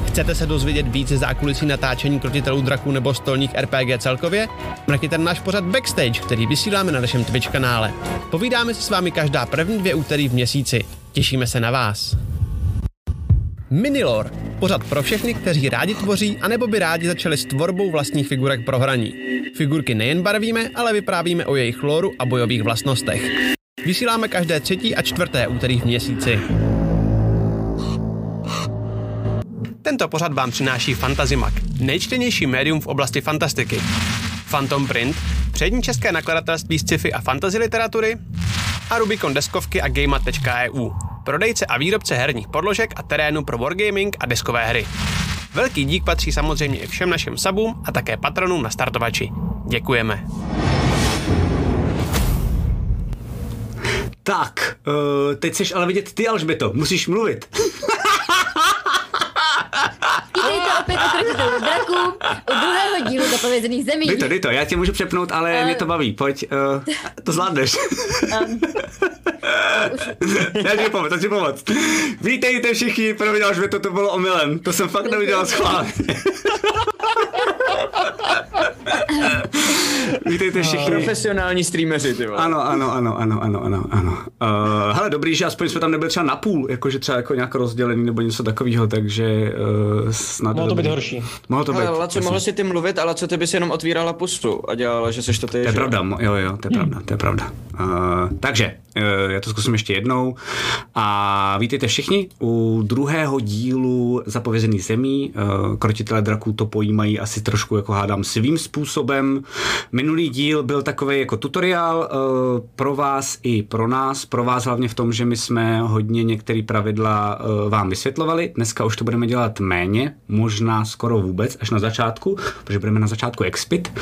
Chcete se dozvědět víc ze zákulisí natáčení Krotitelů draků nebo stolních RPG celkově? Mrkněte na náš pořad Backstage, který vysíláme na našem Twitch kanále. Povídáme si s vámi každá první 2 úterý v měsíci. Těšíme se na vás. Minilore. Pořad pro všechny, kteří rádi tvoří, anebo by rádi začali s tvorbou vlastních figurek pro hraní. Figurky nejen barvíme, ale vyprávíme o jejich lóru a bojových vlastnostech. Vysíláme každé 3. a 4. úterý v měsíci. Tento pořad vám přináší Fantazimak, nejčtenější médium v oblasti fantastiky. Phantom Print, přední české nakladatelství z sci-fi a fantasy literatury, a Rubicon deskovky a Gameat.eu, prodejce a výrobce herních podložek a terénu pro wargaming a deskové hry. Velký dík patří samozřejmě i všem našim subům a také patronům na startovači. Děkujeme. Tak, teď chceš ale vidět ty, Alžběto, musíš mluvit. Vítejte opět u Krotitelů draků, u druhého dílu Zapovězených zemí. Dej to, já tě můžu přepnout, ale mě to baví, pojď, to zvládneš. Já ti pomoct. Vítejte všichni, promiň, Alžběto, to bylo omylem, to jsem fakt neudělal schválně. Vítejte všichni. Profesionální streameři, ty vole. Ano. Hele, dobrý, že aspoň jsme tam nebyli třeba napůl, jakože třeba jako nějak rozdělený nebo něco takového, takže snad Mohlo to být horší. Mohlo to být. Ale Laco, mohl si ty mluvit, ale co ty bys jenom otvírala pustu a dělala, že seš to ty. To je pravda, to je pravda. Takže, já to zkusím ještě jednou. A vítejte všichni u druhého dílu Zapovězených zemí. Krotitelé draků to pojímají asi trošku, jako hádám, svým způsobem. Minulý díl byl takový jako tutoriál pro vás i pro nás. Pro vás hlavně v tom, že my jsme hodně některé pravidla vám vysvětlovali. Dneska už to budeme dělat méně, možná skoro vůbec, až na začátku, protože budeme na začátku Expit.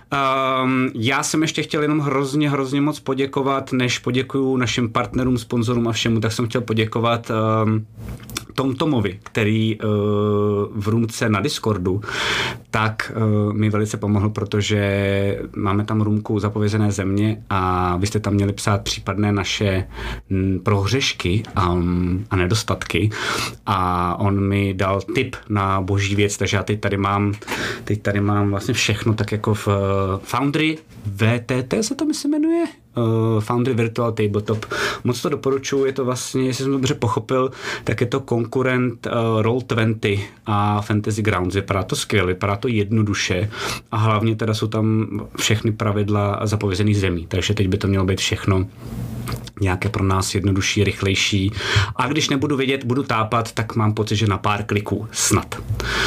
Já jsem ještě chtěl jenom hrozně moc poděkovat, než poděkuju našim partnerům, sponzorům a všemu, tak jsem chtěl poděkovat Tom Tomovi, který v růmce na Discordu, tak mi velice pomohl, protože máme tam růmku Zapovězené země a vy jste tam měli psát případné naše prohřešky a nedostatky a on mi dal tip na boží věc, takže já teď tady mám vlastně všechno tak jako v Foundry VTT se to myslím jmenuje? Foundry Virtual Tabletop. Moc to doporučuji, je to vlastně, jestli jsem to dobře pochopil, tak je to konkurent Roll20 a Fantasy Grounds. Vypadá to skvěle, vypadá to jednoduše a hlavně teda jsou tam všechny pravidla Zapovězených zemí, takže teď by to mělo být všechno nějaké pro nás jednodušší, rychlejší. A když nebudu vědět, budu tápat, tak mám pocit, že na pár kliků snad.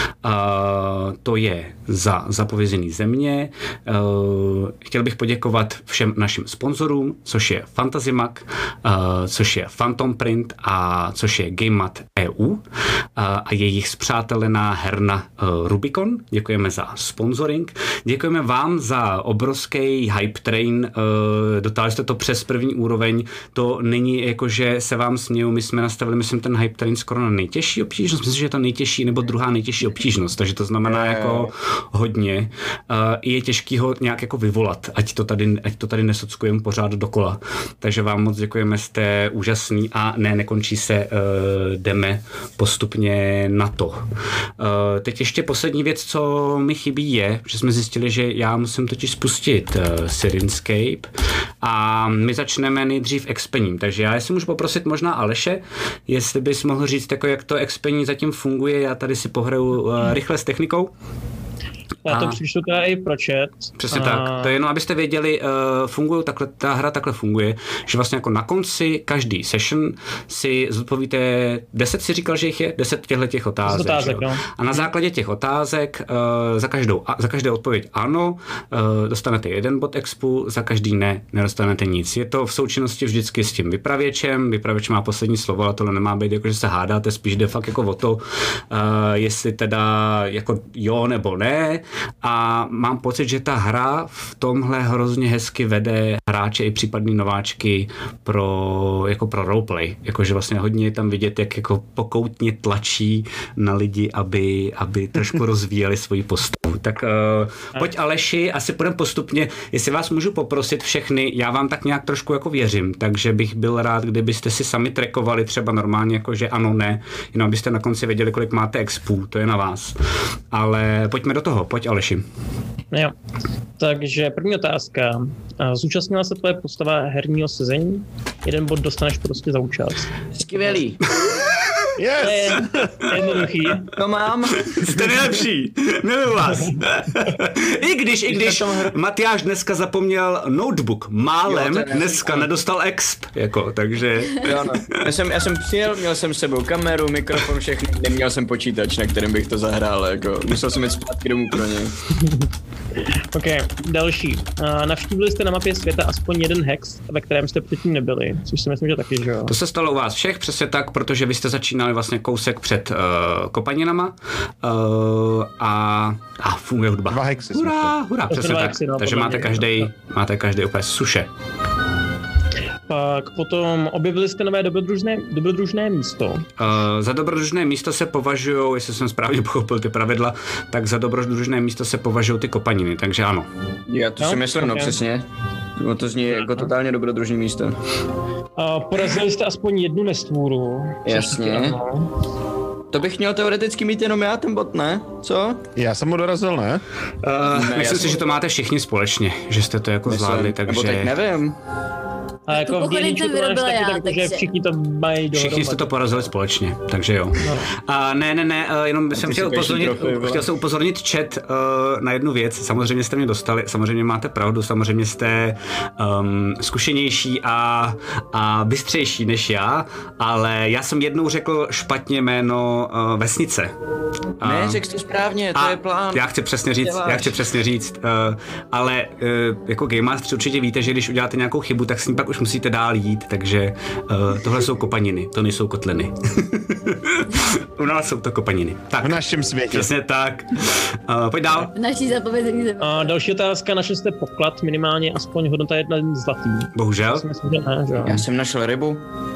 To je za Zapovězený země. Chtěl bych poděkovat všem našim sponzorům, což je Fantazimak, což je Phantom Print a což je Gameat.eu a jejich spřátelená herna Rubicon. Děkujeme za sponsoring. Děkujeme vám za obrovský hype train. Dotáhli jste to přes první úroveň. To není jako, že se vám směju, my jsme nastavili, myslím, ten hype train skoro na nejtěžší obtížnost, myslím, že je to nejtěžší nebo druhá nejtěžší obtížnost, takže to znamená jako hodně. Je těžký ho nějak jako vyvolat, ať to tady nesockujeme pořád dokola. Takže vám moc děkujeme, jste úžasný a nekončí se, jdeme postupně na to. Teď ještě poslední věc, co mi chybí je, že jsme zjistili, že já musím totiž spustit Syrinscape a my začneme nejdřív expením, takže já si můžu poprosit možná Aleše, jestli bys mohl říct, jako jak to expení zatím funguje, já tady si pohraju rychle s technikou. Já to přečtu teda i pro chat. Přesně tak. To je jenom, abyste věděli, ta hra takhle funguje, že vlastně jako na konci každý session si zodpovíte 10, si říkal, že jich je 10 těch otázek. No. A na základě těch otázek za každou odpověď ano, dostanete 1 bod expu, za každý ne, nedostanete nic. Je to v součinnosti vždycky s tím vypravěčem. Vypravěč má poslední slovo, ale tohle nemá být jako, že se hádáte, spíš jde fakt jako o to, jestli teda jako jo nebo ne. A mám pocit, že ta hra v tomhle hrozně hezky vede hráče i případný nováčky pro roleplay. Jakože vlastně hodně je tam vidět, jak jako pokoutně tlačí na lidi, aby trošku rozvíjeli svoji postavu. Tak pojď Aleši, asi půjdeme postupně. Jestli vás můžu poprosit všechny, já vám tak nějak trošku jako věřím, takže bych byl rád, kdybyste si sami trackovali třeba normálně jako, že ano, ne, jenom abyste na konci věděli, kolik máte expů, to je na vás. Ale pojďme do toho, pojď Aleši. Jo. Takže první otázka. Zúčastnila se tvoje postava herního sezení? 1 bod dostaneš prostě za účast. Skvělý. To je jednoduchý. To mám. Jste nejlepší, miluji vás. I když Matyáš dneska zapomněl notebook, málem dneska nedostal exp, jako, takže... Jo, no. Já jsem přijel, měl jsem s sebou kameru, mikrofon, všechny, neměl jsem počítač, na kterém bych to zahrál, jako, musel jsem jít zpátky domů pro něj. Ok, další. Navštívili jste na mapě světa aspoň jeden hex, ve kterém jste předtím nebyli, což si myslím, že taky, že jo? To se stalo u vás všech, přesně tak, protože vy jste začínali vlastně kousek před kopaninama a funguje hudba. 2 hexy. Hurá, přesně tak. Hexy, no, takže máte každý úplně suše. Pak potom objevili jste nové dobrodružné místo. Za dobrodružné místo se považují, jestli jsem správně pochopil ty pravidla, tak za dobrodružné místo se považují ty kopaniny, takže ano. Já to si myslím, no přesně. No to zní jako totálně dobrodružné místo. Porazili jste aspoň jednu nestvůru. Jasně. To bych měl teoreticky mít jenom já, ten bot, ne? Co? Já jsem mu dorazil, ne? Myslím si, že to máte všichni společně, že jste to jako zvládli, takže... Nebo teď nevím. A jako v dělníčku to máš taky, takže všichni to mají dohromady. Všichni jste to porazili společně, takže jo. No. Ne, jenom jsem chtěl upozornit chat na jednu věc. Samozřejmě jste mě dostali, samozřejmě máte pravdu, samozřejmě jste zkušenější a bystřejší než já, ale já jsem jednou řekl špatně jméno vesnice. Ne, řekl jsi to správně, to je plán. Já chci přesně říct, ale jako Game Master určitě víte, že když uděláte nějakou chybu, tak s ní pak už musíte dál jít, takže tohle jsou kopaniny, to nejsou kotliny. U nás jsou to kopaniny. Tak, v našem světě. Přesně tak. Pojď dál. V naší zapovězení země. Další otázka, našel jste poklad, minimálně aspoň hodnota 1 zlatý. Bohužel. Já jsem našel rybu.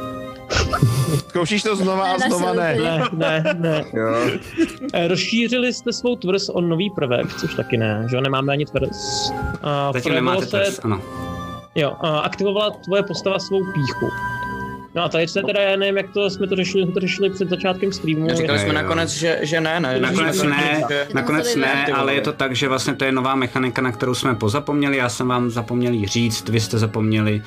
Zkoušíš to znova a znova ne. Ne. Jo. Rozšířili jste svou tvrz o nový prvek, což taky ne, že jo, nemáme ani tvrz. Zatím nemáte tvrz, ano. Jo, aktivovala tvoje postava svou píchu. No a tady se teda, já nevím, jak to jsme to řešili před začátkem streamu. Říkali jsme nakonec, že ne. Nakonec ne, ale je to tak, že vlastně to je nová mechanika, na kterou jsme pozapomněli, já jsem vám zapomněl jí říct, vy jste zapomněli.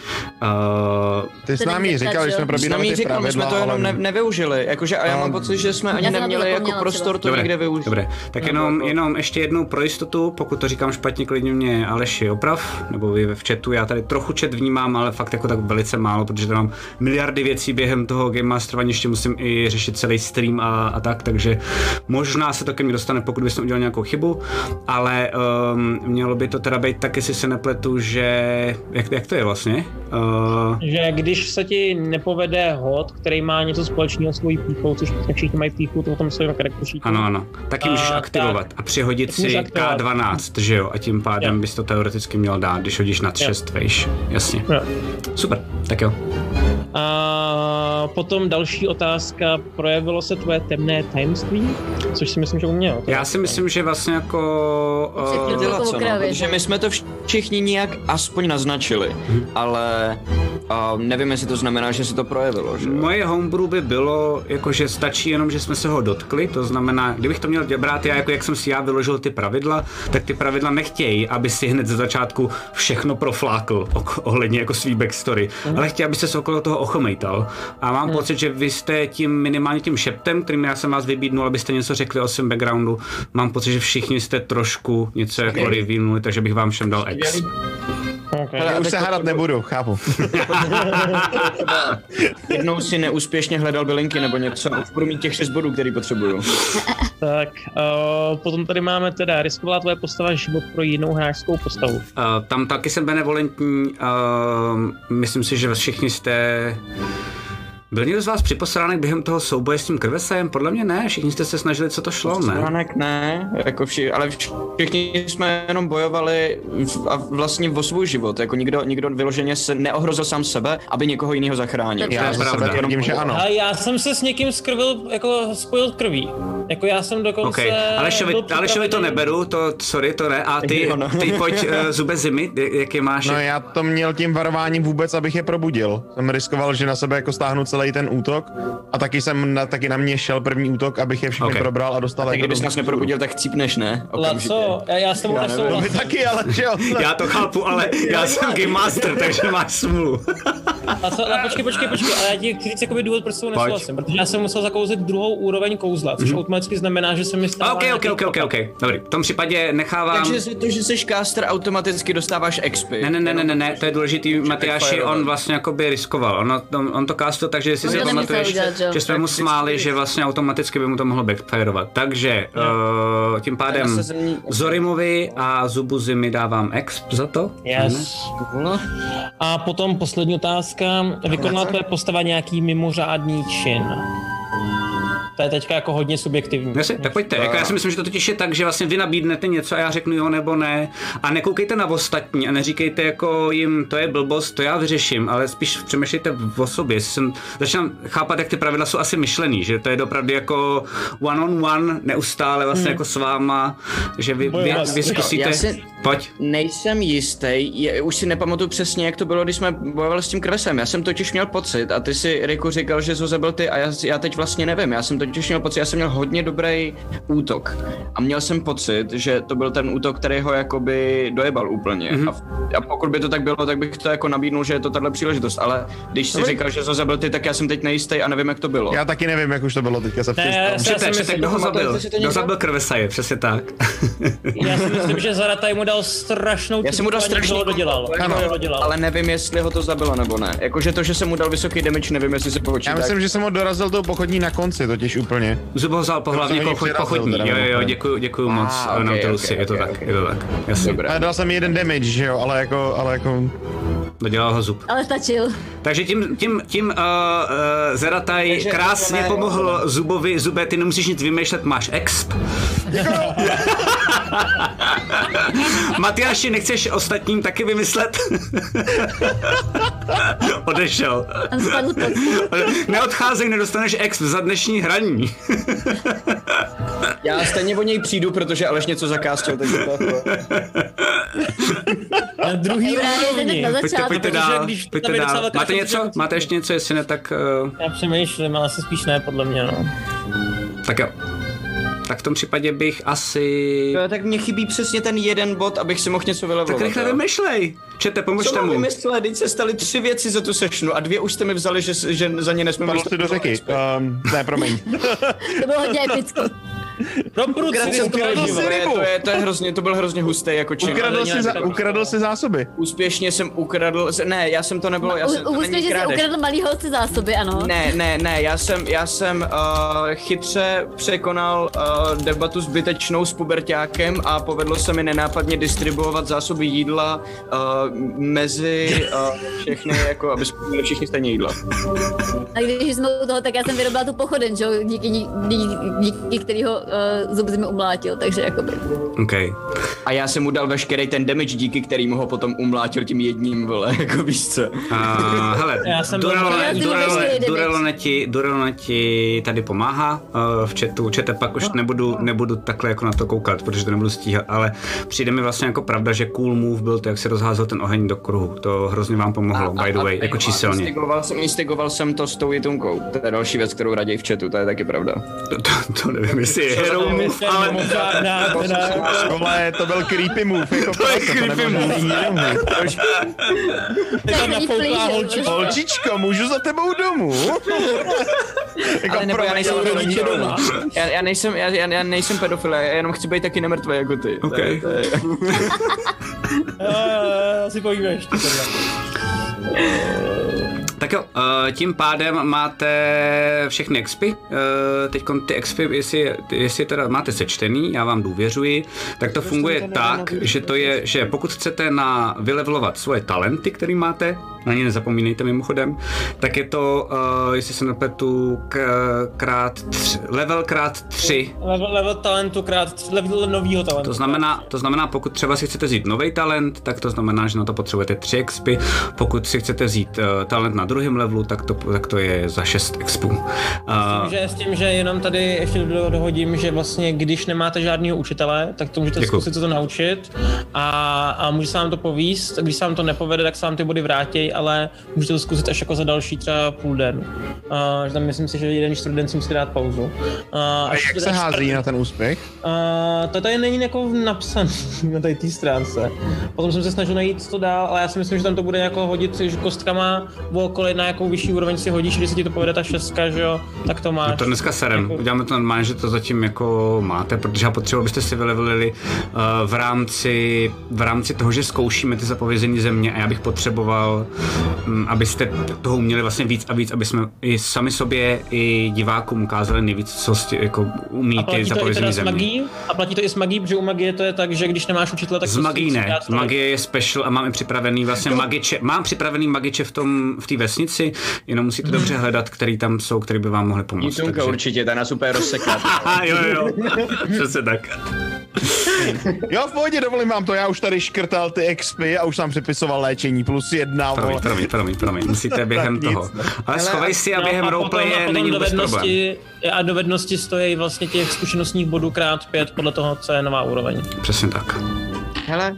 Ty jsi nám jí říkal, že jsme probírali ty pravidla, my jsme to jenom nevyužili, jakože a já mám pocit, že jsme ani neměli jako prostor to někde využít. Dobré, tak jenom ještě jednou pro jistotu, pokud to říkám špatně, klidně mě Aleši oprav, nebo vy v chatu, já tady trochu chat vnímám, ale fakt jako tak velice málo, protože tam mám miliardy věcí během toho Game Masterování, ještě musím i řešit celý stream a tak, takže možná se to ke mně dostane, pokud bychom udělali nějakou chybu, ale mělo by to teda být tak, jestli se nepletu, že... Jak to je vlastně? Že když se ti nepovede hod, který má něco společného s svojí píchou, což všichni mají píchu, to o tom svým charakteru. Ano, tak ji můžeš aktivovat a přihodit si K12, že jo, a tím pádem bys to teoreticky měl dát, když hodíš nad 6 vejš, jasně. Jo. Super, tak jo. A potom další otázka, projevilo se tvoje temné tajemství? Což si myslím, že uměl. Já si myslím, že vlastně jako... Protože my jsme to všichni nějak aspoň naznačili, ale nevím, jestli to znamená, že se to projevilo, že? Moje homebrew by bylo, jako že stačí jenom, že jsme se ho dotkli, to znamená, kdybych to měl brát já, jako jak jsem si já vyložil ty pravidla, tak ty pravidla nechtějí, aby si hned ze začátku všechno proflákl ohledně jako svý backstory, ale chtějí, aby se okolo toho ochomejtal. A mám pocit, že vy jste tím minimálně tím šeptem, kterým já jsem vás vybídnul, abyste něco řekli o svém backgroundu, mám pocit, že všichni jste trošku něco jako revealnuli, takže bych vám všem dal X. Okay. Já už se hádat nebudu, chápu. Jednou si neúspěšně hledal bylinky nebo něco a už budu mít těch 6 bodů, který potřebuju. Tak, potom tady máme teda, riskovala tvoje postava život pro jinou hráčskou postavu. Tam taky jsem benevolentní, myslím si, že všichni jste... Byl někdo z vás připosránek během toho souboje s tím krvesajem? Podle mě ne, všichni jste se snažili, co to šlo, ne? Posránek ne, jako ale všichni jsme jenom bojovali a vlastně o svůj život, jako nikdo vyloženě se neohrozil sám sebe, aby někoho jiného zachránil. Já za sebe tvrdím, že ano. Ale já jsem se s někým spojil krví. Jako já jsem dokonce... Okay. Alešovi to neberu, sorry, to ne. A ty pojď Zube Zimy, jaký máš? No já to měl tím varováním vůbec, abych je probudil. Jsem riskoval, že na sebe jako stáhnu celý ten útok a taky na mě šel první útok, abych je všechny probral a dostal. A tak kdybys nás neprobudil, tak chcípneš, ne? Co? Já s tebou nesouhlasím. No vy taky, ale že jo? Já to chápu, ale já jsem Game Master, takže máš smůlu. A co? Počkej, ale já ti chci říct jakoby důvod, proč s tou nesouhlasím, protože já jsem musel zakouzit druhou úroveň kouzla, což automaticky znamená, že se mi stává... OK. Dobrý, v tom případě nechávám... Takže to, že jsi caster, automaticky dostáváš XP. Ne, to je důležitý, Matyáši, on vlastně jakoby riskoval, on to castil, takže jestli si pamatuješ, že jsme mu smáli, že vlastně automaticky by mu to mohlo backfireovat. Takže tím pádem Zorimovi a Zubu Zimy dávám exp za to. Yes. A potom poslední otázka. Vykonala tvoje postava nějaký mimořádný čin? To je teďka jako hodně subjektivní. Tak pojďte, jako já si myslím, že to totiž je tak, že vlastně vy nabídnete něco a já řeknu jo nebo ne a nekoukejte na ostatní a neříkejte jako jim to je blbost, to já vyřeším, ale spíš přemýšlejte o sobě. Začínám chápat, jak ty pravidla jsou asi myšlený, že to je opravdu jako one on one, neustále vlastně jako s váma, že vy zkusíte. Pojď. Nejsem jistý, už si nepamatuju přesně, jak to bylo, když jsme bojovali s tím krvesem. Já jsem totiž měl pocit a ty si, Riku, říkal, že zabil ty a já teď vlastně nevím. Já jsem totiž měl pocit, já jsem měl hodně dobrý útok a měl jsem pocit, že to byl ten útok, který ho jakoby dojebal úplně. A pokud by to tak bylo, tak bych to jako nabídnul, že je to tahle příležitost, ale když si říkal, že to zabil ty, tak já jsem teď nejistý a nevím, jak to bylo. Já taky nevím, jak už to bylo, teďka se Přesně, kdo ho zabil? Kdo zabil krvesaje, přesně tak. Já si myslím, že Zarataj mu dal strašnou dodělal. Ale nevím, jestli ho to zabilo nebo ne. Jakože to, že jsem mu dal vysoký damage, nevím, jestli se počítá. Já myslím, že jsem ho dorazil tou pochodní na konci, totiž úplně. Zubo ho vzal hlavně pochodní. Jo, děkuju moc, Nautilusi, je to tak. Jasně. Ale dal jsem jeden damage, že jo, ale jako... Dodělal ho Zub. Ale stačil. Takže tím Zarataj krásně pomohl Zubovi. Zube, ty nemusíš nic vymýšlet, máš exp. Matyáši, nechceš ostatním taky vymyslet? Odešel. Neodcházej, nedostaneš exp za dnešní hraní. Já stejně o něj přijdu, protože Aleš něco zakástil, takže to... Na druhý úrovni. Pojďte dál. Máte něco? Máte ještě něco, jestli ne, tak... Já přemýšlím, ale asi spíš ne, podle mě, no. Tak jo. Tak v tom případě bych asi... Tak mě chybí přesně ten jeden bod, abych si mohl něco vylevovat. Tak rychle vymyšlej. Čete, pomožte mu. Co mám vymyslet? Teď se staly 3 věci za tu sešnu a 2 už jste mi vzali, že za ně nesmím vymyslet. Padl si do řeky. Ne, promiň. To bylo hodně epické. To byl hrozně hustý jako čin. Ukradl si zásoby. Úspěšně jsem ukradl, ne, já jsem to nebylo, Úspěšně jsi ukradl malý holce zásoby, ano. Ne, já jsem chytře překonal debatu zbytečnou s puberťákem a povedlo se mi nenápadně distribuovat zásoby jídla mezi všechny, jako aby jsme měli všichni stejně jídla. A když jsme u toho, tak já jsem vyrobila tu pochodeň, že jo, díky kterýho Zub Zimy umlátil, takže jakoby. Okay. A já jsem mu dal veškerý ten damage, díky kterýmu ho potom umlátil tím jedním, vole, jako víš co. Hele, Durelone ti tady pomáhá v chatu, Čete, pak už nebudu takhle jako na to koukat, protože to nebudu stíhat, ale přijde mi vlastně jako pravda, že cool move byl to, jak si rozházel ten oheň do kruhu, to hrozně vám pomohlo, by the way, jako číselně. Instigoval jsem to s tou jitunkou, to je další věc, kterou raději v chatu, to je taky pravda. To nevím, jestli je hero move, ale... Vole, to byl creepy move, jako to je creepy move. Holčičko, můžu za tebou domů? Ale nebo já nejsem pedofil, já jenom chci být taky nemrtvý jako ty. Okay. Asi povíme ještě tohle. Tak jo, tím pádem máte všechny expy, teďkon ty expy, jestli teda máte sečtený, já vám důvěřuji, tak to funguje tak, že to je, že pokud chcete vylevelovat svoje talenty, které máte, na ně nezapomínejte mimochodem, tak je to, jestli se nepletu, level krát 3. Level talentu level novýho talentu. To znamená, pokud třeba si chcete vzít nový talent, tak to znamená, že na to potřebujete 3 expy. Pokud si chcete vzít talent na druhém levelu, tak to je za 6 expů. S tím, že jenom tady ještě dohodím, že vlastně když nemáte žádného učitele, tak to můžete zkusit se to naučit a může se vám to povíst. Když se vám to nepovede, tak se vám ty body vrátí, ale můžete to zkusit až jako za další třeba půl den. Že tam myslím si, že jeden čtvrtden si musíte dát pauzu. A jak se hází na ten úspěch? To tady není jako napsaný na té stránce. Potom jsem se snažil najít to dál, ale já si myslím, že tam to bude jako hodit, že kostkama okolo na jakou vyšší úroveň si hodíš, když se ti to povede ta 6, že jo, tak to máš. No to dneska serem. Uděláme to normálně, že to zatím jako máte, protože já potřebuji, abyste si vylevelili v rámci toho, že zkoušíme ty zapovězené země a já bych potřeboval, abyste toho uměli vlastně víc a víc, aby jsme i sami sobě i divákům ukázali nejvíc, co jako umí ty zapovězené země. A platí to i s magií, protože u magie to je tak, že když nemáš učitele, tak z magii ne. Magie je special a máme připravený vlastně magiče. Mám připravený magiče v té vesnici, jenom musíte dobře hledat, který tam jsou, který by vám mohli pomoct. Takže... určitě, ta nás úplně rozseká. jo. Přesně tak. Jo, v pohodě, dovolím vám to, já už tady škrtal ty expy a už jsem přepisoval léčení +1. Promiň, musíte během toho. Ale schovej si a během roleplaye není vůbec problém. A dovednosti stojí vlastně těch zkušenostních bodů krát 5 podle toho, co je nová úroveň. Přesně tak. Hele,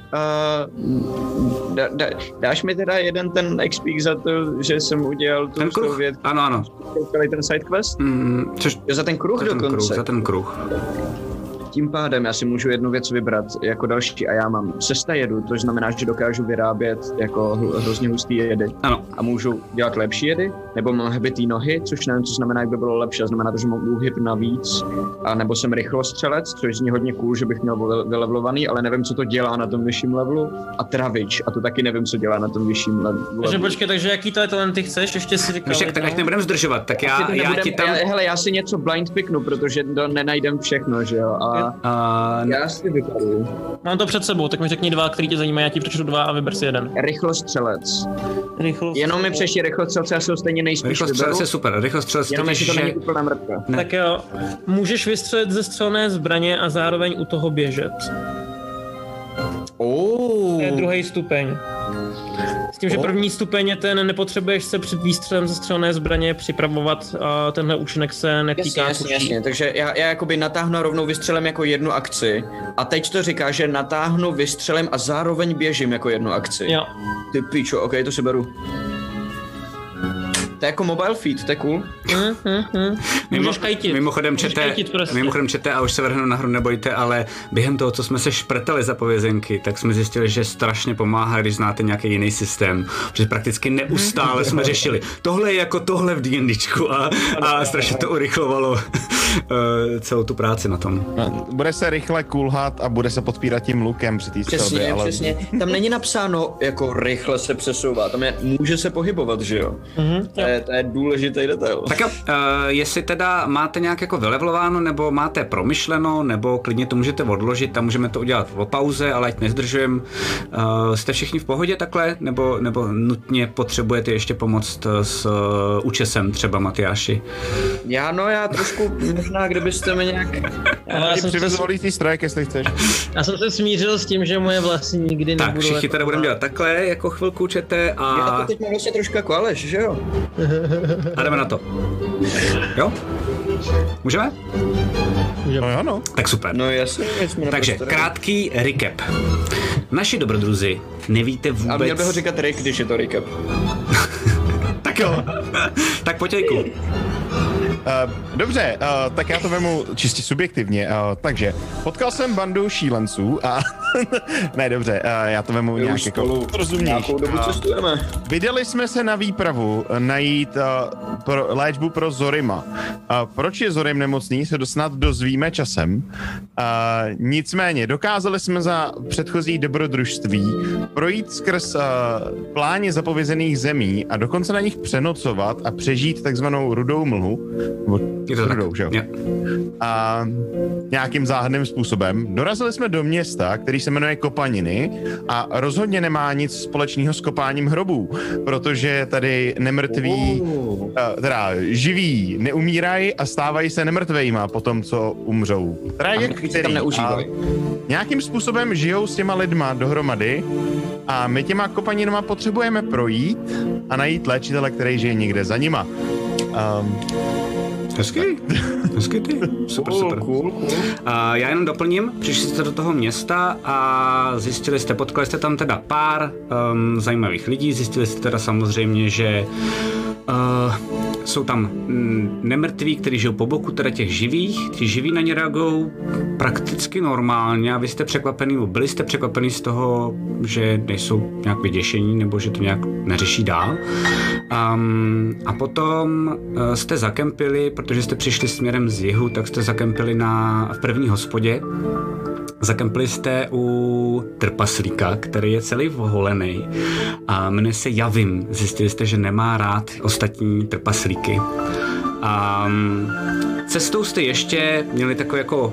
dáš mi teda jeden ten expík za to, že jsem udělal tu ten kruh? Věc, ano. Ten sidequest? Za ten kruh dokonce. Za ten kruh. Tím pádem já si můžu jednu věc vybrat jako další a já mám sesta jedu, což znamená, že dokážu vyrábět jako hrozně hustý jedy. Ano. A můžu dělat lepší jedy, nebo mám hbitý nohy, což nevím, co znamená, jak by bylo lepší, znamená to, že mám úhyb navíc, a nebo jsem rychlostřelec, což zní hodně cool, že bych měl vylevlovaný, ale nevím, co to dělá na tom vyšším levelu, a travič, a to taky nevím, co dělá na tom vyšším levelu. Takže počkej, takže jaký talenty chceš, ještě si říkal. Tak ať nebudem zdržovat, tak já ti tam... Hele, já si něco blind picknu, protože to nenajdem všechno, že jo, já si vypaduju. Mám to před sebou, tak mi řekni 2, který tě zajímají, já ti přečtu 2 a vyber si jeden. Rychlostřelec. Jenom mi přečti rychlostřelce, já se ho stejně nejspíš Rychlostřelec je super, rychlostřelec jenom jestli to není úplná mrtka. Tak jo, můžeš vystřelit ze střelné zbraně a zároveň u toho běžet. To je druhý stupeň. S tím, že první stupeň je ten, nepotřebuješ se před výstřelem ze střelné zbraně připravovat a tenhle účinek se netýká. Jasně, takže já jakoby natáhnu a rovnou vystřelem jako jednu akci a teď to říká, že natáhnu, vystřelem a zároveň běžím jako jednu akci. Jo. Ty pičo, ok, to si beru. To je jako mobile feed, to je cool. Můžeš kajtit. Mimochodem čete a už se vrhnu na hru, nebojte, ale během toho, co jsme se šprtali za povězenky, tak jsme zjistili, že strašně pomáhá, když znáte nějaký jiný systém. Protože prakticky neustále jsme řešili. Tohle je jako tohle v D&Dčku a strašně to urychlovalo celou tu práci na tom. Bude se rychle kulhat a bude se podpírat tím lukem při té střelbě, ale... Přesně. Tam není napsáno, jako rychle se přesouvá, tam je, může se pohybovat, že jo? To je důležitý detail. Tak jo, jestli teda máte nějak jako vylevlováno, nebo máte promyšleno, nebo klidně to můžete odložit a můžeme to udělat po pauze, ale ať nezdržujem. Jste všichni v pohodě takhle, nebo nutně potřebujete ještě pomoct s účesem třeba, Matyáši? Já trošku, možná kdybyste mi nějak... Já jsem přivezovali ty strajk, jestli chceš. Já jsem se smířil s tím, že moje vlasy nikdy nebudou... Tak všichni teda budeme dělat takhle, jako chvilku čete a... Já to teď mám vlastně trošku jako Aleš, že jo? A jdeme na to. Jo? Můžeme? No jo, no. Tak super. No jasně. Takže krátký recap. Naši dobrodruzi nevíte vůbec... A měl bych ho říkat Rick, když je to recap. Tak jo. Tak potějku. Dobře, tak já to vemu čistě subjektivně. Takže potkal jsem bandu šílenců a... ne, dobře, já to vemu nějak jako rozumnější. Nějakou dobu cestujeme. Vydali jsme se na výpravu najít léčbu pro Zorima. Proč je Zorim nemocný, se snad dozvíme časem. Nicméně, dokázali jsme za předchozí dobrodružství projít skrz pláně zapovězených zemí a dokonce na nich přenocovat a přežít takzvanou rudou mlhu, nebo srdou, že jo? A nějakým záhadným způsobem dorazili jsme do města, který se jmenuje Kopaniny a rozhodně nemá nic společného s kopáním hrobů, protože tady nemrtví, teda živí neumírají a stávají se nemrtvejma po tom, co umřou. Teda tam neužívají. Nějakým způsobem žijou s těma lidma dohromady a my těma Kopaninama potřebujeme projít a najít léčitele, který žije někde za nima. Hezky ty. Super. Cool. Já jenom doplním, přišli jste do toho města a potkali jste tam teda pár zajímavých lidí, zjistili jste teda samozřejmě, že jsou tam nemrtví, kteří žijou po boku teda těch živých, ti živí na ně reagují prakticky normálně a vy jste byli jste překvapený z toho, že nejsou nějak vyděšení nebo že to nějak neřeší dál. A potom jste zakempili, protože jste přišli směrem z jihu, tak jste zakempili v první hospodě. Zakempili jste u trpaslíka, který je celý voholený a jmenuje se Javim. Zjistili jste, že nemá rád ostatní trpaslíky. Cestou jste ještě měli takový jako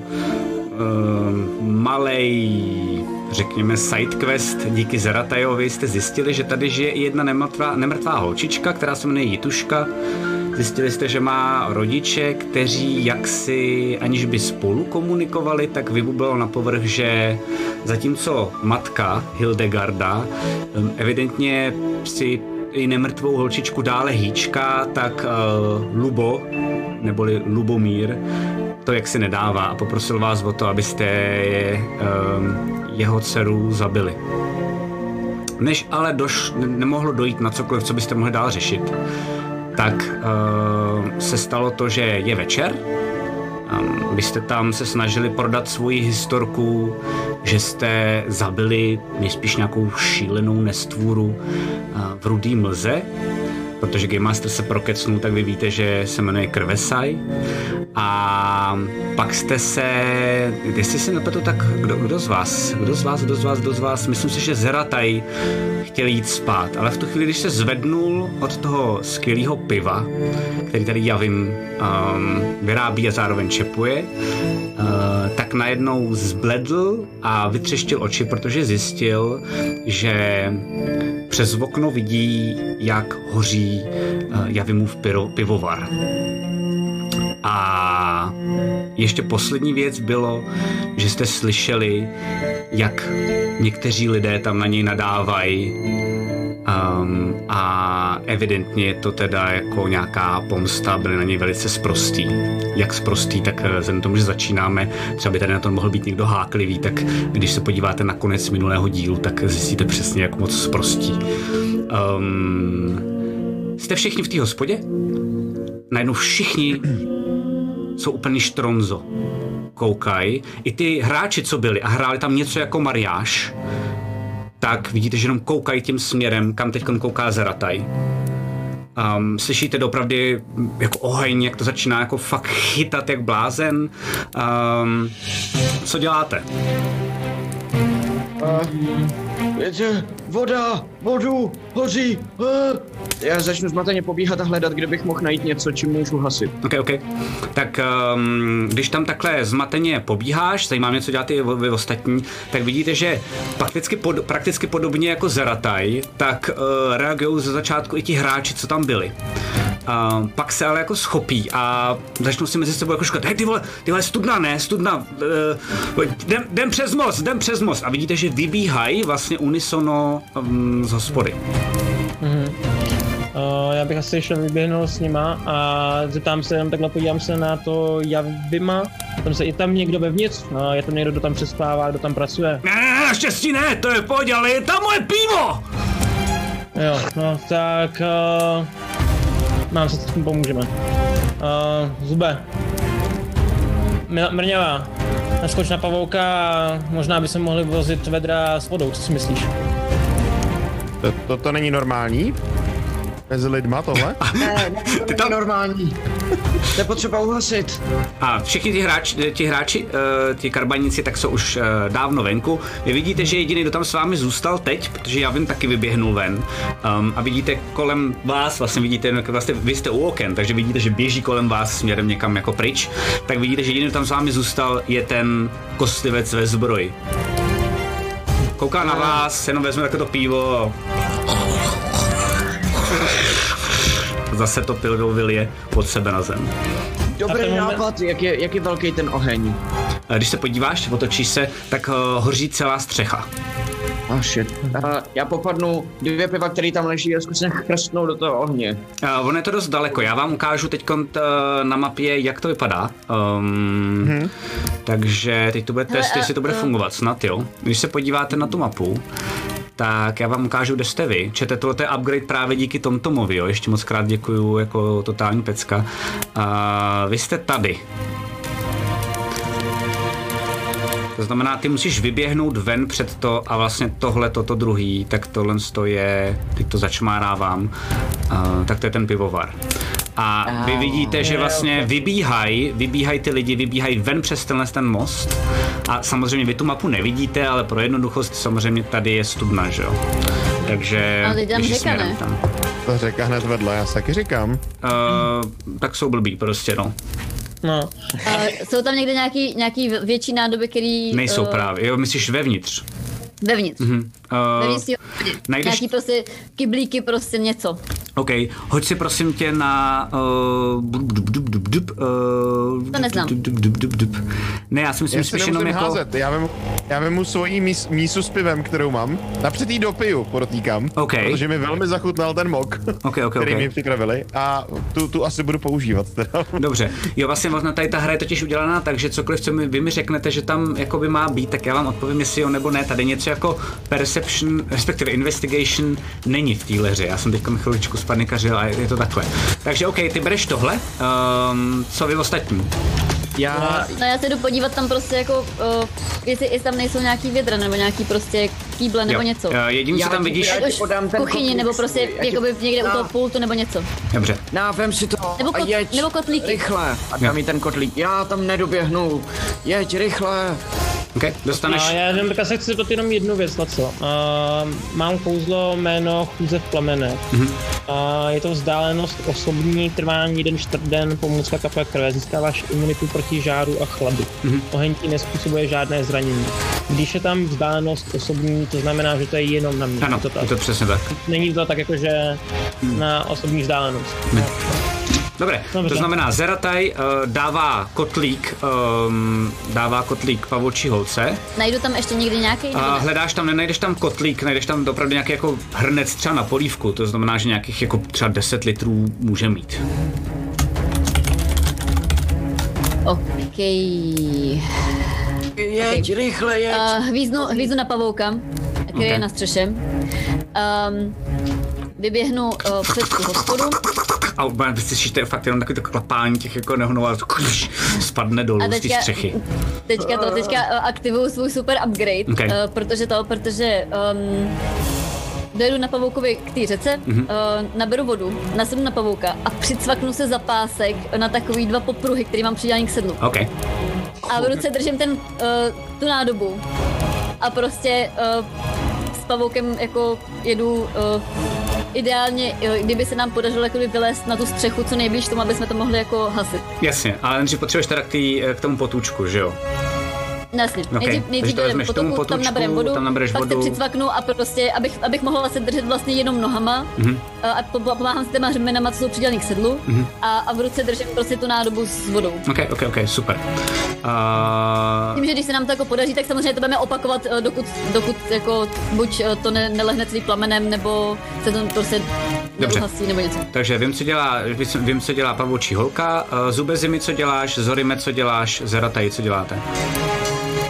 malej, řekněme, sidequest. Díky Zaratajovi jste zjistili, že tady žije i jedna nemrtvá holčička, která se jmenuje Jituška. Zjistili jste, že má rodiče, kteří jaksi, aniž by spolu komunikovali, tak vybublilo na povrch, že zatímco matka Hildegarda evidentně si i nemrtvou holčičku dále hýčká, tak Lubo, neboli Lubomír, to jaksi nedává a poprosil vás o to, abyste jeho dceru zabili. Než ale nemohlo dojít na cokoliv, co byste mohli dál řešit, tak se stalo to, že je večer. Vy jste tam se snažili prodat svoji historku, že jste zabili nejspíš nějakou šílenou nestvůru v Rudý mlze, protože Game Master se prokecnul, tak vy víte, že se jmenuje Krvesaj. A pak jste se, jestli se nepletu, tak kdo z vás, myslím si, že Zerataj chtěl jít spát, ale v tu chvíli, když se zvednul od toho skvělého piva, který tady Javim vyrábí a zároveň čepuje, tak najednou zbledl a vytřeštil oči, protože zjistil, že přes okno vidí, jak hoří Javimův pivovar. A ještě poslední věc bylo, že jste slyšeli, jak někteří lidé tam na něj nadávají a evidentně je to teda jako nějaká pomsta, byli na něj velice sprostý. Jak sprostý, tak vzhledem tomu, že začínáme, třeba by tady na to mohl být někdo háklivý, tak když se podíváte na konec minulého dílu, tak zjistíte přesně, jak moc sprostí. Jste všichni v té hospodě? Najednou všichni jsou úplně štronzo. Koukají. I ty hráči, co byli a hráli tam něco jako mariáš, tak vidíte, že jenom koukají tím směrem, kam teď kouká Zerataj. Slyšíte doopravdy jako oheň, jak to začíná jako fakt chytat jak blázen. Co děláte? Vodu, hoří. Já začnu zmateně pobíhat a hledat, kde bych mohl najít něco, čím můžu hasit. Ok. Tak když tam takhle zmateně pobíháš, zajímá mě, co děláte i vy ostatní, tak vidíte, že prakticky podobně jako Zerataj, tak reagují ze začátku i ti hráči, co tam byli. Pak se ale jako schopí a začnou si mezi sebou jako škodat, hej ty vole, studna, jdem přes most a vidíte, že vybíhají vlastně unisono z hospody. Já bych asi šel vyběhnout s nima a zeptám se, takhle podívám se na to Javima, je tam někdo vevnitř, je tam někdo, kdo tam přespává, kdo tam pracuje. Ne, naštěstí ne, to je pohodě, ale je tam moje pivo! Jo, no tak mám se s tím pomůžeme. Zube. Mrňavá, naskoč na pavouka a možná by se mohli vozit vedra s vodou, co si myslíš? To není normální? mezi lidma tohle? Ne, to je normální. To je potřeba uhasit. A všichni ti hráči, ti karbaníci, tak jsou už dávno venku. Vy vidíte, že jediný, kdo tam s vámi zůstal teď, protože já vím, taky vyběhnul ven. A vidíte kolem vás, vlastně vidíte, vlastně vy jste u oken, takže vidíte, že běží kolem vás směrem někam jako pryč. Tak vidíte, že jediný, kdo tam s vámi zůstal, je ten kostlivec ve zbroji. Kouká na vás, jenom vezme takové to pivo. Zase to pivo vylije pod sebe na zem. Dobrý nápad, jak je velký ten oheň. Když se podíváš, otočíš se, tak hoří celá střecha. Shit. Já popadnu 2 piva, který tam leží a zkusím chrstnout do toho ohně. Ono je to dost daleko, já vám ukážu teď na mapě, jak to vypadá. Takže teď to bude test, jestli to bude fungovat, snad jo. Když se podíváte na tu mapu, tak já vám ukážu, kde jste vy. Čete, tohle je upgrade právě díky TomTomovi, jo. Ještě moc krát děkuju, jako totální pecka. Vy jste tady. To znamená, ty musíš vyběhnout ven před to a vlastně toto druhý, tak tohle je, teď to začmárávám, tak to je ten pivovar. A vy vidíte, že vlastně vybíhají ty lidi, vybíhají ven přes ten most. A samozřejmě vy tu mapu nevidíte, ale pro jednoduchost samozřejmě tady je studna, že jo. Takže řeka, tam. To řeka hned vedle, já si taky říkám. Tak jsou blbý prostě, no. No. Jsou tam někde nějaký větší nádoby, který... Nejsou právě, jo, myslíš vevnitř. Vevnitř. Vevnitř nějaký prostě kyblíky, prostě něco. OK, hoď si prosím tě na... To neznám. Ne, já si myslím, že jenom jako... Házet. Já vemu svoji mísu s pivem, kterou mám. Napřed jí dopiju, podotýkám. Okay. Protože mi velmi zachutnal ten mok, který mi připravili. A tu asi budu používat teda. Dobře. Jo, vlastně tady ta hra je totiž udělaná tak, že cokoliv, co vy mi řeknete, že tam jakoby má být, tak já vám odpovím, jestli jo nebo ne. Tady něco jako perception, respektive investigation není v téhle hře. Já jsem teďka chviličku spanikařil a je to takhle. Takže OK, ty bereš tohle, co vy ostatní? Já se jdu podívat tam prostě jako, jestli tam nejsou nějaký vědra nebo nějaký prostě kýble nebo něco. Jediný, co tam vidíš... V kuchyni nebo prostě jakoby někde u toho pultu nebo něco. Dobře. Vem si to nebo kotlíky. Rychle, a tam je ten kotlík. Já tam nedoběhnu. Jeď rychle. Okay, dostaneš. Já se chci zeptat jenom jednu věc, Laco. Mám kouzlo jméno Chůze v plamenech. Je to vzdálenost osobní, trvání 1 čtvrtden, pomůcka kapel krve, získáváš imunitu proti žáru a chladu. Oheň ti nezpůsobuje žádné zranění. Když je tam vzdálenost osobní, to znamená, že to je jenom na mě. Ano, je to přesně tak. Není to tak jakože na osobní vzdálenost. Ne. Dobře, to znamená, Zerataj dává kotlík pavočí holce. Najdu tam ještě někdy nějaký? Hledáš tam, nenajdeš tam kotlík, najdeš tam opravdu nějaký jako hrnec třeba na polívku, to znamená, že nějakých jako třeba 10 litrů může mít. OK. Jeď, rychle jeď. Hvíznu na pavouka, který je na střeše. Vyběhnu před tu hospodu. A vy slyšíte fakt jenom takový to klapání těch jako nehonů a spadne dolů z té střechy. Teďka aktivuju svůj super upgrade, protože dojedu na pavoukovi k té řece, naberu vodu, nasednu na pavouka a přicvaknu se za pásek na takový 2 popruhy, který mám přidělaný k sedlu. Okay. A v ruce držím tu nádobu a prostě s pavoukem jako jedu ideálně, kdyby se nám podařilo vylézt na tu střechu co nejblíž tomu, aby jsme to mohli jako hasit. Jasně, ale nejdřív potřebuješ teda k tomu potůčku, že jo? Jasně, nejdřív jdeme potůčku, tam naberem vodu, pak se přicvaknu a prostě, abych mohla se držet vlastně jenom nohama a pomáhám s těma hřmenama, co jsou přidělený k sedlu a v ruce držím prostě tu nádobu s vodou. Ok, super. Tím, že když se nám to jako podaří, tak samozřejmě to budeme opakovat, dokud jako buď to nelehne celý plamenem, nebo se to prostě neuhasí, nebo něco. Takže vím, co dělá pavoučí holka, Zubezimi, co děláš, Zorime, co děláš, Zerataj, co děláte?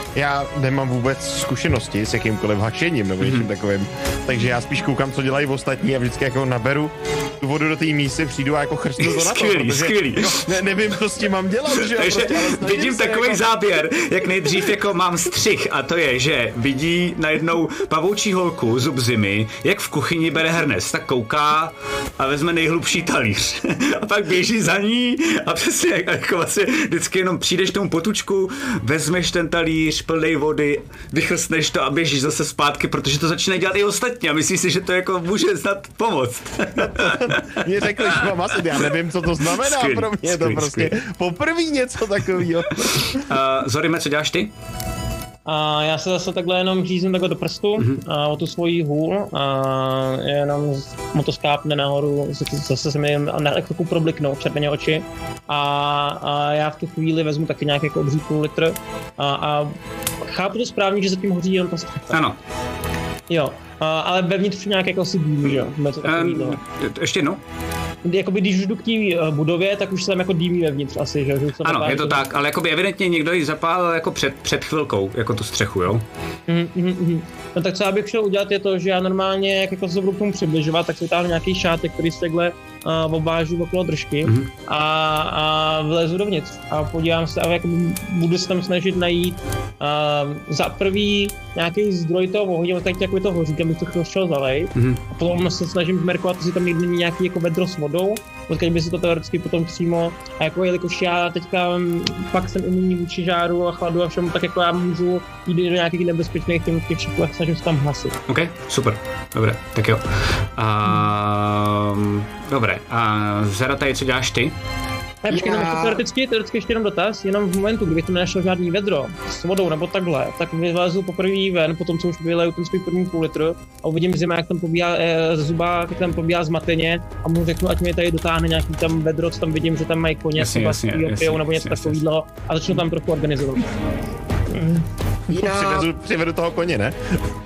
já nemám vůbec zkušenosti s jakýmkoliv hašením nebo něčím takovým, takže já spíš koukám, co dělají ostatní a vždycky jako naberu tu vodu do té mísy, přijdu a jako chrstnu to na to. Skvělý. Nevím, co s tím mám dělat, že jo? Takže prostě, vidím takový jako záběr, jak nejdřív jako mám střih a to je, že vidí najednou pavoučí holku zub zimy, jak v kuchyni bere hrnec, tak kouká a vezme nejhlubší talíř a pak běží za ní a přesně jako vlastně vždycky jenom přijdeš k tomu potučku, vezmeš ten talíř plnej vody, vychrstneš to a běžíš zase zpátky, protože to začínají dělat i ostatní a myslíš si, že to jako může snad pomoct. Mě řekli, že mám asi, já nevím, co to znamená pro mě, to prostě poprvé něco takového. Zorime, co děláš ty? A já se zase takhle jenom říznu takhle do prstu o tu svoji hůl a jenom mu to skápne nahoru, zase se mi chvilku probliknou červeně oči a já v tu chvíli vezmu taky nějaký jako obří půl litr a chápu to správně, že zatím hoří jenom ta střecha. Ano. Jo, ale vevnitř nějak jako si dýmí, jo? Ještě jednou? Jakoby když už jdu k té budově, tak už jsem jako dýmí vevnitř asi, že? Ano, je to tak, ale jakoby evidentně někdo ji zapálil jako před chvilkou, jako tu střechu, jo? No tak co já bych šel udělat je to, že já normálně, jak jako se budu k tomu přibližovat, tak si vytáhnu nějaký šátek, který se takhle obvážu okolo držky a vlezu dovnitř a podívám se a jako budu se tam snažit najít za prvý nějaký zdroj toho ohně, tak jako to hoří, tam bych to chtěl zalejt a potom se snažím zmerkovat, jestli tam někdy není nějaký jako vedro s vodou, odkud by se to teoreticky potom přímo a jako jelikož já teďka fakt jsem imunní vůči žáru a chladu a všemu, tak jako já můžu jít do nějakých nebezpečných chemických šipů a snažím se tam hasit. OK, super, dobré, tak jo. Dobré, a Zarataj, co děláš ty? Počkej, teoreticky ještě jenom dotaz, jenom v momentu, kdybych tam nenašel žádný vedro s vodou nebo takhle, tak vylezu poprvé ven, potom co už vyleju ten svůj první půl litr a uvidím Zima, jak tam pobíhá zubák, jak tam pobíhá zmateně a mu řeknu, ať mi tady dotáhne nějaký tam vedro, co tam vidím, že tam mají koně, nebo něco takového a začnu tam trochu organizovat. Přivedu toho koně, ne?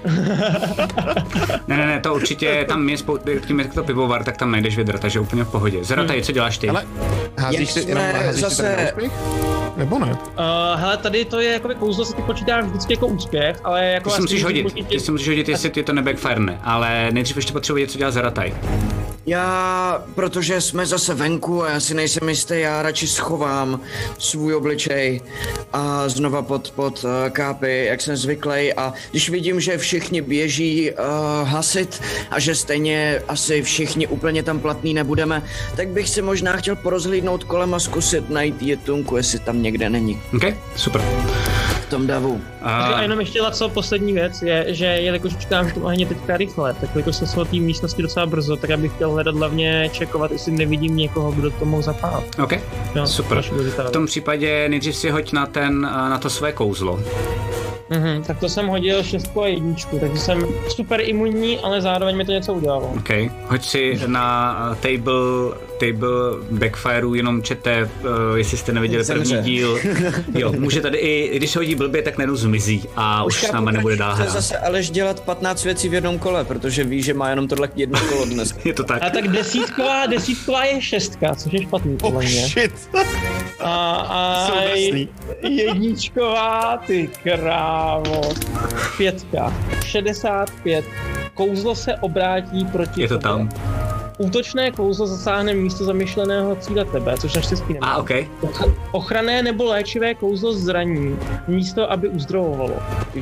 Ne, to určitě, tam je tím je to pivovar, tak tam najdeš vědra, takže úplně v pohodě. Zarataj, co děláš ty? Ale házíš si zase... Nebo ne? Hele, tady to je jako kouzlo, se ty počítáš vždycky jako úspěch, ale jako... Ty si musíš hodit, jestli ty to nebackfirene, ale nejdřív ještě potřebuji vědět, co dělá Zarataj. Protože jsme zase venku a já si nejsem jistý, já radši schovám svůj obličej a znova pod kápy, jak jsem zvyklý a když vidím, že všichni běží hasit a že stejně asi všichni úplně tam platný nebudeme, tak bych si možná chtěl porozhlídnout kolem a zkusit najít jetunku, jestli tam někde není. OK, super. V tom davu. A jenom ještě poslední věc je, že jelikož čekám, že to ohně teďka rychle, tak jelikož jsem se té místnosti docela brzo, tak já bych chtěl hledat hlavně čekovat, jestli nevidím někoho, kdo to mohl zapálit. OK, jo, super. V tom případě nejdřív si hoď na to své kouzlo. Tak to jsem hodil 6 a 1, takže jsem super imunní, ale zároveň mi to něco udělalo. OK, hoď si na table backfireu, jenom čete, jestli jste neviděli první díl. Jo, může tady i, když se hodí blbě, tak najednou zmizí a už s náma nebude dál hrát. Zase Aleš dělat 15 věcí v jednom kole, protože ví, že má jenom tohle jedno kolo dnes. Je to tak. A tak desítková je 6, což je špatný podle mě. Shit. A jedničková, ty krávo, 5, 65, kouzlo se obrátí proti je to tobě. Tam. Útočné kouzlo zasáhne místo zamýšleného cíle tebe, což naštěstí nemá. Okay. Ochranné nebo léčivé kouzlo zraní, místo aby uzdravovalo.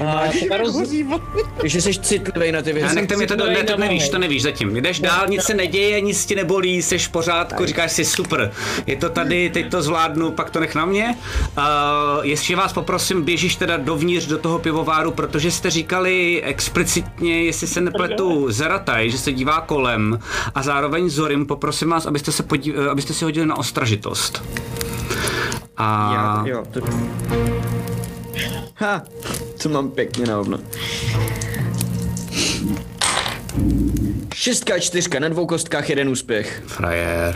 Takže jsi citlivý na ty věci. To nevíš zatím. Jdeš dál, nic se neděje, nic ti nebolí, jsi v pořádku, říkáš si super, je to tady, teď to zvládnu, pak to nech na mě. Jestli vás poprosím, běžíš teda dovnitř do toho pivováru, protože jste říkali explicitně, jestli se nepletu, Zarataj, že se dívá kolem a zároveň Zorim, poprosím vás, abyste si hodili na ostražitost. Co mám pěkně na ovno. 6 a 4, na 2 kostkách 1 úspěch. Frajer.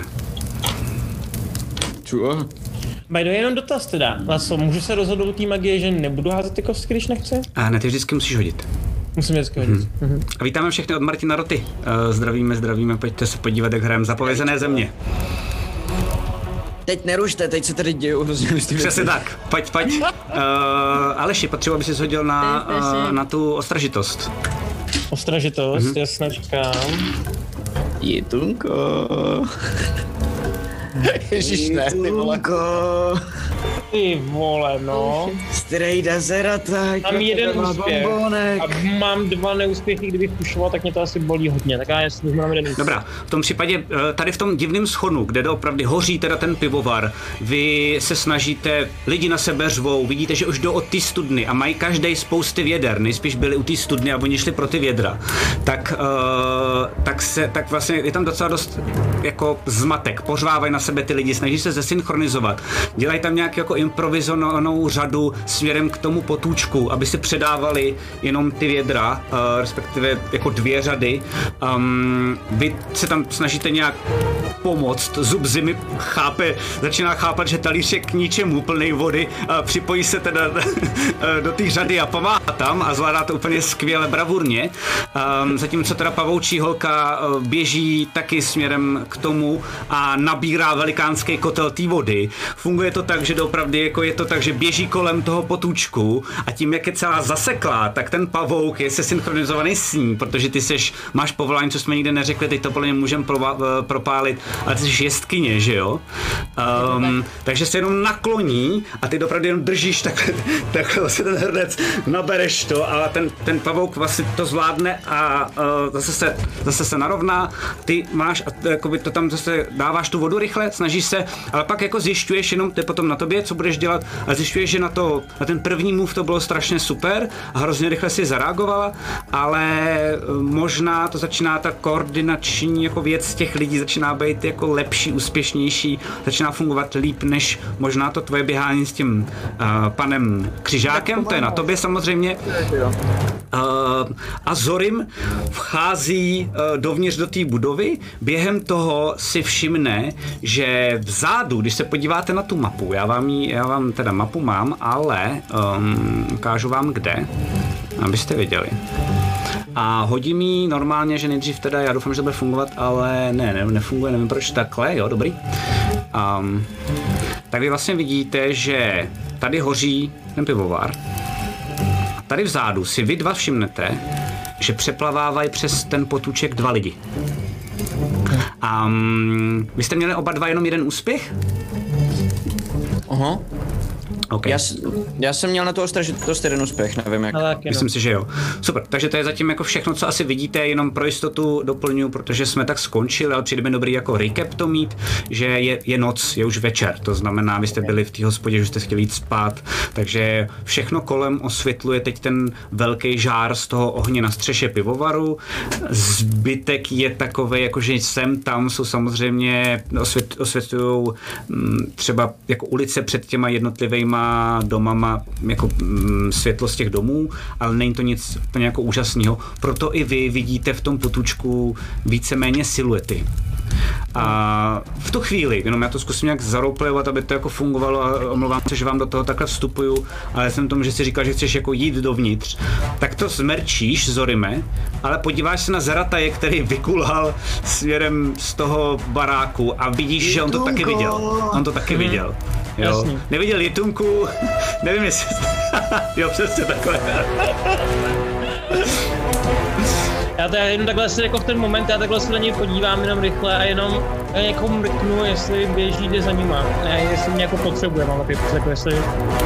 Čuo? Bajdo, jenom dotaz teda. Laso, můžu se rozhodnout té magie, že nebudu házet ty kostky, když nechci? Ne, ty vždycky musíš hodit. Musím vždycky hodit. A vítáme všechny od Martina Roty. Zdravíme, pojďte se podívat, jak hrajeme Zapovězené země. teď nerušte, teď se tady dějou hrozně věci. Přesně tak, pojď. Aleši, potřeba by si hodil na tu ostražitost. Ostražitost, jasně, čekám. Jitunko. Ježiš, ne, ty vole. Ty vole, no. Strejda Zerata, mám jeden úspěch a mám 2 neúspěchy, kdybych pušoval, tak mě to asi bolí hodně, tak já jestli mám jeden úspěch. Dobrá, v tom případě tady v tom divném schonu, kde doopravdy hoří teda ten pivovar, vy se snažíte, lidi na sebe řvou, vidíte, že už jdou od té studny a mají každej spousty věder, nejspíš byli u té studny a oni šli pro ty vědra, tak vlastně je tam docela dost jako zmatek, pořvávají na sebe ty lidi, snaží se zesynchronizovat, dělají tam nějak jako improvizovanou řadu směrem k tomu potůčku, aby si předávali jenom ty vědra, respektive jako 2 řady. Vy se tam snažíte nějak pomoct, zub zimy začíná chápat, že talíř je k ničemu plný vody, připojí se teda do té řady a pomáhá tam a zvládá to úplně skvěle, bravurně. Zatímco teda pavoučí holka běží taky směrem k tomu a nabírá velikánský kotel té vody. Funguje to tak, že doopravdy jako je to tak, že běží kolem toho potůčku a tím, jak je celá zaseklá, tak ten pavouk je synchronizovaný s ní, protože ty máš povolání, co jsme nikdy neřekli, teď to podle mě můžeme propálit, ale ty jsi jestkyně, že jo? Takže se jenom nakloní a ty doopravdy jenom držíš takhle vlastně ten hrdec, nabereš to a ten pavouk vlastně to zvládne a zase se narovná, ty máš a jakoby to tam zase dáváš tu vodu rychle, snažíš se, ale pak jako zjišťuješ jenom, to je potom na tobě, co budeš dělat a zjišťuješ, že na ten první move to bylo strašně super a hrozně rychle si zareagovala, ale možná to začíná ta koordinační jako věc těch lidí začíná být jako lepší, úspěšnější, začíná fungovat líp, než možná to tvoje běhání s tím panem Křižákem, to je na tobě samozřejmě. A Zorim vchází dovnitř do té budovy, během toho si všimne, že vzadu, když se podíváte na tu mapu, já vám teda mapu mám, ale ukážu vám kde, abyste viděli. A hodím jí normálně, že nejdřív teda, já doufám, že to bude fungovat, ale nefunguje, nevím proč, takhle, jo, dobrý. Tak vy vlastně vidíte, že tady hoří ten pivovar. A tady vzadu si vy 2 všimnete, že přeplavávají přes ten potůček 2 lidi. Vy jste měli oba 2 jenom 1 úspěch? Aha. Okay. Já jsem měl na to ostražitost 1 úspěch, nevím jak. Myslím si, že jo. Super, takže to je zatím jako všechno, co asi vidíte, jenom pro jistotu doplňuji, protože jsme tak skončili, ale přijde mi dobrý jako recap to mít, že je noc, je už večer, to znamená, vy jste byli v té hospodě, že jste chtěli jít spát, takže všechno kolem osvětluje teď ten velký žár z toho ohně na střeše pivovaru, zbytek je takovej, jakože sem tam jsou samozřejmě, osvětlují třeba jako ulice před těma jednotlivýma domama, jako světlo z těch domů, ale není to nic úplně jako úžasného. Proto i vy vidíte v tom potůčku víceméně siluety. A v tu chvíli, jenom já to zkusím nějak zaroplejovat, aby to jako fungovalo a omlouvám se, že vám do toho takhle vstupuju, ale jsem tomu, že jsi říkal, že chceš jako jít dovnitř, tak to zmerčíš, Zorime, ale podíváš se na Zarataje, který vykulhal směrem z toho baráku a vidíš, že on to taky viděl. On to taky viděl. Jo. Jasný. Neviděl Jitunku, nevím jestli... jo, přesně takhle. Já jenom takhle si jako v ten moment, já takhle se na něj podívám jenom rychle a jenom jako mrknu, jestli běží jde za nima. Ne, jestli mě jako potřebuje, mám lepší jako jestli...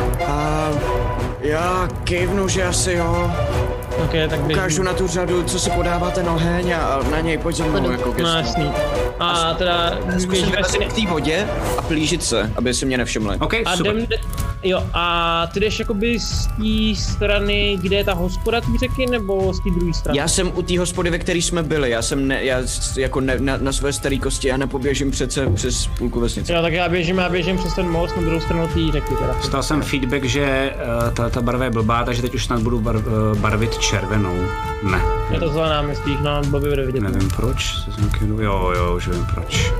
Já kejvnu, že asi jo. Okay, tak ukážu na tu řadu, co si podává ten oheň a na něj pojď za mnou jako no, jasný. A teda zkusím vyrazit k té vodě a plížit se, aby si mě nevšimli. Okay, super. A ty jdeš jakoby z té strany, kde je ta hospoda té řeky, nebo z té druhé strany? Já jsem u té hospody, ve které jsme byli, já na své staré kosti, já nepoběžím přece přes půlku vesnice. Jo, tak já běžím přes ten most na druhou stranu té řeky teda. Dostal jsem feedback, že ta barva je blbá, takže teď už snad budu barvit červenou. Ne. Je to zelená, myslíš, no, blbý bude vidět. Nevím proč, jo, už vím proč.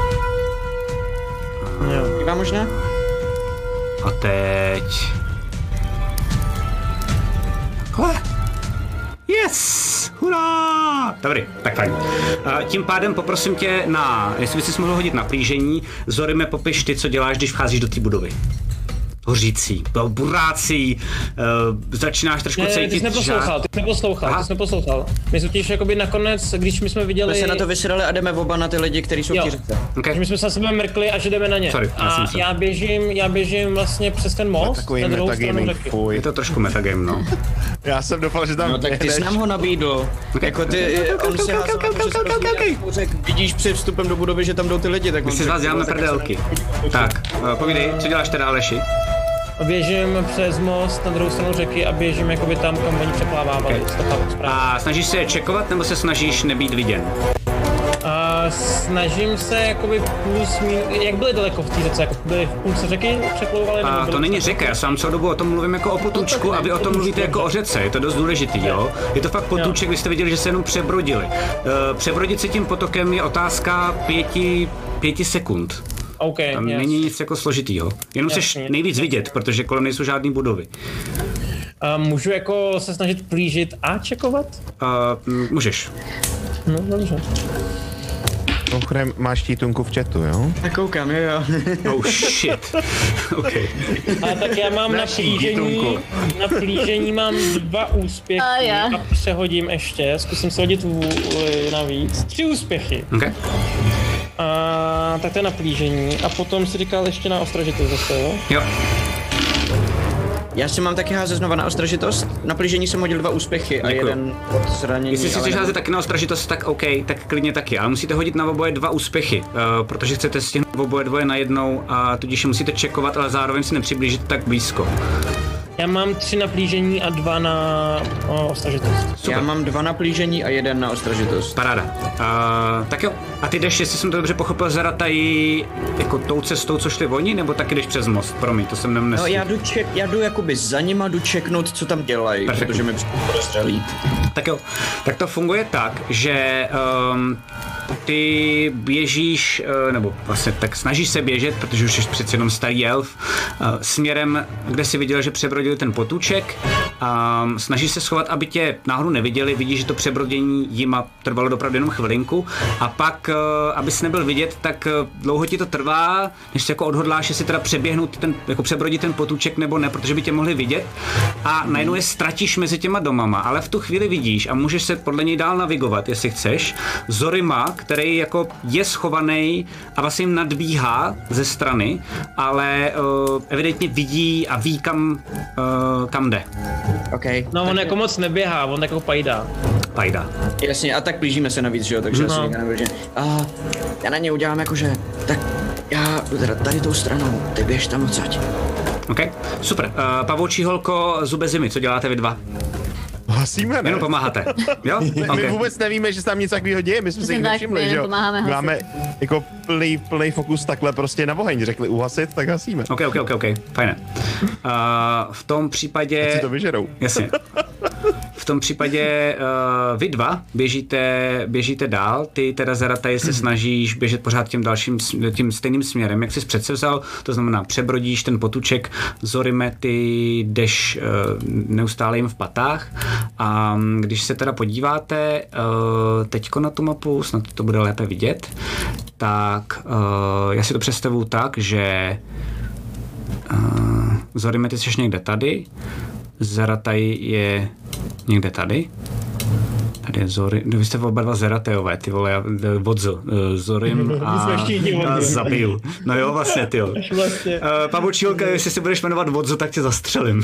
Bývá možná? A teď... Takhle. Yes! Hurá! Aha, dobrý, tak fajn. Tím pádem poprosím tě jestli bys si mohl hodit na plížení, Zorime, popiš ty, co děláš, když vcházíš do té budovy. Hořící, burácí, začínáš trošku cítit. Ty jsi neposlouchal. My jsme totiž jakoby nakonec, když my jsme viděli... My se na to vysrali a jdeme oba na ty lidi, kteří jsou v té řece. Okay. My jsme se na sebe mrkli a že jdeme na ně. Sorry, já běžím vlastně přes ten most na druhou stranu řeky. Je to trošku metagame, no. Já jsem doufal, že tam tak ty jsi nám ho nabídl. Jako on si řekl, vidíš před vstupem do budovy, že tam jdou ty lidi, tak my si z vás děláme prdelky. Tak, povídej, co děláš teda, Aleši? Běžím přes most na druhou stranu řeky a běžím jakoby tam, kam oni přeplávávají. Okay. A snažíš se je čekovat, nebo se snažíš nebýt viděn? Snažím se jakoby jak byli daleko v té řece, jako byli v půlce řeky přeplouvali? To není řeka, já sám celou dobu o tom mluvím jako o potůčku a vy o tom mluvíte jako o řece, je to dost důležitý, jo? Je to fakt potůček, vy jste viděli, že se jenom přebrodili. Přebrodit se tím potokem je otázka 5 sekund. Okay, tam není nic jako složitýho. Jenom chceš nejvíc vidět, protože kolem nejsou žádný budovy. Můžu jako se snažit plížit a čekovat? Můžeš. No, dobře. Máš títunku v chatu, jo? Tak koukám, jo. Oh shit. Okay. A tak já mám na plížení mám 2 úspěchy a přehodím ještě. Zkusím se hodit navíc. 3 úspěchy. Okay. Tak to je na plížení a potom si říkal ještě na ostražitost zase, jo? Jo. Já si mám taky házet znova na ostražitost. Na plížení jsem hodil 2 úspěchy a jeden od zranění. Jestli si chceš házet taky na ostražitost, tak OK, tak klidně taky, ale musíte hodit na oboje 2 úspěchy, protože chcete stihnout oboje dvoje najednou a tudíž musíte čekovat, ale zároveň si nepřiblížit tak blízko. Já mám 3 na plížení a 2 na ostražitost. Super. Já mám 2 na plížení a 1 na ostražitost. Paráda. Tak jo. A ty jdeš, jestli jsem to dobře pochopil, Zaratají jako tou cestou, co šli oni, nebo taky jdeš přes most? Promiň, to jsem nemyslel. No já jdu jakoby za nima, jdu čeknout, co tam dělají, protože mi přestřelí. Tak jo. Tak to funguje tak, že ty běžíš, nebo vlastně tak snažíš se běžet, protože už jsi přeci jenom starý elf, směrem, kde si viděl, že přebrodili ten potůček. Snažíš se schovat, aby tě náhodou neviděli, vidíš, že to přebrodění jima trvalo opravdu jenom chvilinku a pak, abys nebyl vidět, tak dlouho ti to trvá, než se jako odhodláš, jestli teda přeběhnout jako přebrodit ten potůček nebo ne, protože by tě mohli vidět a najednou je ztratíš mezi těma domama, ale v tu chvíli vidíš a můžeš se podle něj dál navigovat, jestli chceš, Zorima, který jako je schovaný a vlastně jim nadbíhá ze strany, ale evidentně vidí a ví, kam jde. Okay. No on jako moc neběhá, on jako pajdá. Jasně, a tak blížíme se navíc, že jo, takže asi nikdo nebude. Já na ně udělám jakože, tak já jdu teda tady tou stranou, ty běž tam odsaď. OK, super. Pavoučí holko, Zube zimy, co děláte vy dva? Hasíme, ne? Jenom pomáháte, jo? My vůbec nevíme, že se tam něco takového děje, my jsme si jich nevšimli, že jo? Máme jako plný fokus takhle prostě na oheň, řekli uhasit, tak hasíme. OK, fajné. V tom případě... Teď si to vyžerou. Jasně. V tom případě vy dva běžíte dál, ty teda Zarataj se snažíš běžet pořád tím stejným směrem, jak jsi předsevzal, to znamená přebrodíš ten potůček, Zorime, ty jdeš neustále jim v patách a když se teda podíváte teďko na tu mapu, snad to bude lépe vidět, tak já si to představuju tak, že Zorime, ty jsi někde tady, Zarataj je někde tady. Tady je Zorim, vy jste oba dva Zeratajové, ty vole, já Vodzo, Zorim a zabiju. No jo, vlastně, ty jo. Pavoučílka, jestli se budeš jmenovat Vodzo, tak tě zastřelím.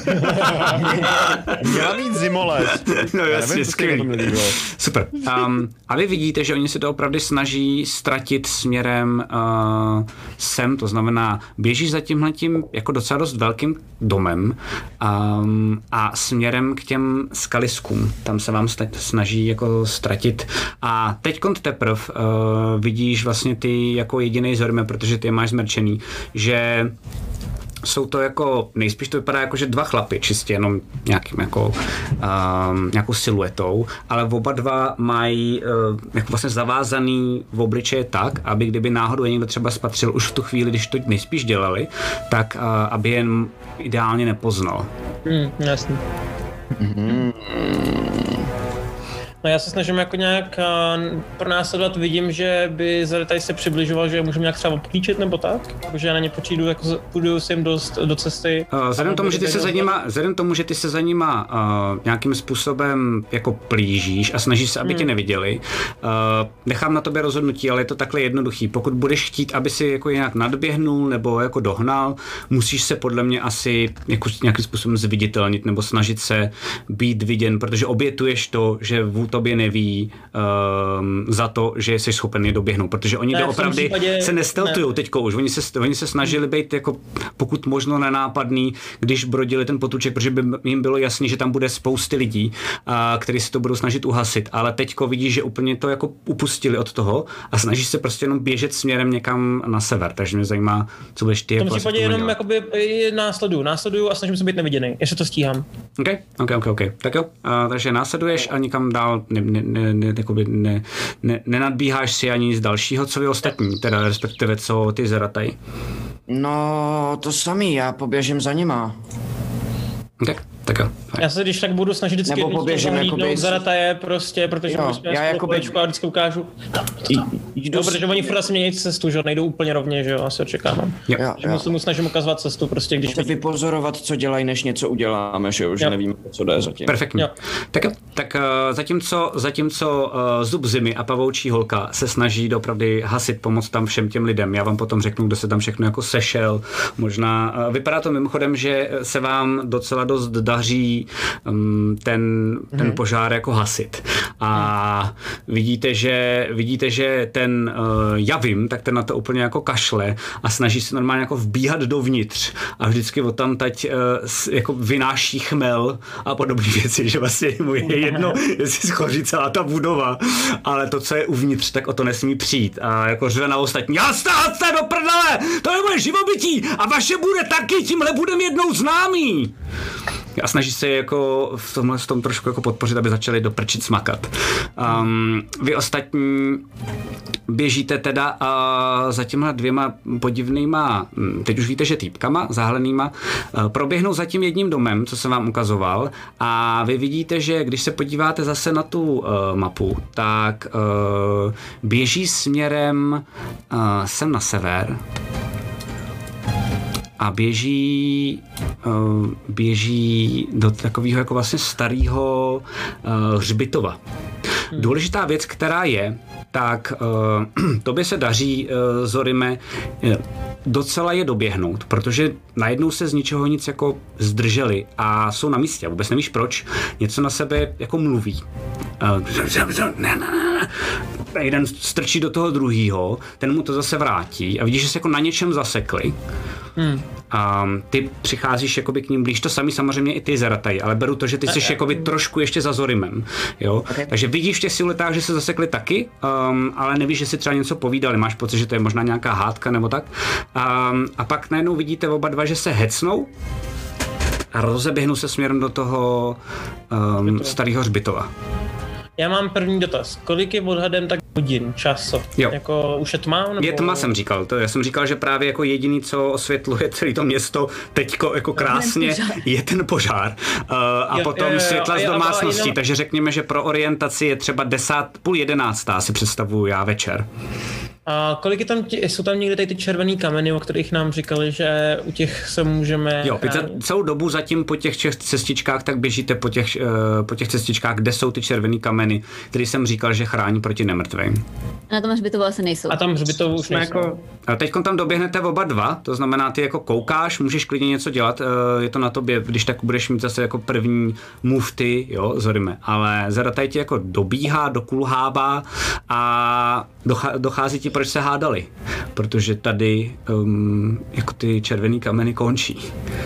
Měla mít Zimoles. No jasně, skvělý. Super. A vy vidíte, že oni se to opravdu snaží ztratit směrem sem, to znamená, běží za tímhletím jako docela dost velkým domem a směrem k těm skaliskům. Tam se vám snaží jako ztratit. A teďkont teprv vidíš vlastně ty jako jedinej Zorime, protože ty je máš zmrčený, že jsou to jako, nejspíš to vypadá jako, že 2 chlapy, čistě jenom nějakým jako, nějakou siluetou, ale oba dva mají jako vlastně zavázaný v obličeje tak, aby kdyby náhodou je někdo třeba spatřil už v tu chvíli, když to nejspíš dělali, tak aby jen ideálně nepoznal. Jasně. No já se snažím jako nějak pronásledovat, vidím, že by Zarataj se přibližoval, že můžeme nějak třeba obklíčit nebo tak, že já na ně počídu, jako půjdu si jim do cesty. Vzhledem tomu, že ty se za nima nějakým způsobem jako plížíš a snažíš se, aby tě neviděli, nechám na tobě rozhodnutí, ale je to takhle jednoduchý. Pokud budeš chtít, aby si jako nějak nadběhnul nebo jako dohnal, musíš se podle mě asi jako nějakým způsobem zviditelnit nebo snažit se být viděn, protože obětuješ to, že v tobě neví za to, že jsi schopen je doběhnout, protože oni doopravdy se nesteltujou teďko už. Oni se snažili být jako pokud možno nenápadný, když brodili ten potůček, protože by jim bylo jasný, že tam bude spousty lidí, kteří si to budou snažit uhasit, ale teďko vidíš, že úplně to jako upustili od toho a snaží se prostě jenom běžet směrem někam na sever, takže mě zajímá, co budeš ty. V tom případě jenom jakoby následuju a snažím se být neviděný, jestli to stíhám. OK. Tak jo, takže následuješ a nikam dál nenadbíháš si ani nic dalšího, co vy ostatní, teda respektive co ty Zarataj. No, to samý, já poběžím za nima. Tak jo. Já se když tak budu snažit vždycky zahlídnout Zarataje prostě, protože já jako a vždycky ukážu. Protože oni furt asi mění cestu, že nejdou úplně rovně, že jo, asi očekávám. Že mu snažím ukazovat cestu prostě, když... vypozorovat, co dělají, než něco uděláme, že jo, že nevíme, co jde zatím. Perfektně. Tak zatímco Zub zimy a Pavoučí holka se snaží opravdu hasit, pomoct tam všem těm lidem, já vám potom řeknu, kdo se tam všechno jako sešel, možná, vypadá to mimochodem, že se vám docela dost daří ten požár jako hasit. A vidíte, že ten Javim, tak ten na to úplně jako kašle a snaží se normálně jako vbíhat dovnitř a vždycky odtamtať jako vynáší chmel a podobné věci, že vlastně mu je jedno, jestli schoří celá ta budova, ale to, co je uvnitř, tak o to nesmí přijít a jako řve na ostatní. Jasná, do prdele, to je moje živobytí a vaše bude taky, tímhle budem jednou známý. A snaží se jako v tom trošku jako podpořit, aby začali doprčit smakat. Vy ostatní běžíte teda za těmhle dvěma podivnýma, teď už víte, že týpkama záhlenýma, proběhnou za tím jedním domem, co jsem vám ukazoval a vy vidíte, že když se podíváte zase na tu mapu, tak běží směrem sem na sever a běží do takového jako vlastně starého hřbitova. Důležitá věc, která je, tak tobě se daří, Zorime, docela je doběhnout, protože najednou se z ničeho nic jako zdrželi a jsou na místě a vůbec nevíš proč, něco na sebe jako mluví. Jeden strčí do toho druhýho, ten mu to zase vrátí a vidíš, že se jako na něčem zasekli. A ty přicházíš jakoby k ním blíž, to samý samozřejmě i ty Zarataj, ale beru to, že ty jsi jakoby trošku ještě za Zorimem, jo? Okay. Takže vidíš v těch siluetách, že se zasekli taky, ale nevíš, že si třeba něco povídali, máš pocit, že to je možná nějaká hádka nebo tak. A pak najednou vidíte oba dva, že se hecnou a rozeběhnou se směrem do toho starého hřbitova. Já mám první dotaz. Kolik je odhadem tak hodin, času? Jo. Jako už je tma? Nebo... Je tma, jsem říkal. Já jsem říkal, že právě jako jediný, co osvětluje celé to město teďko jako krásně, je ten požár. A potom světla z domácností, takže řekněme, že pro orientaci je třeba 10:30 si představuju já večer. A kolik je tam, jsou tam někde tady ty červený kameny, o kterých nám říkali, že u těch se můžeme... Jo, celou dobu zatím po těch cestičkách tak běžíte po těch cestičkách, kde jsou ty červený kameny, který jsem říkal, že chrání proti nemrtvým. Na tom hřbitovu asi nejsou. A tam hřbitovu už nejsou. Jako... Teďkon tam doběhnete oba dva, to znamená, ty jako koukáš, můžeš klidně něco dělat, je to na tobě, když tak budeš mít zase jako první move ty, jo, Zorime, ale Zarataj ti jako dobíhá, dokulhává a dochází ti, proč se hádali, protože tady jako ty červený kameny končí.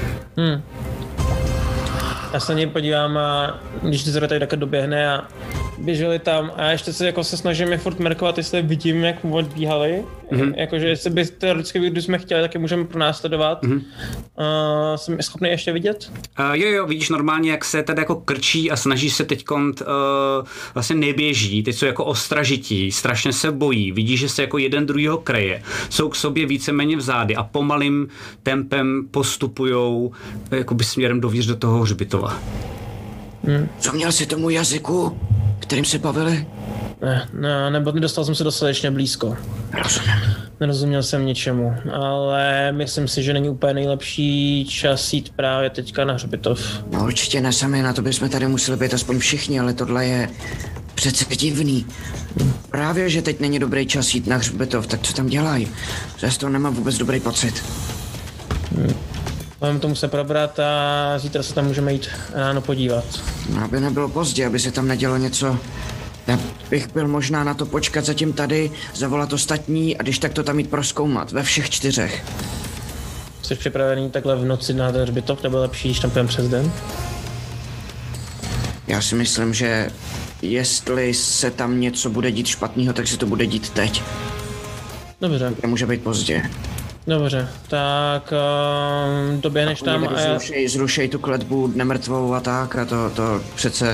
Já se na něj podívám a když ty Zarataj také doběhne a běželi tam a já ještě se jako se snažím je furt merkovat, jestli vidím, jak odbíhali. Jakože jestli by teoreticky, když jsme chtěli, tak je můžeme pronásledovat. Jsem schopný ještě vidět? Jo, vidíš normálně, jak se tady jako krčí a snaží se teďkont vlastně neběží, teď jsou jako ostražití, strašně se bojí, vidíš, že se jako jeden druhýho kreje, jsou k sobě víceméně vzády a pomalým tempem postupujou jakoby směrem dovnitř do toho hřbitova. Co měl si tomu jazyku? kterým se bavili? Ne, nebo nedostal jsem se dostatečně blízko. Rozumím. Nerozuměl jsem ničemu, ale myslím si, že není úplně nejlepší čas jít právě teďka na hřbitov. No určitě ne sami, na to bychom tady museli být aspoň všichni, ale tohle je přece divný. Právě, že teď není dobrý čas jít na hřbitov, tak co tam dělají? Já z toho nemám vůbec dobrý pocit. Máme tomu se probrat a zítra se tam můžeme jít ráno podívat. No, aby nebylo pozdě, aby se tam nedělo něco. Já bych byl možná na to počkat zatím tady, zavolat ostatní a když tak to tam jít prozkoumat, ve všech 4. Jsi připravený takhle v noci na hřbitov, nebo lepší, když tam půjdeme přes den? Já si myslím, že jestli se tam něco bude dít špatného, tak se to bude dít teď. Dobře. Nemůže být pozdě. Dobře, tak doběhneš tam a já... Zrušej tu kletbu nemrtvou a tak a to přece...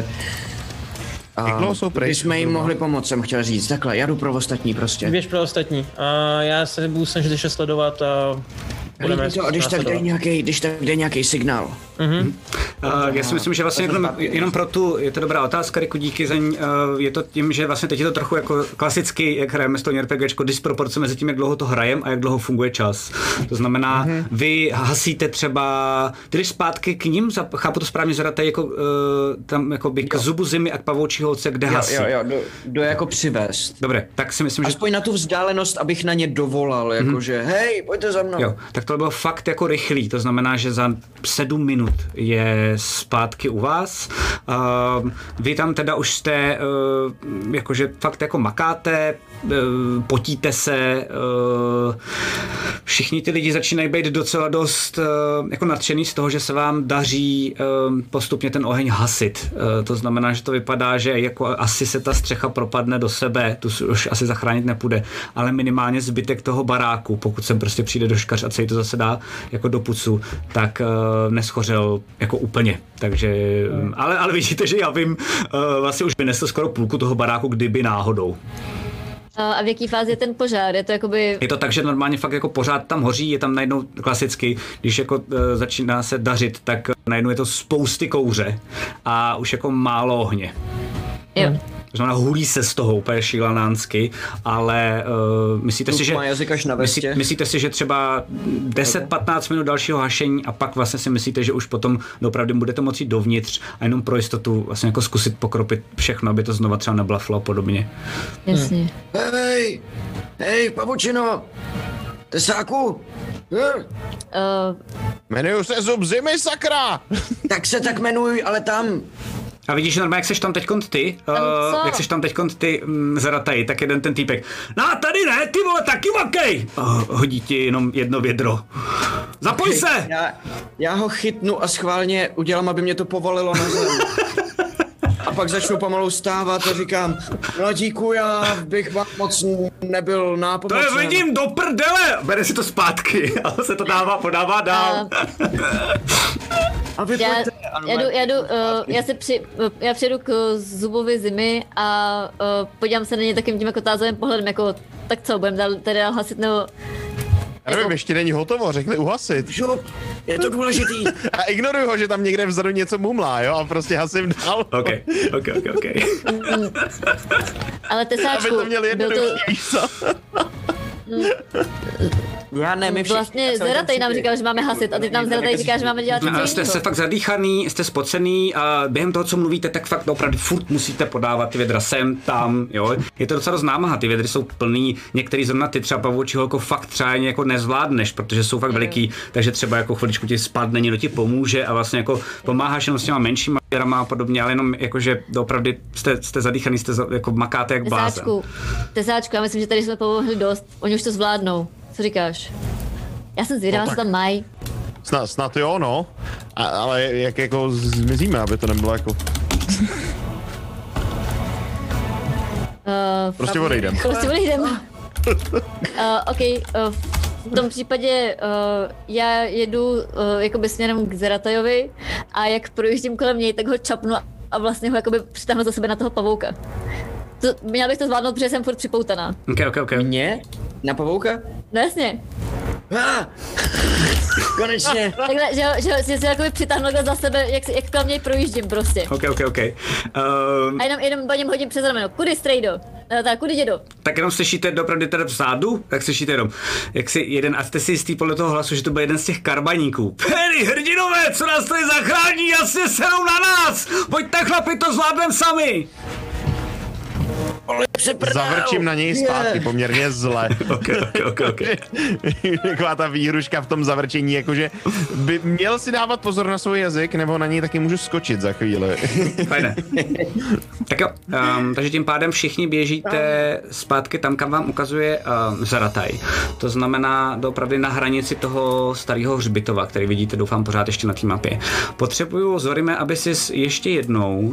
Když jsme jim mohli pomoct, jsem chtěl říct. Takhle, já jdu pro ostatní prostě. Běž pro ostatní. A já se budu snažit ještě sledovat a budeme to, když tak jde nějaký signál. Já si myslím, že vlastně jenom pro tu, je to dobrá otázka, Riku, díky za ní, je to tím, že vlastně teď je to trochu jako klasicky, jak hrajeme s tou RPGčko, disproporce mezi tím, jak dlouho to hrajeme a jak dlouho funguje čas. To znamená, vy hasíte třeba, ty jdeš zpátky k ním, chápu to správně, Zarataj jako tam jako by k zubu zimy a k pavoučí holce, kde hasí. Jo, jdu jako přivést. Dobře, tak si myslím, že... Aspoň na tu vzdálenost, abych na ně dovolal, jakože hej, pojďte za mnou. Jo, tak to bylo fakt jako rychlý, to znamená, že za 7 minut je zpátky u vás. Vy tam teda už jste jakože fakt jako makáte, potíte se, všichni ty lidi začínají být docela dost jako nadšený z toho, že se vám daří postupně ten oheň hasit. To znamená, že to vypadá, že jako asi se ta střecha propadne do sebe, tu už asi zachránit nepůjde, ale minimálně zbytek toho baráku, pokud sem prostě přijde doškař a celý to zase dá jako do pucu, tak neschořel jako úplně. Takže, ale vidíte, že já vím, vlastně už vynesl skoro půlku toho baráku, kdyby náhodou. A v jaký fázi je ten požár? Je to jakoby... Je to tak, že normálně fakt jako pořád tam hoří, je tam najednou klasicky, když jako začíná se dařit, tak najednou je to spousty kouře a už jako málo ohně. Jo. To znamená, hulí se z toho úplně šílenánsky, ale myslíte si, že třeba 10-15 minut dalšího hašení a pak vlastně si myslíte, že už potom opravdu budete moci dovnitř a jenom pro jistotu vlastně jako zkusit pokropit všechno, aby to znova třeba neblaflo a podobně. Jasně. Hej, pavučino, tesáku. Jmenuju se Zub zimy, sakra! Tak se tak jmenuj, ale tam. A vidíš, normálně, jak seš tam teďkont ty, Zarataj, tak jeden ten týpek. No tady ne, ty vole, taky makej! Hodí ti jenom jedno vědro. Zapoj se! Já ho chytnu a schválně udělám, aby mě to povolilo na zem. A pak začnu pomalu stávat a říkám, mladíku, já bych vám moc nebyl nápomocen. To je vidím do prdele! Bere si to zpátky a se to podává dál. Já přijedu k Zubovi zimy a podívám se na ně takým tím jako tázovým pohledem, jako tak co, budeme tady dál hasit nebo... Já nevím, ještě není hotovo, řekli uhasit. Je to důležitý. A ignoruju ho, že tam někde vzadu něco mumlá, jo, a prostě hasím dál. OK. Ale tesáčku, aby to měl jednoduchý, co? Já ne, my vlastně Zarataj nám říkal, že máme hasit a ty nám Zarataj říká, že máme dělat něco jiného. Jste fakt zadýchaný, jste spocený a během toho, co mluvíte, tak fakt opravdu furt musíte podávat ty vědra sem, tam, jo. Je to docela dost námaha, ty vědry jsou plný, některý zrovna ty třeba pavoučí holko fakt třeba jako nezvládneš, protože jsou fakt veliký, takže třeba jako chviličku ti spadne, někdo ti pomůže a vlastně jako pomáháš jenom s těma menšíma vědrama a podobně, ale jenom jakože opravdu jste zadýchaný, jste jako makáte jak blázen. Tesáčku, já myslím, že tady jsme pomohli dost, oni už to zvládnou. Co říkáš? Já jsem zvědavá, co tam mají. Snad jo, no. Ale jak jako zmizíme, aby to nebylo jako... Prostě odejdem. OK, v tom případě já jedu jakoby směrem k Zaratajovi a jak projíždím kolem něj, tak ho čapnu a vlastně ho jakoby přitáhnu za sebe na toho pavouka. Měla bych to zvládnout, protože jsem furt připoutaná. OK. Mě? Na pavouka? No jasně. Konečně. Takhle, že si jakoby přitáhnu za sebe, jak kolem něj projíždím prostě. OK. A jenom po něm hodím přes rameno. Kudy, strejdo? Tak, kudy, dědo? Tak jenom slyšíte dopravdy teda vzadu, tak slyšíte jenom, jak si jeden, a jste si jistý podle toho hlasu, že to byl jeden z těch karbaníků. Penny, hrdinové, co nás tady zachrání, jasně serou na nás! Pojďte chlapi, to zvládnem sami! Zavrčím na něj zpátky poměrně zle. OK. Taková ta výhruška v tom zavrčení, jakože by měl si dávat pozor na svůj jazyk, nebo na něj taky můžu skočit za chvíli. Fajne. Tak jo, takže tím pádem všichni běžíte zpátky tam, kam vám ukazuje Zarataj. To znamená doopravdy na hranici toho starého hřbitova, který vidíte, doufám, pořád ještě na té mapě. Potřebuju, Zorime, aby si ještě jednou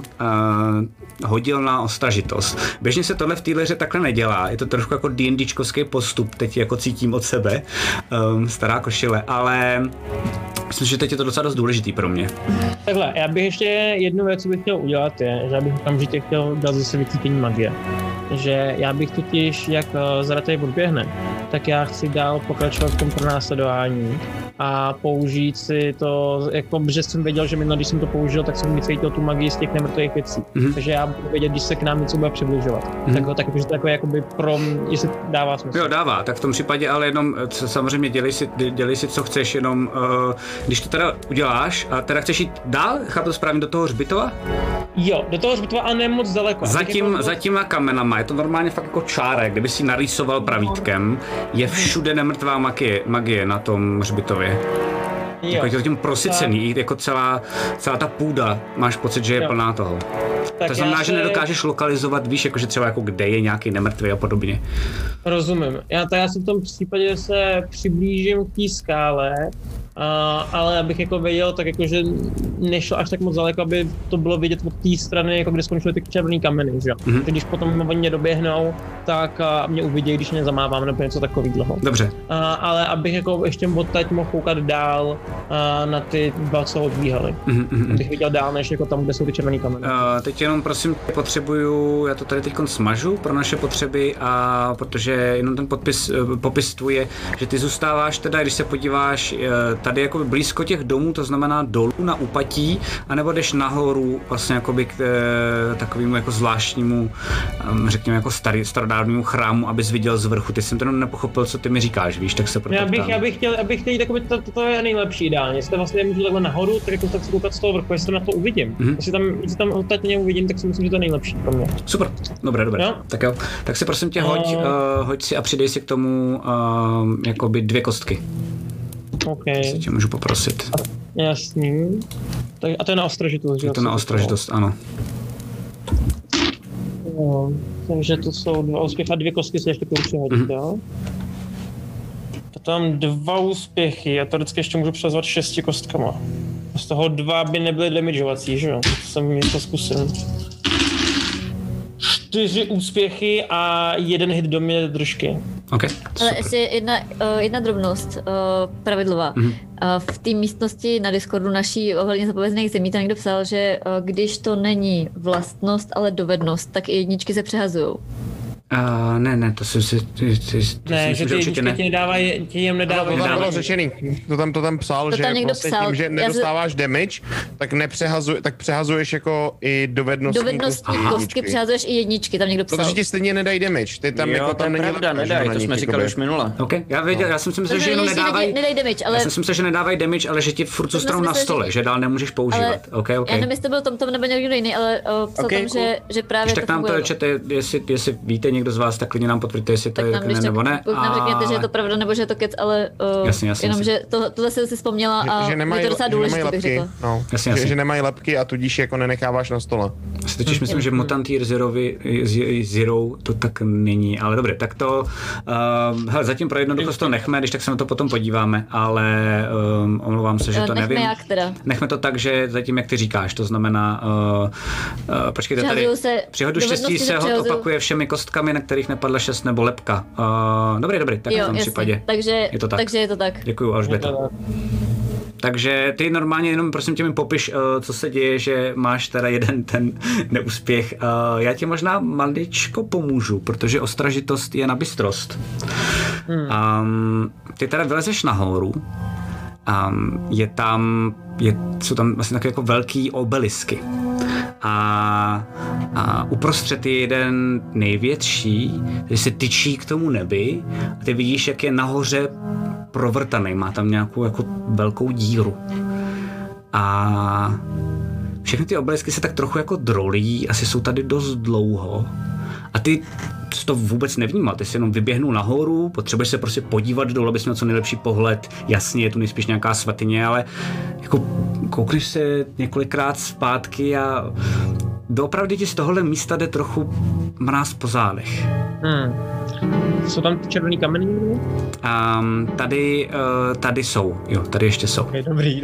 hodil na ostražitost. Běžně se tohle v téhle hře takhle nedělá, je to trošku jako D&Dčkovský postup, teď jako cítím od sebe, stará košile, ale myslím, že teď je to docela dost důležitý pro mě. Takhle, já bych ještě jednu věc, co bych chtěl udělat, je, že já bych okamžitě chtěl dát zase vycítění magie. Že já bych totiž, jak Zarataj odběhne, tak já chci dál pokračovat v tom pronásledování a použít si to, jako, že jsem věděl, že minulý, když jsem to použil, tak jsem vycítil tu magii z těch nemrtvých věcí. Takže já budu vědět, když se k nám něco bude přibližovat. Takže to jakoby jestli dává smysl. Jo, dává, tak v tom případě ale jenom samozřejmě dělej si co chceš, jenom když to teda uděláš a teda chceš jít dál, chápu to správně, do toho hřbitova? Jo, do toho hřbitova a ne moc daleko. Za těma kamenama, je to normálně fakt jako čárek, kdyby si narýsoval pravítkem, je všude nemrtvá magie na tom hřbitově. Jako je to tím prosycený, jako celá ta půda, máš pocit, že je plná toho. Tak to znamená, že nedokážeš lokalizovat, víš, jakože třeba jako kde je nějaký nemrtvý a podobně. Rozumím. Já se v tom případě se přiblížím k té skále, ale abych jako věděl, tak jakože nešlo až tak moc daleko, aby to bylo vidět od té strany, jako kde skončily ty červený kameny, že jo. Když potom oni mě doběhnou, tak mě uvidí, když mě zamávám nebo něco takového. Dobře. Ale abych jako ještě odtaď mohl koukat dál na ty dva, co odbíhali. Abych viděl dál, než jako tam, kde jsou ty červený kameny. Teď jenom prosím potřebuju, já to tady teď smažu pro naše potřeby, a protože jenom ten popis tvůj je, že ty zůstáváš teda, když se podíváš tady jako blízko těch domů, to znamená dolů na úpatí, anebo jdeš nahoru vlastně jakoby k takovému jako zvláštnímu, řekněme jako starodávnému chrámu, abys viděl z vrchu. Ty jsem to nepochopil, co ty mi říkáš, víš, tak se proto já bych chtěl jít takový, to je nejlepší ideálně. Jestli vlastně můžu takhle nahoru, tak jako tak se koukat z toho vrchu, jestli to na to uvidím. Jestli tam ostatně uvidím, tak si myslím, že to je nejlepší pro mě. Super, dobré. No? Tak jo, tak si prosím tě hoď si a přidej si k tomu jakoby 2 kostky. OK. Jestli tě můžu poprosit. Jasný. A to je na ostražitost, že? Je to na ostražitost, ano. Jo, takže to jsou 2 úspěchy a 2 kostky si ještě půjdu hodit, jo? To mám 2 úspěchy a to vždycky ještě můžu přezvat 6 kostkama. Z toho 2 by nebyly damageovací, že jo? To jsem něco zkusil. 4 úspěchy a 1 hit do mě držky. Okay, ale ještě jedna drobnost pravidlová. V té místnosti na Discordu naší ohledně zapovězených zemí tam někdo psal, že když to není vlastnost, ale dovednost, tak i jedničky se přehazujou. Ne, to si ne, že ty jedničky ti jim nedávají. To tam bylo řešený. To tam psal, to že tam vlastně psal. Tím, že nedostáváš damage, tak přehazuješ jako i dovednostní kostky přehazuješ i jedničky, tam někdo psal. Protože ti stejně nedají damage. Ty tam jako tam není pravda, nedají, to jsme říkali už minule. Okay, já jsem si myslel, že jenom nedávají damage, ale já jsem si myslel, že nedávají damage, ale že ti furt zůstanou na stole, že dál nemůžeš používat. Okay. Já nevím, jestli to byl tom nebo někdo jiný, ale psal tam, že právě tak nám to čete, jestli víte někdo z vás, tak klidně nám potvrďte, jestli to je ne, nebo ne. Buď nám řekněte, že je to pravda, nebo že je to kec, ale jenom, že tohle si vzpomněla a je to docela důležité, bych řekla. Že nemají lepky a tudíž jako nenecháváš na stole. Já si totiž myslím, že Mutant Year Zero to tak není, ale dobré, tak to hele, zatím pro jednoduchost to nechme, když tak se na to potom podíváme, ale omlouvám se, že to nevím. Nechme to tak, že zatím, jak ty říkáš, to znamená počkejte tady, při hodu štěstí se hod opakuje všemi kostkami, na kterých nepadla 6 nebo lepka. Dobrý, tak v tom případě je to tak. Takže je to tak. Děkuju, Alžběta. Takže ty normálně jenom prosím tě mi popiš, co se děje, že máš teda jeden ten neúspěch. Já ti možná maličko pomůžu, protože ostražitost je na bystrost. Ty teda vylezeš nahoru Jsou tam vlastně takové jako velký obelisky. A uprostřed je jeden největší, který se tyčí k tomu nebi a ty vidíš, jak je nahoře provrtaný, má tam nějakou jako velkou díru. A všechny ty obelisky se tak trochu jako drolí, asi jsou tady dost dlouho. A ty to vůbec nevnímal, ty si jenom vyběhnul nahoru, potřebuješ se prostě podívat dolů, abys měl co nejlepší pohled. Jasně, je tu nejspíš nějaká svatyně, ale jako koukneš se několikrát zpátky a doopravdy ti z tohohle místa jde trochu mráz po zádech. Jsou tam ty červený kameny? Tady jsou, jo, tady ještě jsou. Okay, dobrý.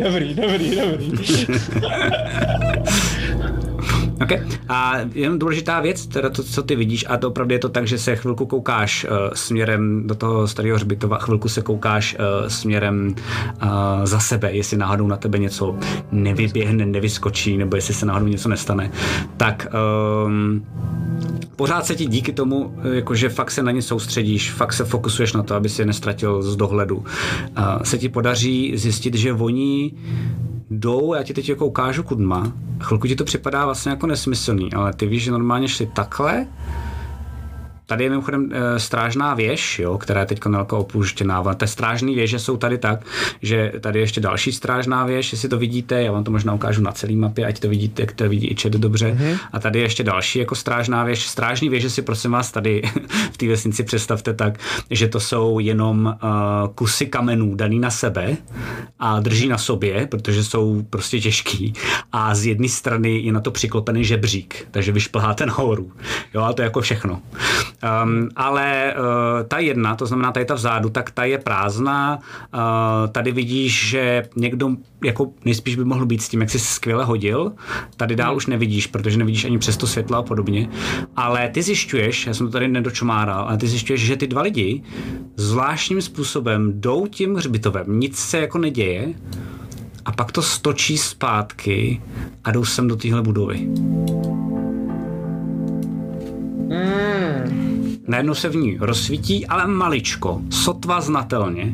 Okay. A jenom důležitá věc, teda to, co ty vidíš, a to opravdu je to tak, že se chvilku koukáš směrem do toho starého hřbitova, chvilku se koukáš směrem za sebe, jestli náhodou na tebe něco nevyběhne, nevyskočí, nebo jestli se náhodou něco nestane, tak pořád se ti díky tomu, jakože fakt se na ně soustředíš, fakt se fokusuješ na to, aby si je nestratil z dohledu, se ti podaří zjistit, že oni jdou, já ti teď jako ukážu kudma, chvilku ti to připadá vlastně jako nesmyslný, ale ty víš, že normálně šli takhle. Tady je mimochodem strážná věž, jo, která je teď nelko opuštěná. Ty strážné věže jsou tady tak, že tady je ještě další strážná věž, jestli to vidíte, já vám to možná ukážu na celý mapě, ať to vidíte, jak to vidí i chat dobře. A tady je ještě další jako strážná věž. Strážní věže si prosím vás tady v té vesnici představte tak, že to jsou jenom kusy kamenů daný na sebe a drží na sobě, protože jsou prostě těžký. A z jedné strany je na to přiklopený žebřík, takže vy šplháte nahoru. Jo, a to je jako všechno. Ale ta jedna, to znamená tady ta vzadu, tak ta je prázdná. Tady vidíš, že někdo jako nejspíš by mohl být s tím, jak jsi skvěle hodil. Tady dál už nevidíš, protože nevidíš ani přes to světlo a podobně. Ale ty zjišťuješ, já jsem to tady nedočmáral, ale ty zjišťuješ, že ty dva lidi zvláštním způsobem jdou tím hřbitovem, nic se jako neděje a pak to stočí zpátky a jdou sem do téhle budovy. Najednou se v ní rozsvítí, ale maličko, sotva znatelně.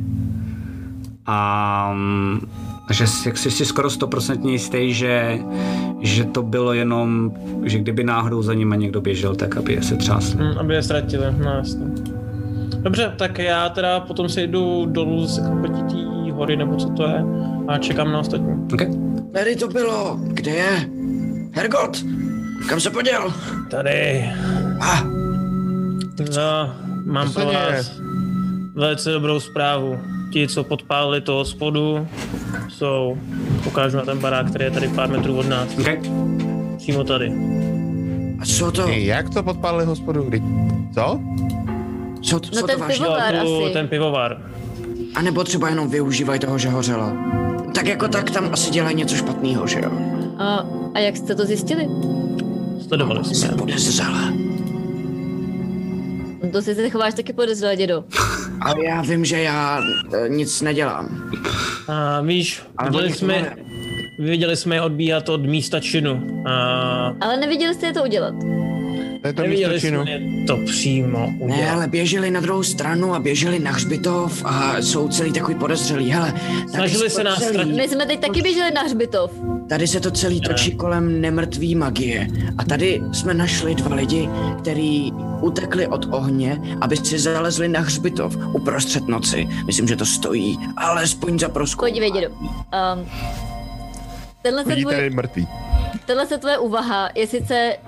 A že jak jsi si skoro 100% jistý, že to bylo jenom, že kdyby náhodou za nima někdo běžel, tak aby je se třásli. Aby je ztratili, no jasně. Dobře, tak já teda potom se jdu dolů z té hory, nebo co to je, a čekám na ostatní. Okay. Tady to bylo, kde je? Hergot, kam se poděl? Tady. No, mám pro vás velice dobrou zprávu. Ti, co podpálili to spodu, ukážu na ten barák, který je tady pár metrů od nás. Okay. Přímo tady. A co to? Jak to podpálili hospodu? Co? Co no ten pivovar asi. Ten pivovar. A nebo třeba jenom využívají toho, že hořelo. Tak jako tak tam asi dělají něco špatného, že jo? A jak jste to zjistili? Sledovali jsme. Se podezřele. No to si se chováš taky podezřele, dědo. Ale já vím, že já nic nedělám. A víš, viděli jsme je odbíhat od místa činu. Ale neviděli jste je to udělat. Neviděli jsme je to přímo udělat. Ne, ale běželi na druhou stranu a běželi na hřbitov a jsou celý takový podezřelí. Hele, snažili se nás ztratit. My jsme teď taky běželi na hřbitov. Tady se to celý točí kolem nemrtvý magie. A tady jsme našli dva lidi, kteří utekli od ohně, aby si zalezli na hřbitov uprostřed noci. Myslím, že to stojí alespoň za prozkum. Podívej, dědo. Tenhle se tvoje úvaha je sice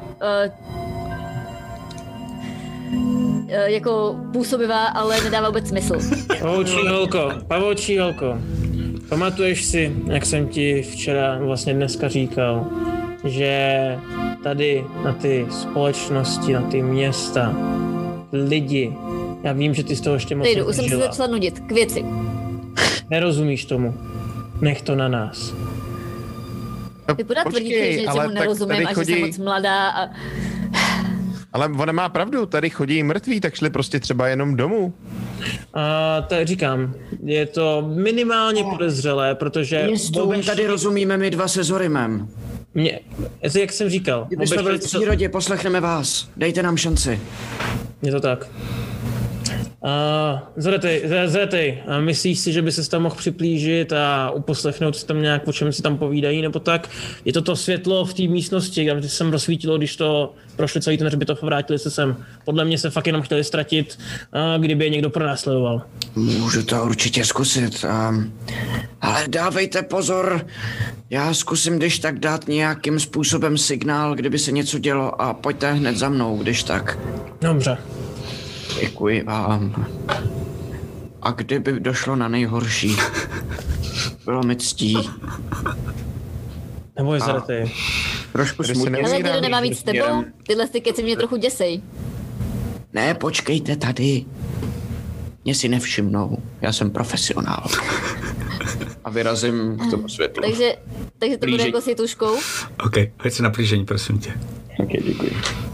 jako působivá, ale nedává vůbec smysl. Pavoučí holko, pamatuješ si, jak jsem ti včera, vlastně dneska říkal, že tady na ty společnosti, na ty města, lidi, já vím, že ty z toho ještě moc už jsem se začala nudit, k věci. Nerozumíš tomu, nech to na nás. Vy pořád tvrdíte, že něčemu nerozumím a že jsem moc mladá a... Ale ona má pravdu, tady chodí mrtví, tak šli prostě třeba jenom domů. Tak říkám, je to minimálně podezřelé, protože... Městům tady rozumíme my dva se Zorimem. Jak jsem říkal... Kdybyste byli v přírodě, poslechneme vás. Dejte nám šanci. Je to tak. Zeretej, myslíš si, že by se tam mohl připlížit a uposlechnout si tam nějak, o čem si tam povídají, nebo tak? Je to světlo v té místnosti, kde se sem rozsvítilo, když to prošli celý ten hřbitov a vrátili se sem. Podle mě se fakt jenom chtěli ztratit, kdyby je někdo pronásledoval. Můžu to určitě zkusit, ale dávejte pozor. Já zkusím, když tak dát nějakým způsobem signál, kdyby se něco dělo a pojďte hned za mnou, když tak. Dobře. Děkuji vám. A kdyby došlo na nejhorší, bylo mi ctí. Neboj, Zeretej. Trošku smutně. Ale kdo nemá mít s tebou? Tyhle ty keci mě trochu děsej. Ne, počkejte tady. Mě si nevšimnou. Já jsem profesionál. A vyrazím k tomu světlu. Takže to bude jako s tuškou? OK, hoď se na plížení, prosím tě. OK, děkuji.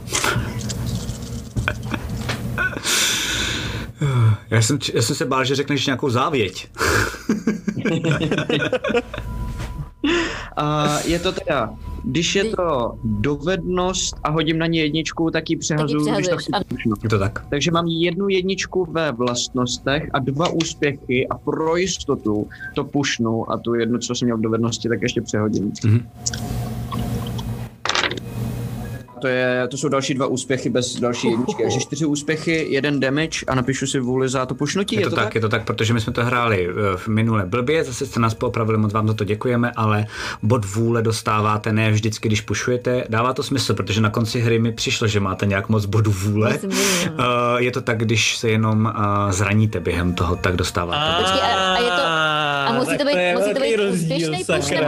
Já jsem se bál, že řekneš nějakou závěť. Je to teda, když je to dovednost a hodím na ní jedničku, tak ji přehazuju, když to chci tušno. Je to tak. Takže mám 1 jedničku ve vlastnostech a 2 úspěchy a pro jistotu to pušnu a tu jednu, co jsem měl v dovednosti, tak ještě přehodím. Mm-hmm. To jsou další 2 úspěchy bez další jedničky. Takže 4 úspěchy, 1 damage a napíšu si vůli za to pušnutí. Je to tak? Je to tak, protože my jsme to hráli v minule blbě, zase jste nás poopravili, moc vám za to děkujeme, ale bod vůle dostáváte ne vždycky, když pušujete. Dává to smysl, protože na konci hry mi přišlo, že máte nějak moc bodů vůle. Je to tak, když se jenom zraníte během toho, tak dostáváte. Počkej, a je to... A musí to být úspěšný puš, nebo?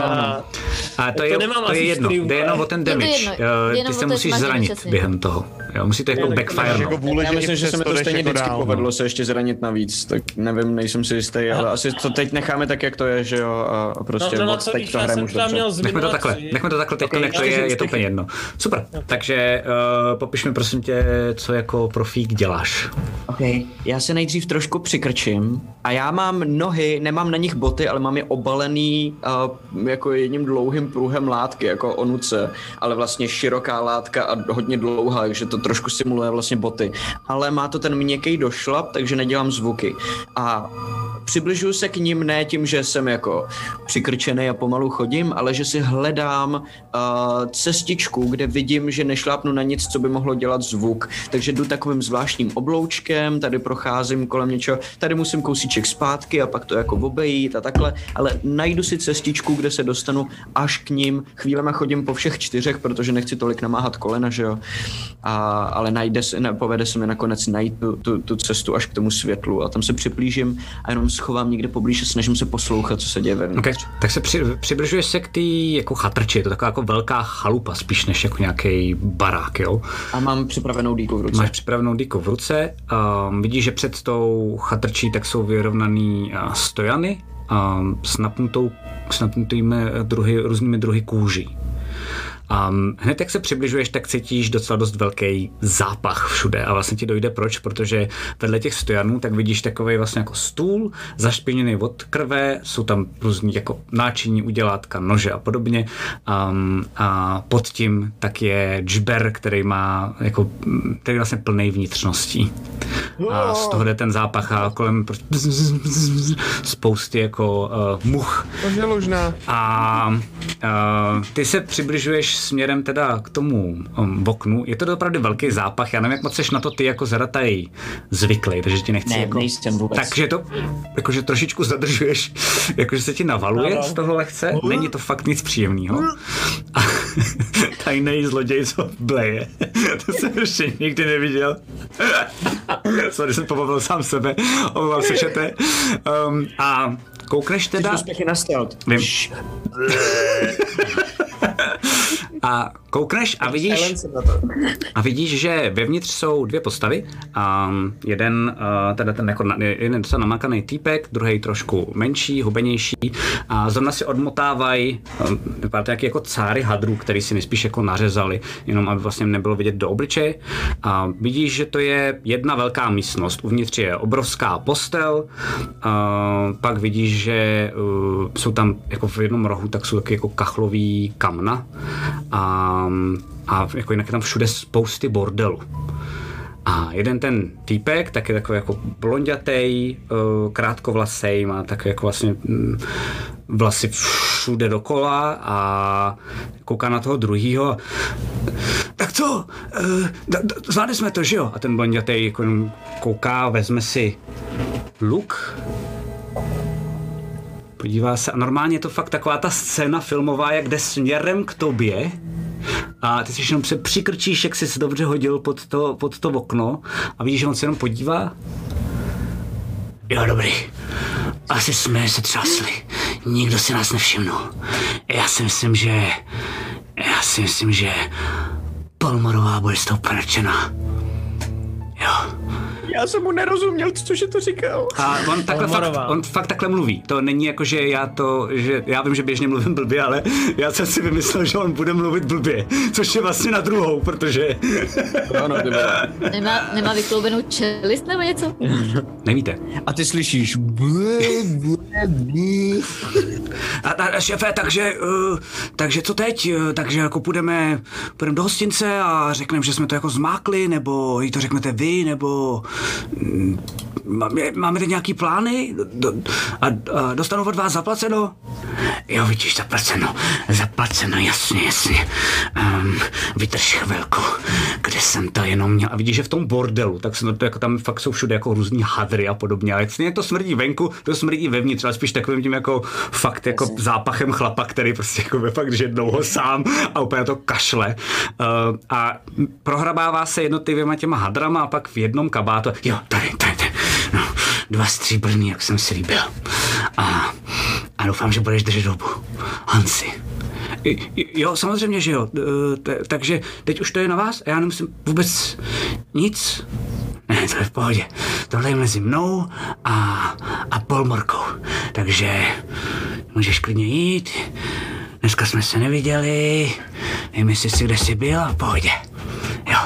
A to je jedno, jde jenom o ten damage. Ty se musíš zranit během toho. Jo, musí to jako backfire. Já myslím, že se mi to stejně vždycky povedlo se ještě zranit navíc, tak nevím, nejsem si jistý, ale asi to teď necháme tak, jak to je, že jo, a prostě teď to hrajeme už dobře. Nechme to takhle teď, jak to je to úplně jedno. Super, takže popiš mi prosím tě, co jako profík děláš. OK, já se nejdřív trošku přikrčím a já mám nohy, nemám na nich boty, ale mám je obalený jako jedním dlouhým pruhem látky, jako onuce, ale vlastně široká látka a hodně dlouhá, takže to trošku simuluje vlastně boty. Ale má to ten měkký došlap, takže nedělám zvuky. A přibližuju se k ním ne tím, že jsem jako přikrčený a pomalu chodím, ale že si hledám cestičku, kde vidím, že nešlápnu na nic, co by mohlo dělat zvuk. Takže jdu takovým zvláštním obloučkem, tady procházím kolem něčeho, tady musím kousíček zpátky a pak to jako obejít a takhle, ale najdu si cestičku, kde se dostanu až k ním. Chvílema chodím po všech 4, protože nechci tolik namáhat kolena, že jo. Ale povede se mi nakonec najít tu cestu až k tomu světlu a tam se připlížím a jenom schovám někde poblíž a snažím se poslouchat, co se děje vevnitř. Okay. Tak se přibližuješ se k té jako chatrči, je to taková jako velká chalupa spíš než jako nějaký barák, jo? A mám připravenou dýku v ruce. Máš připravenou dýku v ruce, vidíš, že před tou chatrčí tak jsou vyrovnaný stojany s napnutými různými druhy kůží. Hned jak se přibližuješ, tak cítíš docela dost velký zápach všude a vlastně ti dojde proč, protože vedle těch stojanů tak vidíš takový vlastně jako stůl zašpiněný od krve, jsou tam různý jako náčiní, udělátka, nože a podobně a pod tím tak je džber, který je vlastně plnej vnitřností. A z toho jde ten zápach a kolem spousty jako much. A ty se přibližuješ směrem teda k tomu oknu. Je to opravdu velký zápach. Já nevím, jak moc seš na to ty jako Zarataj zvyklý, takže ti nechci jako... nejsem vůbec. Takže to jakože trošičku zadržuješ, jakože se ti navaluje z toho lehce. Není to fakt nic příjemného. A tajnej zloděj, co bleje. To jsem ještě nikdy neviděl. Sorry, jsem pobavil sám sebe. Omlouvám se, čete. A koukneš teda... Ty úspěchy na stealth. A koukneš a vidíš, že vevnitř jsou 2 postavy. Jeden docela namakaný týpek, druhý trošku menší, hubenější. A zrovna si odmotávají vypadá to jako cáry hadrů, který si nejspíš jako nařezali, jenom aby vlastně nebylo vidět do obličeje. A vidíš, že to je jedna velká místnost. Uvnitř je obrovská postel. Pak vidíš, že jsou tam jako v jednom rohu, tak jsou taky jako kachlový kamna. A jako jinak je tam všude spousty bordelu. A jeden ten týpek, tak je takový jako blondětej, krátkovlasej, má takový jako vlastně vlasy všude dokola a kouká na toho druhýho. Tak co? Zvládli jsme to, že jo? A ten blondětej jako kouká, vezme si luk, podívá se a normálně je to fakt taková ta scéna filmová, jak jde směrem k tobě a ty si jenom se přikrčíš, jak jsi se dobře hodil pod to okno a vidíš, že on se jenom podívá. Jo, dobrý. Asi jsme se třásli. Nikdo si nás nevšimnul. Já si myslím, že Polmorová bude z toho nadšená. Jo. Já jsem mu nerozuměl, cože to říkal. A on fakt takhle mluví. To není jako, že já vím, že běžně mluvím blbě, ale já jsem si vymyslel, že on bude mluvit blbě, což je vlastně na druhou, protože... Nemá vykloubenou čelist nebo něco? Nevíte. A ty slyšíš... A šéfe, takže co teď? Takže jako půjdeme do hostince a řekneme, že jsme to jako zmákli, nebo jí to řeknete vy, nebo... Máme teď nějaký plány? A dostanou od vás zaplaceno? Jo, vidíš, zaplaceno, jasně. Vydrž chvilku, kde jsem to jenom měl. A vidíš, že v tom bordelu, tak jsem to jako tam fakt jsou všude jako různý hadry a podobně. Ale jak to smrdí venku, to smrdí vevnitř, ale spíš takovým tím jako fakt jako zápachem chlapa, který prostě jako fakt, že je dlouho sám a úplně to kašle. A prohrabává se jednotlivýma těma hadrama a pak v jednom kabátu. Jo, tady. No, 2 stříbrný, jak jsem si líbil. A doufám, že budeš držet dobu. Hansi. Jo, samozřejmě, že jo. Takže teď už to je na vás a já nemusím vůbec nic. Ne, to je v pohodě. Tohle je mezi mnou a Polmorkou. Takže můžeš klidně jít. Dneska jsme se neviděli. Nevím, jestli jsi kde jsi byl a v pohodě. Jo.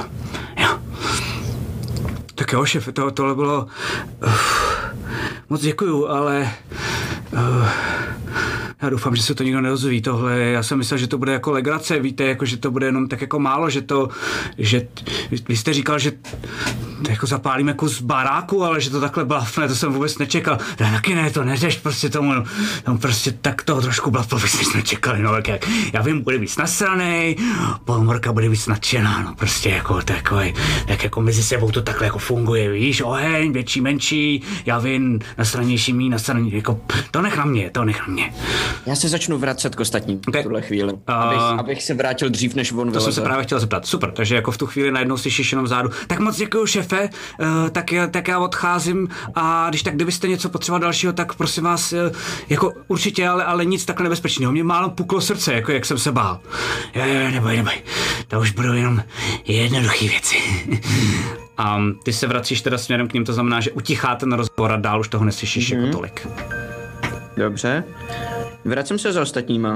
Tak jo, šef, tohle bylo... moc děkuju, ale... já doufám, že se to nikdo nedozví tohle. Já jsem myslel, že to bude jako legrace, víte, jako, že to bude jenom tak jako málo, že vy jste říkal, že jako zapálíme kus baráku, ale že to takhle blafne, to jsem vůbec nečekal. Taky ne, to neřeš prostě tomu, tam prostě tak toho trošku blaflo, jsme čekali, no jak já vím, bude víc nasranej, Polmorka bude víc nadšená, no prostě jako takový, tak jako mezi sebou to takhle jako funguje, víš, oheň, větší, menší, já vím, nasranější, mý, nasranější, jako to nech na mě. Já se začnu vracet k ostatním v tuhle chvíli, abych se vrátil dřív, než on vyleze. To jsem se právě chtěl zeptat, super, takže jako v tu chvíli najednou slyšíš jenom vzadu, tak moc děkuju, šefe, tak já odcházím a když tak, kdybyste něco potřeboval dalšího, tak prosím vás, jako určitě, ale nic takhle nebezpečného, mě málo puklo srdce, jako jak jsem se bál. Neboj, to už budou jenom jednoduché věci. A ty se vracíš teda směrem k ním, to znamená, že utichá ten rozhovor a dál už toho neslyšíš jako tolik. Dobře. Vracím se za ostatníma.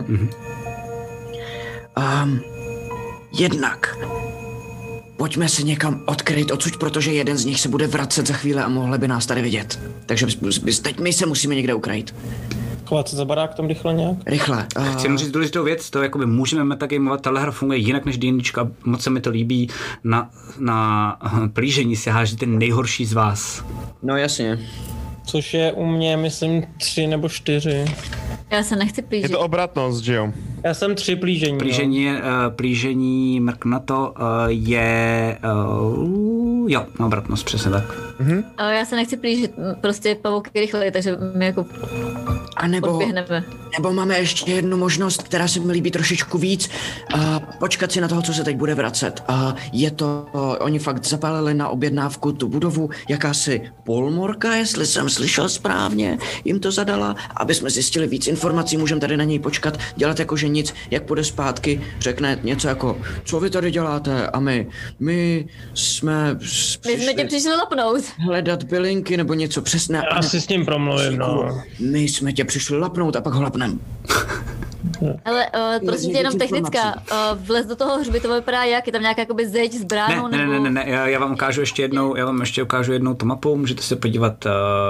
Jednak pojďme se někam odkryt odsud, protože jeden z nich se bude vracet za chvíli a mohli by nás tady vidět. Takže teď my se musíme někde ukrýt. Chovat se za barák tam rychle nějak? Rychle. Chci jenom říct důležitou věc, to jakoby můžeme metagamovat, tahle hra funguje jinak než D&Dčka, moc se mi to líbí, na plížení se háží ten nejhorší z vás. No jasně. Což je u mě, myslím, 3 nebo 4. Já se nechci plížit. Je to obratnost, že jo? Já jsem 3 plížení. Plížení, mrk na to, je... jo, obratnost, přesně tak. Já se nechci plížit, prostě pavouky rychleji, takže my jako odběhneme. Nebo máme ještě jednu možnost, která se mi líbí trošičku víc. Počkat si na toho, co se teď bude vracet. Je to, oni fakt zapálili na objednávku tu budovu, jakási Polmorka, jestli jsem slyšel správně, jim to zadala, aby jsme zjistili víc informací, můžeme tady na něj počkat, dělat jako, že nic, jak půjde zpátky, řekne něco jako, co vy tady děláte a my jsme tě přišli lapnout. Hledat bylinky nebo něco přesné. Já si s ním promluvím, no. My jsme tě přišli lapnout a pak ho lapnem. Ale prosím tě, jenom technická, vlez do toho hřbitova vypadá jak? Je tam nějaká jakoby zeď s bránou? Ne, já vám ukážu ještě jednou tu mapu, můžete se podívat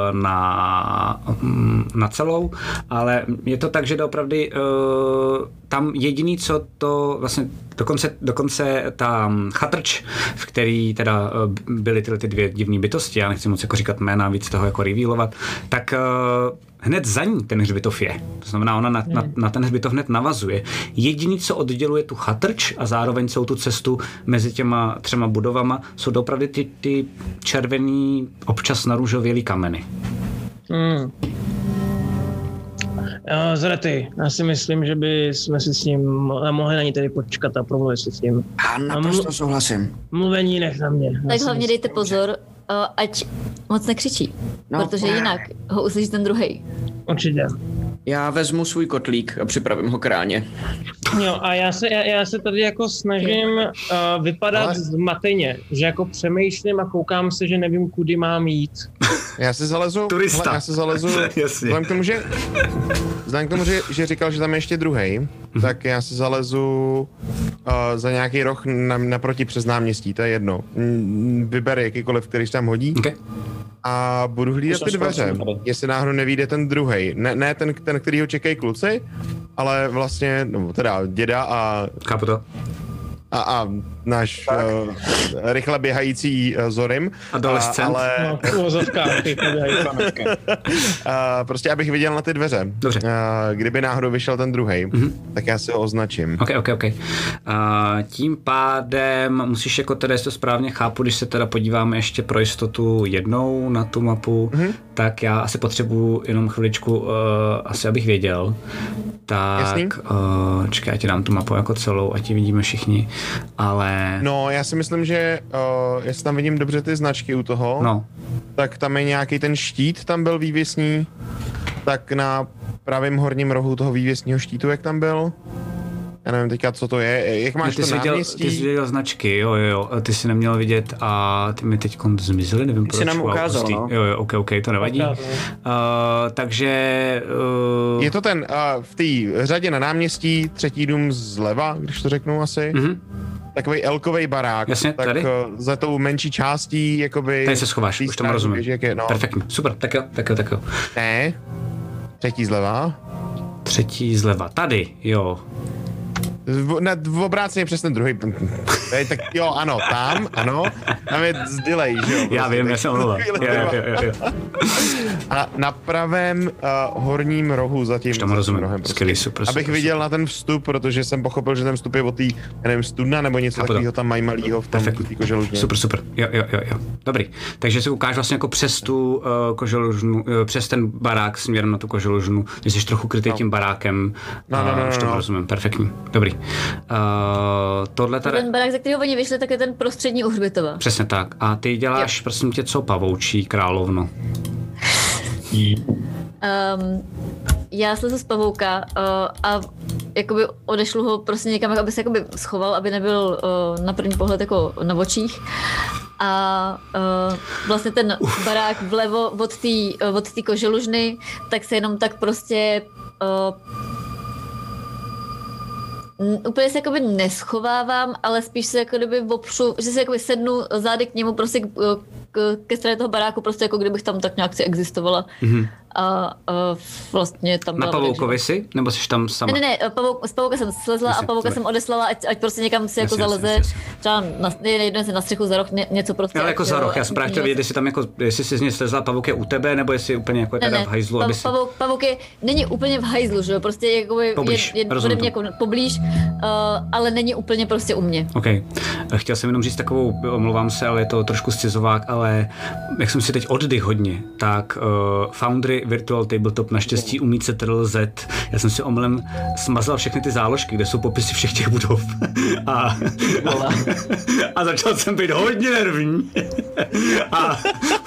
na celou, ale je to tak, že doopravdy tam jediný, co to vlastně dokonce ta chatrč, v který teda byly tyhle ty dvě divné bytosti, já nechci moc jako říkat jména, víc toho jako revealovat, tak hned za ní ten hřbitov je. To znamená, ona na ten hřbitov hned navazuje. Jediný, co odděluje tu chatrč a zároveň celou tu cestu mezi těma 3 budovama, jsou opravdu ty červený, občas narůžovělý kameny. Zrety, já si myslím, že by jsme si s ním mohli na ní tedy počkat a promluvit si s ním. Já naprosto souhlasím. Mluvení nech na mě. Tak hlavně dejte pozor, ať moc nekřičí, protože jinak ho uslyší ten druhej. Určitě. Já vezmu svůj kotlík a připravím ho k ráně. Jo, a já se tady jako snažím vypadat zmateně, že jako přemýšlím a koukám se, že nevím, kudy mám jít. Já si zalezu, turista. Vzhledem k tomu, že říkal, že tam je ještě druhej, tak já si zalezu za nějaký roh naproti přes náměstí, to je jedno. Vyber jakýkoliv, který se tam hodí. Okay. A budu hlídat ty dveře, jestli náhodou nevyjde ten druhej. Ne ten, který ho čekají kluci, ale vlastně, no teda děda a... Chápu to. A náš rychle běhající Zorim. Adolescent. Ale... prostě abych viděl na ty dveře. Dobře. Kdyby náhodou vyšel ten druhej, tak já si ho označím. Ok. Tím pádem musíš jako teda, jestli to správně chápu, když se teda podíváme ještě pro jistotu jednou na tu mapu, tak já asi potřebuju jenom chviličku, asi abych věděl. Tak, čekaj, já ti dám tu mapu jako celou, ať ji vidíme všichni, ale... No, já si myslím, že jestli tam vidím dobře ty značky u toho, tak tam je nějaký ten štít, tam byl vývěsní, tak na pravém horním rohu toho vývěsního štítu, jak tam byl. Já nevím teďka, co to je. Jak máš to náměstí? Ty jsi viděl značky, jo. Ty jsi neměl vidět a ty mi teď zmizely, nevím proč. Jsi nám ukázal, no. Jo, ok, to nevadí. Takže... Je to ten v té řadě na náměstí, 3. dům zleva, když to řeknu asi. Takovej elkovej barák. Jasně, tak tady? Za tou menší částí, jakoby... Tady se schováš, už tomu rozumím. Perfektní, super, tak jo. Ne, 3. zleva. 3. zleva, tady, jo. V obráceně přes ten druhý. Tak jo, ano, tam je delay, že jo? Já vím, já jsem omlouvám. Jo. A na pravém horním rohu za tím rohem. Skvělý, super. Abych viděl na ten vstup, protože jsem pochopil, že ten vstup je od té, nevím, studna nebo něco takového tam mají malýho v tom koželužně. Super. Jo. Dobrý. Takže si ukážu vlastně jako přes tu koželužnu, přes ten barák směrem na tu koželužnu. Jsi trochu krytý tím barákem. Už to rozumím. Perfektní. Dobrý. Tohle tady... Ten barák, ze kterého oni vyšli, tak je ten prostřední u hřbitova. Přesně tak. A ty děláš, prosím tě, co pavoučí královno? Já slezu z pavouka a jakoby odešlu ho prostě někam, aby se jakoby schoval, aby nebyl na první pohled jako na očích. A vlastně ten barák vlevo od té koželužny, tak se jenom tak prostě úplně se jakoby neschovávám, ale spíš se jako kdyby opřu, že se jakoby sednu zády k němu prostě ke straně toho baráku, prostě jako kdybych tam tak nějak si existovala. A vlastně tam na pavoukovi si? Nebo jsi tam sama? Ne, z pavouka jsem slezla a pavouka jsem odeslala, ať prostě někam si jako zaleze, třeba na střechu za roh, něco prostě. Ale jako za roh, já jsem právě chtěl vědět, jestli tam jako, jestli jsi z něj slezla, pavouk je u tebe, nebo jestli úplně jako teda v hajzlu, aby si... Pavouk není úplně v hajzlu, že jo, prostě jakoby je ode mě jako poblíž, ale není úplně prostě u mě. OK. Chtěl jsem jenom říct takovou, omlouvám se, ale je to trošku scizovák, ale jak jsem si teď oddych hodně, tak Foundry Virtual Tabletop naštěstí umí Ctrl-Z. Já jsem si omylem smazal všechny ty záložky, kde jsou popisy všech těch budov. A začal jsem být hodně nervní. A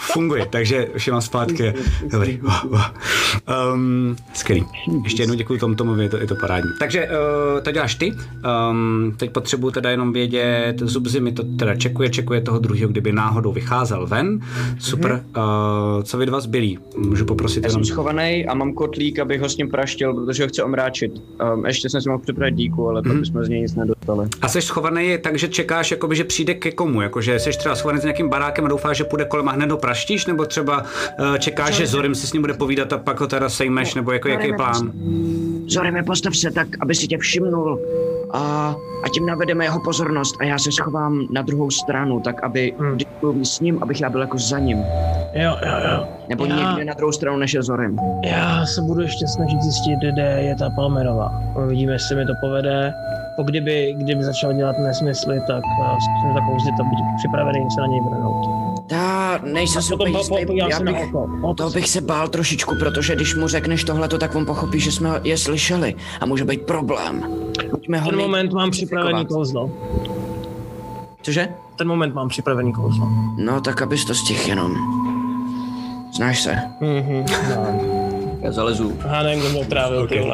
Funguje, takže už je mám zpátky. Dobrý. Skvělý. Ještě jednou děkuji Tomovi, je to parádní. Takže to děláš ty. Teď potřebuji teda jenom vědět, Zubzi mi to teda čekuje toho druhého, kdyby náhodou vycházel ven. Super. Co vy dva zbylí? Můžu poprosit Já jsem schovaný a mám kotlík, abych ho s ním praštil, protože ho chci omráčit. Ještě jsem si mohl připravit díku, ale pak bychom z něj nic nedostali. A jsi schovaný, takže čekáš, jakoby, že přijde ke komu? Jakože jsi třeba schovaný s nějakým barákem a doufáš, že půjde kolem a hned ho praštíš, nebo třeba čekáš, že Zorim si s ním bude povídat a pak ho teda sejmeš, nebo jaký je plán? Zorim, postav se tak, aby si tě všimnul a tím navedeme jeho pozornost a já se schovám na druhou stranu, tak aby když mluví s ním, abych já byl jako za ním. Jo. Nebo někde na druhou stranu, než je Zorim. Já se budu ještě snažit zjistit, kde je ta Palmerová. Uvidíme, jestli mi to povede. Kdyby začal dělat nesmysly, tak zkusím zakouzlit a být připravený se na něj vrhnout. Nejsem si úplně jistý, to bych se bál trošičku, protože když mu řekneš tohleto, tak on pochopí, že jsme je slyšeli a může být problém. Ten moment mám připravený kouzlo. Cože? Ten moment mám připravený kouzlo. No tak abys to stihl jenom. Znáš se? No. Já zalezu. Aha, nevím, kdo mě trávil, ty vole.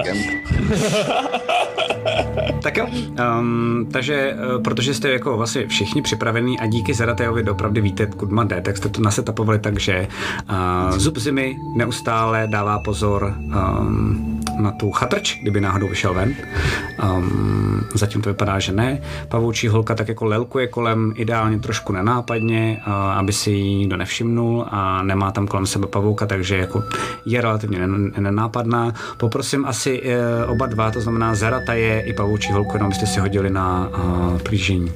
Tak jo, takže protože jste jako vlastně všichni připravení a díky Zaratejovi dopravdy víte, kudma jde, tak jste to nasetapovali tak, že Zub Zimy neustále dává pozor na tu chatrč, kdyby náhodou vyšel ven. Zatím to vypadá, že ne. Pavoučí holka tak jako lelkuje kolem, ideálně trošku nenápadně, aby si ji nikdo nevšimnul a nemá tam kolem sebe pavouka, takže jako je relativně nenápadná. Poprosím asi oba dva, to znamená Zarataje i pavoučí holku, jenom byste si hodili na plížení.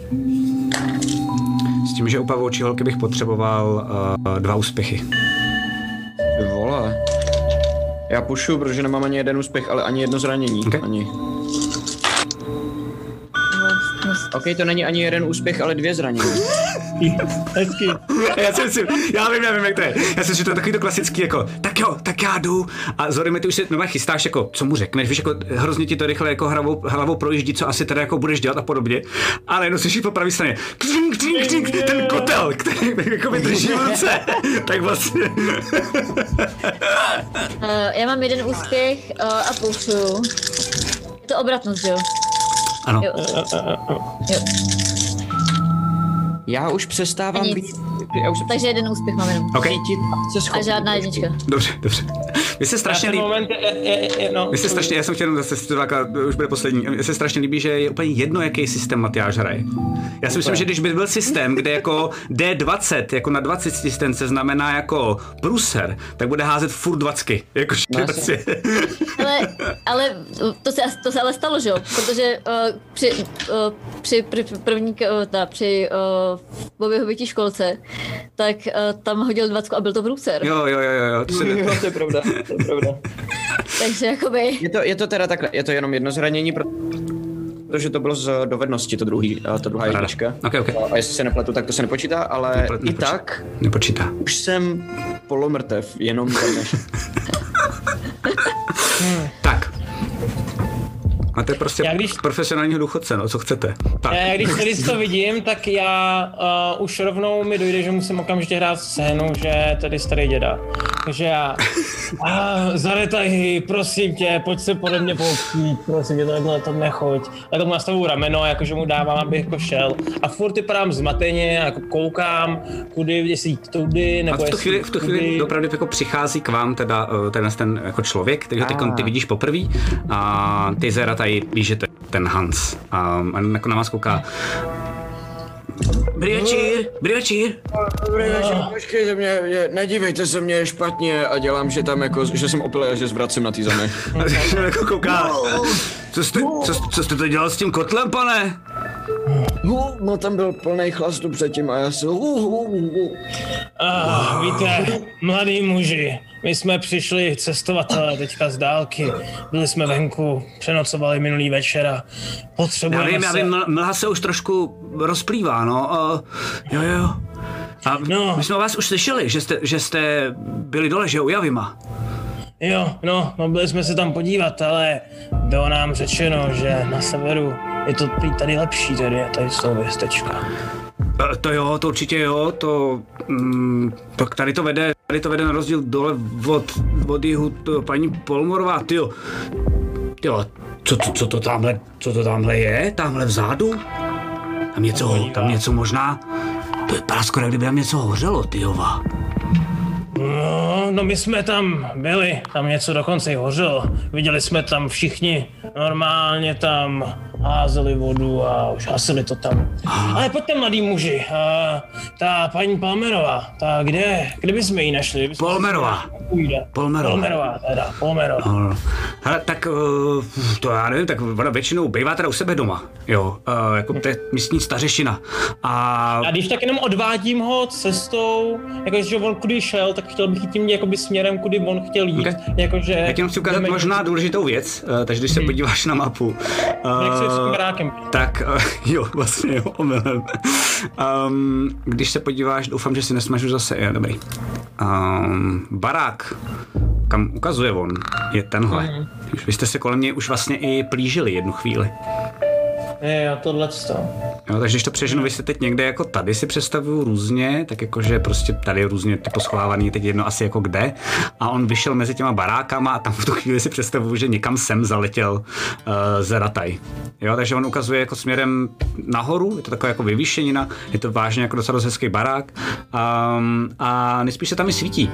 S tím, že u pavoučí holky bych potřeboval 2 úspěchy. Ty vole. Já pušu, protože nemám ani jeden úspěch, ale ani jedno zranění. Okay. Ani. OK, to není ani jeden úspěch, ale 2 zranění. Hezky. Já vím, jak to je. Já si myslím, že to je takový to klasický, jako, tak jo, tak já jdu. A Zorim, ty už se chystáš, jako, co mu řekneš, víš, jako hrozně ti to rychle jako hlavou projíždí, co asi teda jako budeš dělat a podobně. Ale jenom slyšíš po pravé straně, ten kotel, který jako mi drží v ruce. Tak vlastně. Já mám 1 úspěch a půjdu. Je to obratnost, jo? Ano. Jo. Já už přestávám být... Takže 1 úspěch mám jenom. Okay. A žádná jednička. Dobře. Mně se strašně líbí... Já jsem chtěl zase už bude poslední. Mně se strašně líbí, že je úplně jedno, jaký systém Matyáš hraje. Já si myslím, že když by byl systém, kde jako D20, jako na 20 stance znamená jako průser, tak bude házet furt 20. Jakože ale to se ale stalo, že jo? Protože při Bobbyho bytí školce, tak tam hodil 20 a byl to průser. Jo. To je pravda. Takže jakoby... Je to teda takhle, je to jenom jedno zranění, protože to bylo z dovednosti, ta druhá jednička. Okay. A jestli se nepletu, tak to se nepočítá, ale i tak nepočítá. Už jsem polomrtev, jenom než. Tak. A to je prostě profesionálního důchodce, no, co chcete. Tak. Já když to vidím, tak já už rovnou mi dojde, že musím okamžitě hrát scénu, že tady starý děda. Takže já, Zarataj, prosím tě, pojď se pode mě poutít, prosím tě, takhle to nechoď. Tak mu nastavuju rameno, jakože mu dávám, abych jako šel. A furt vypadám zmateně, jako koukám, kudy, jestli jít tudy, nebo v tu chvíli opravdu jako přichází k vám teda ten jako člověk, kterýho ty vidíš poprvé a ty Zarataj víš, že to je ten Hans. A jako na vás kouká. Dobrý večír. Počkejte mě, nedívejte se mě špatně a dělám, že tam jako, že jsem opilý a že zvracím na té zemi. Jako kouká. Co jste to dělal s tím kotlem, pane? No tam byl plnej chlastu předtím a já se... Víte, mladí muži, my jsme přišli cestovatelé teďka z dálky. Byli jsme venku, přenocovali minulý večer a potřebujeme já vím, mlha se už trošku rozplývá, no. Jo. A my jsme vás už slyšeli, že jste byli dole, že u Javima. Jo, no, byli jsme se tam podívat, ale bylo nám řečeno, že na severu je to tady lepší, tady z toho městečka. To jo, to určitě jo, tak tady to vede na rozdíl dole od jihu, paní Polmorová, tyjo, co to tamhle je, tamhle vzadu? Tam něco možná, to vypadá skoro, jak kdyby tam něco hořelo, tyjova. No my jsme tam byli, tam něco dokonce i hořelo. Viděli jsme tam všichni, normálně tam házeli vodu a už hasili to tam. Ale pojďte, mladý muži, ta paní Palmerová, ta kde bychom ji našli? Palmerová. Hele, tak to já nevím, tak ona většinou bývá teda u sebe doma, jo, jako to je místní stařešina. A když tak jenom odvádím ho cestou, jakože on kudy šel, tak chtěl bych tím jakoby směrem, kudy on chtěl jít. Okay. Jakože já ti chci ukázat možná důležitou věc, takže když se podíváš na mapu, tak jo, vlastně jo, omylem. Když se podíváš, doufám, že si nesmažu zase, je dobrý. Barák, kam ukazuje on, je tenhle. Vy jste se kolem něj už vlastně i plížili jednu chvíli. Jo, tohleto. Jo, takže když to přeženu, vy jste teď někde jako tady si představuju různě, tak jakože prostě tady je různě ty poschovávaný, teď jedno asi jako kde. A on vyšel mezi těma barákama a tam v tu chvíli si představuju, že někam sem zaletěl Zerataj. Jo, takže on ukazuje jako směrem nahoru, je to taková jako vyvýšenina, je to vážně jako docela hezký barák a nejspíš se tam i svítí.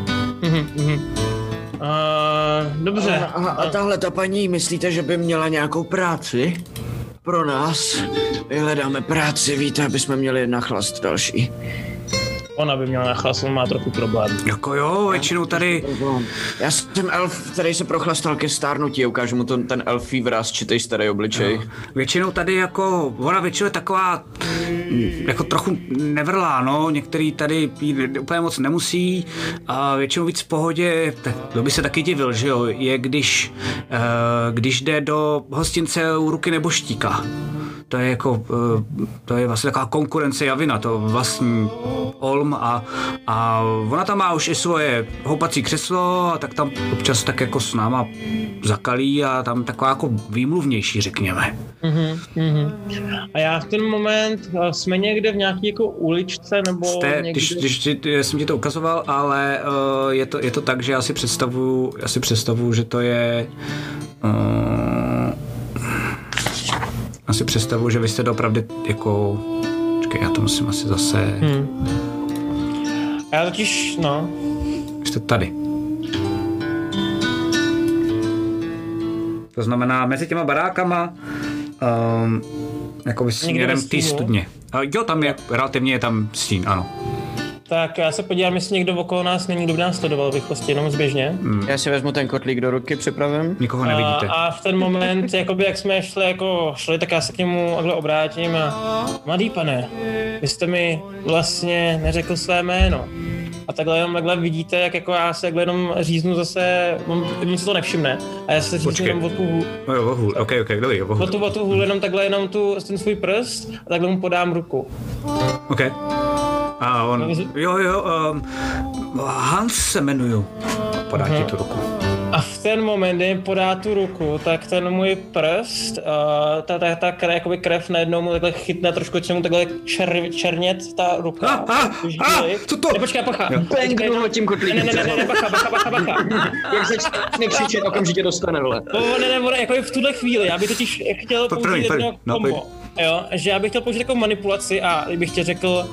Dobře. A tahle ta paní, myslíte, že by měla nějakou práci? Pro nás. My hledáme práci, víte, aby jsme měli na chlast další. Ona by měla na chlast, on má trochu problém. Jako jo, většinou tady... Já jsem elf, který se prochlastal ke stárnutí, ukážu mu ten elfí vraz, čitej starý obličej. No. Většinou tady jako, ona většinou je taková, jako trochu nevrlá, no, některý tady úplně moc nemusí a většinou víc v pohodě, to by se taky divil, že jo, je když jde do hostince u Ruky neboštíka. To je jako, to je vlastně taková konkurence Javina, to vlastní Olm a ona tam má už i svoje houpací křeslo a tak tam občas tak jako s náma zakalí a tam taková jako výmluvnější, řekněme. A já v ten moment, jsme někde v nějaký jako uličce nebo někde? Když jsem ti to ukazoval, ale je to tak, že já si představuju, že to je... Já si představuju, že vy jste opravdu jako... Počkej, já to musím asi zase... Já totiž, no... Jste tady. To znamená, mezi těma barákama, jako směrem té studně. Jo, tam je, relativně je tam stín, ano. Tak já se podívám, jestli někdo okolo nás není, kdo by nás sledoval v rychlosti, jenom zběžně. Já si vezmu ten kotlík do ruky, připravím. Nikoho nevidíte. A v ten moment, jakoby, jak jsme šli, tak já se k němu takhle obrátím a... Mladý pane, vy jste mi vlastně neřekl své jméno. A takhle vidíte, jak jako já se jenom říznu zase, nic to nevšimne. A já se říznu jenom o tu hůl. Jo, o hůl, ok, dobrý, o hůl. O tu hůl, jenom ten svůj prst a takhle mu podám ruku. Ok. A on, Hans se jmenuju. Podá ti tu ruku. A v ten moment, kdy mi podá tu ruku, tak ten můj prst, jakoby krev najednou mu takhle chytne trošku, čemu takhle černět ta ruka. Co to? Nepočkej, pacha. Pengnu ho tím kotlíkem. Ne, bacha. Jak začne křičet, okamžitě dostane, vole. Ne, jako v tuhle chvíli, já bych totiž chtěl použít jedno kombo. Jo, že já bych chtěl použít takovou manipulaci a bych ti řekl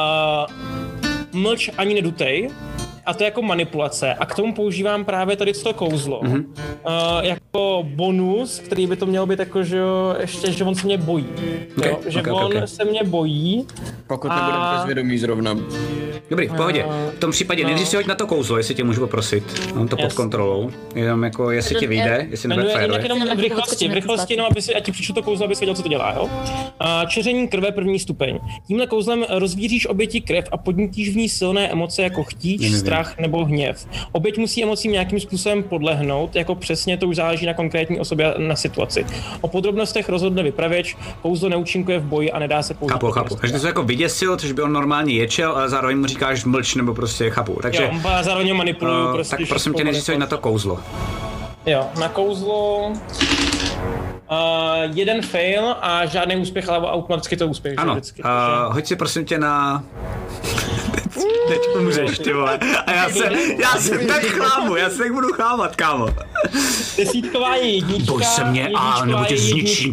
mlč ani nedutej. A to je jako manipulace. A k tomu používám právě tady to kouzlo. Jako bonus, který by to mělo být jako, že jo, ještě, že on se mě bojí. Okay, jo? Že on se mě bojí. Pokud nebude bezvědomý zrovna. Dobrý, v pohodě. V tom případě nejdřív si hoď na to kouzlo, jestli tě můžu poprosit. Mám to pod kontrolou. Jenom jako, jestli ti vyjde, jestli nebude fairway. Jenom v rychlosti, jenom aby si, ať ti přišlo to kouzlo, abys věděl, co to dělá, jo? Čeření krve 1. stupeň. Tímhle kouzlem rozvíříš oběti krev a podnítíš v ní silné emoce jako chtíč, strach nebo hněv. Oběť musí emocím nějakým způsobem podlehnout, jako přesně to už záleží na konkrétní osobě a na situaci. O podrobnostech rozhodne vypravěč, kouzlo neúčinkuje v boji a nedá se použít. Chápu. Takže ty jsi jako vyděsil, což by on normálně ječel, ale zároveň mu říkáš mlč nebo prostě chápu. Takže jo, zároveň manipuluju prostě. Tak prosím tě, nejdřív na to kouzlo. Jo, na kouzlo Jeden fail a žádný úspěch, ale automaticky to úspěch. Ano, vždycky, hoď si prosím tě na... Teď umřeš, ty vole. A já se tak chlámu, já se tak budu chlámat, kámo. Desítková je jednička. Boj se mě, nebo tě zničím.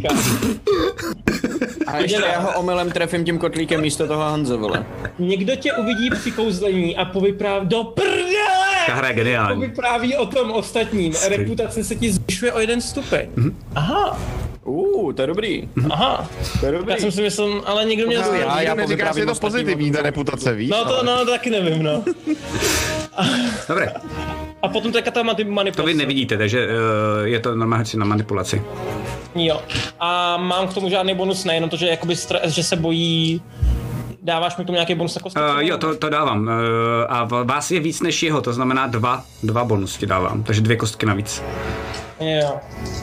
A ještě já ho omylem trefím tím kotlíkem místo toho Hanze, vole. Někdo tě uvidí při kouzlení a povypráví do prdele! Ta hra je geniální. Povypráví o tom ostatním. Reputace se ti zvyšuje o 1 stupeň. Aha. To je dobrý. Aha. To je dobrý. Já jsem si myslel, ale někdo mě Já neříká, že je to pozitivní, ta reputace, víš? No, taky nevím, no. Dobré. A potom teďka ta manipulace. To vy nevidíte, takže je to normálně na manipulaci. Jo. A mám k tomu žádný bonus, nejenom to, že, jakoby že se bojí. Dáváš mi k tomu nějaký bonus na kostky? Jo, to dávám. A vás je víc než jeho, to znamená dva bonus ti dávám, takže 2 kostky navíc. Jo.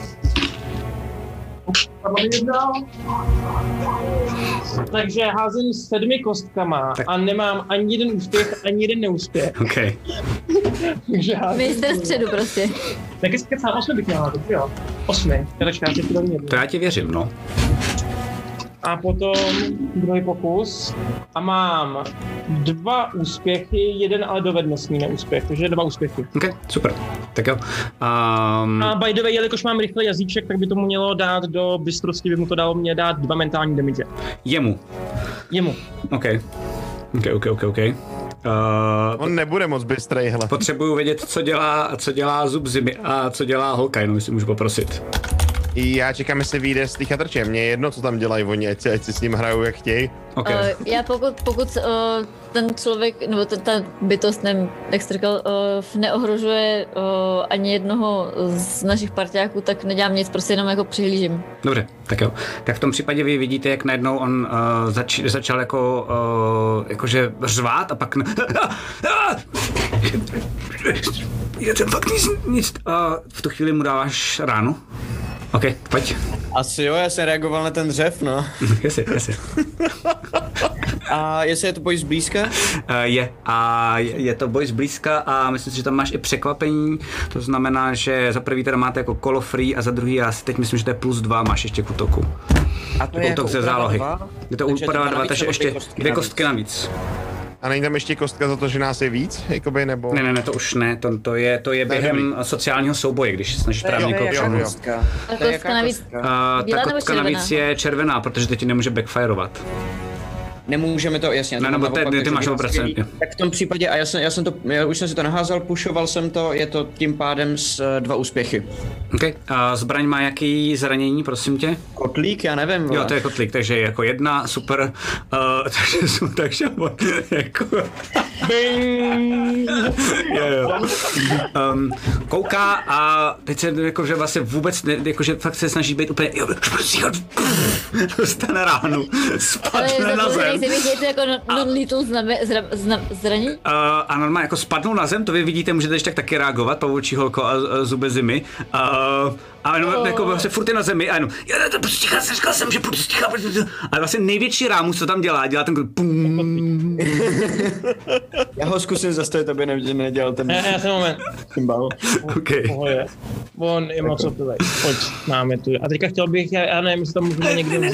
Takže házím 7 kostkama a nemám ani jeden úspěch, ani jeden neúspěch. OK. Takže házím... Mistr středu prostě. Tak jestli kecám 8 bych měl házet, jo. 8. Takže já si to mě. To já ti věřím, no. A potom druhý pokus a mám 2 úspěchy, 1 ale dovednostní neúspěch, takže 2 úspěchy. OK, super, tak jo. A by the way, jelikož mám rychlý jazyček, tak by to mělo dát do bystrosti, by mu to dalo mě dát 2 mentální damage. Jemu. OK. On nebude moc bystrej, hele. Potřebuju vědět, co dělá zub zimy a co dělá holka, jenom jestli můžu poprosit. Já čekám, jestli vyjde z těch chatrče. Mně je jedno, co tam dělají oni, ať si s ním hrajou, jak chtějí. Okay. Já pokud ten člověk, nebo ta bytost, nevím, jak jste říkal, neohrožuje ani jednoho z našich parťáků, tak nedělám nic, prostě jenom jako přihlížím. Dobře, tak jo. Tak v tom případě vy vidíte, jak najednou on začal jakože řvát a pak... Je to fakt nic. V tu chvíli mu dáváš ránu. OK, pojď. Asi jo, já jsem reagoval na ten dřev, no. Jestli. A jestli je to boj zblízka? Je to boj zblízka a myslím si, že tam máš i překvapení, to znamená, že za prvý teda máte jako kolo free a za druhý já si teď myslím, že to je +2, máš ještě k útoku. A to je útok ze zálohy. Je to úprava 2, takže ještě 2 kostky navíc. A není tam ještě kostka za to, že nás je víc, jakoby, nebo? Ne, to už ne, to je během sociálního souboje, když snažíš právě někoho přemluvit. A kostka navíc ta kostka navíc je červená, protože teď ti nemůže backfireovat. Nemůžeme to, jasně. Ne, nebo ty máš obracen. Tak v tom případě, a já už jsem si to naházel, pushoval jsem to, je to tím pádem s 2 úspěchy. OK, a zbraň má jaký zranění, prosím tě? Kotlík, já nevím. Vole. Jo, to je kotlík, takže jako 1, super, takže jako... Bing! jo. Kouká a teď se jakože vlastně vůbec, jakože fakt se snaží být úplně, dostane ránu, spadne na zem. Je to jako non-lethal zranění? A normálně jako spadnou na zem, to vy vidíte, můžete ještě taky reagovat, pavoučí holko a zube zimy. A jenom jako vlastně furt je na zemi a jenom, to budu stichá, říkal jsem, že budu stichá. A vlastně největší rámus, co tam dělá ten pum. Já ho zkusím zastavit, aby nedělal ten... Já jsem moment. Cymbal. OK. On je moc opilej. Pojď, máme tu. A teďka chtěl bych, já nevím, jestli tam můžeme někde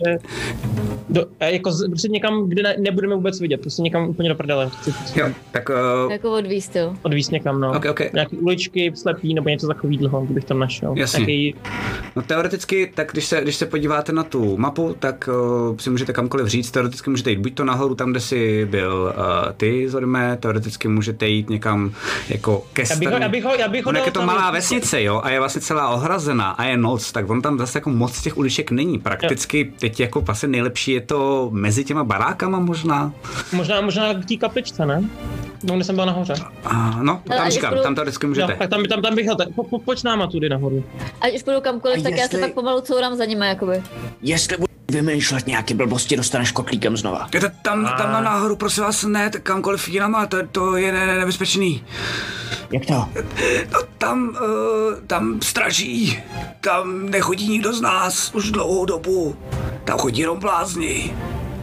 prostě někam, kde nebudeme vůbec vidět, prostě někam úplně do prdele. Jo, tak... Jako odvízt, jo. Odvízt někam, no. Okay. Nějaký uličky, slepý, nebo něco takového, kdybych tam našel. Jasně. No teoreticky, tak když se podíváte na tu mapu, tak si můžete kamkoliv říct, teoreticky můžete jít buď to nahoru, tam, kde jsi byl ty, Zorime, teoreticky můžete jít někam jako ke stranu. Já bych ho jak je to malá vesnice, jo, a je vlastně celá ohrazená a je noc, tak on tam zase jako moc těch uliček není. Prakticky teď jako vlastně nejlepší je to mezi těma barákama možná. Možná k té kapličce, ne? No, kde jsem byl nahoře. No, tam říkám, tam teoreticky můžete. Jo, tak tam bych pojď náma tudy nahoru. Ať už půjdu kamkoliv, tak já se pak pomalu courám za nimi, jakoby. Jestli budu vymýšlet nějaké blbosti, dostaneš kotlíkem znova. Je to tam nahoru, prosím vás, ne, tak kamkoliv jinam, ale to je nebezpečný. Jak to? No, tam straží, tam nechodí nikdo z nás už dlouhou dobu, tam chodí jenom blázni.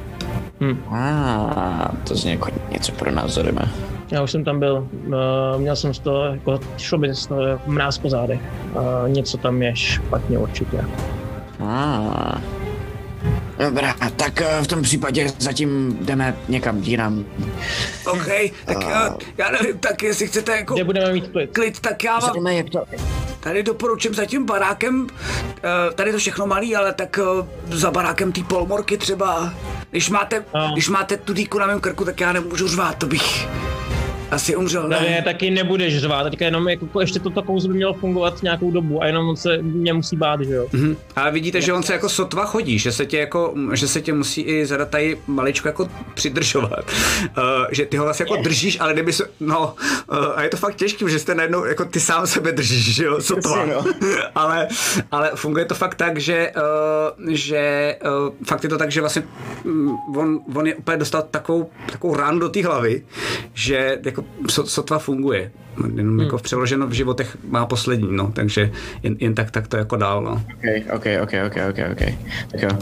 To zní jako něco pro nás, Zorime. Já už jsem tam byl, měl jsem z toho, jako šlo by z toho mráz po zádech. Něco tam je špatně určitě. Dobrá, tak v tom případě zatím jdeme někam jinam. OK, tak já nevím, tak jestli chcete jako... Kde budeme mít klid, tak já vám... Zajímá, jak to... Tady doporučím za tím barákem, tady to všechno malý, ale tak za barákem té polmorky třeba, když máte tu dýku na mém krku, tak já nemůžu řvát, to bych asi umřel, ne? Ne, taky nebudeš řvát, teďka jenom jako ještě toto kouzlo by mělo fungovat nějakou dobu a jenom on se mě musí bát, že jo. Ale vidíte, že on se jako sotva chodí, že se tě musí i zadat tady maličko jako přidržovat, že ty ho vlastně jako držíš, ale kdyby se, a je to fakt těžký, že jste najednou jako ty sám sebe držíš, že jo, sotva, ale funguje to fakt tak, že fakt je to tak, že vlastně on je úplně dostal takovou ránu do té hlavy, že jako sotva funguje. Jenom jako přeloženo v životech má poslední, takže jen tak to jako dál, no. OK. Tak jo.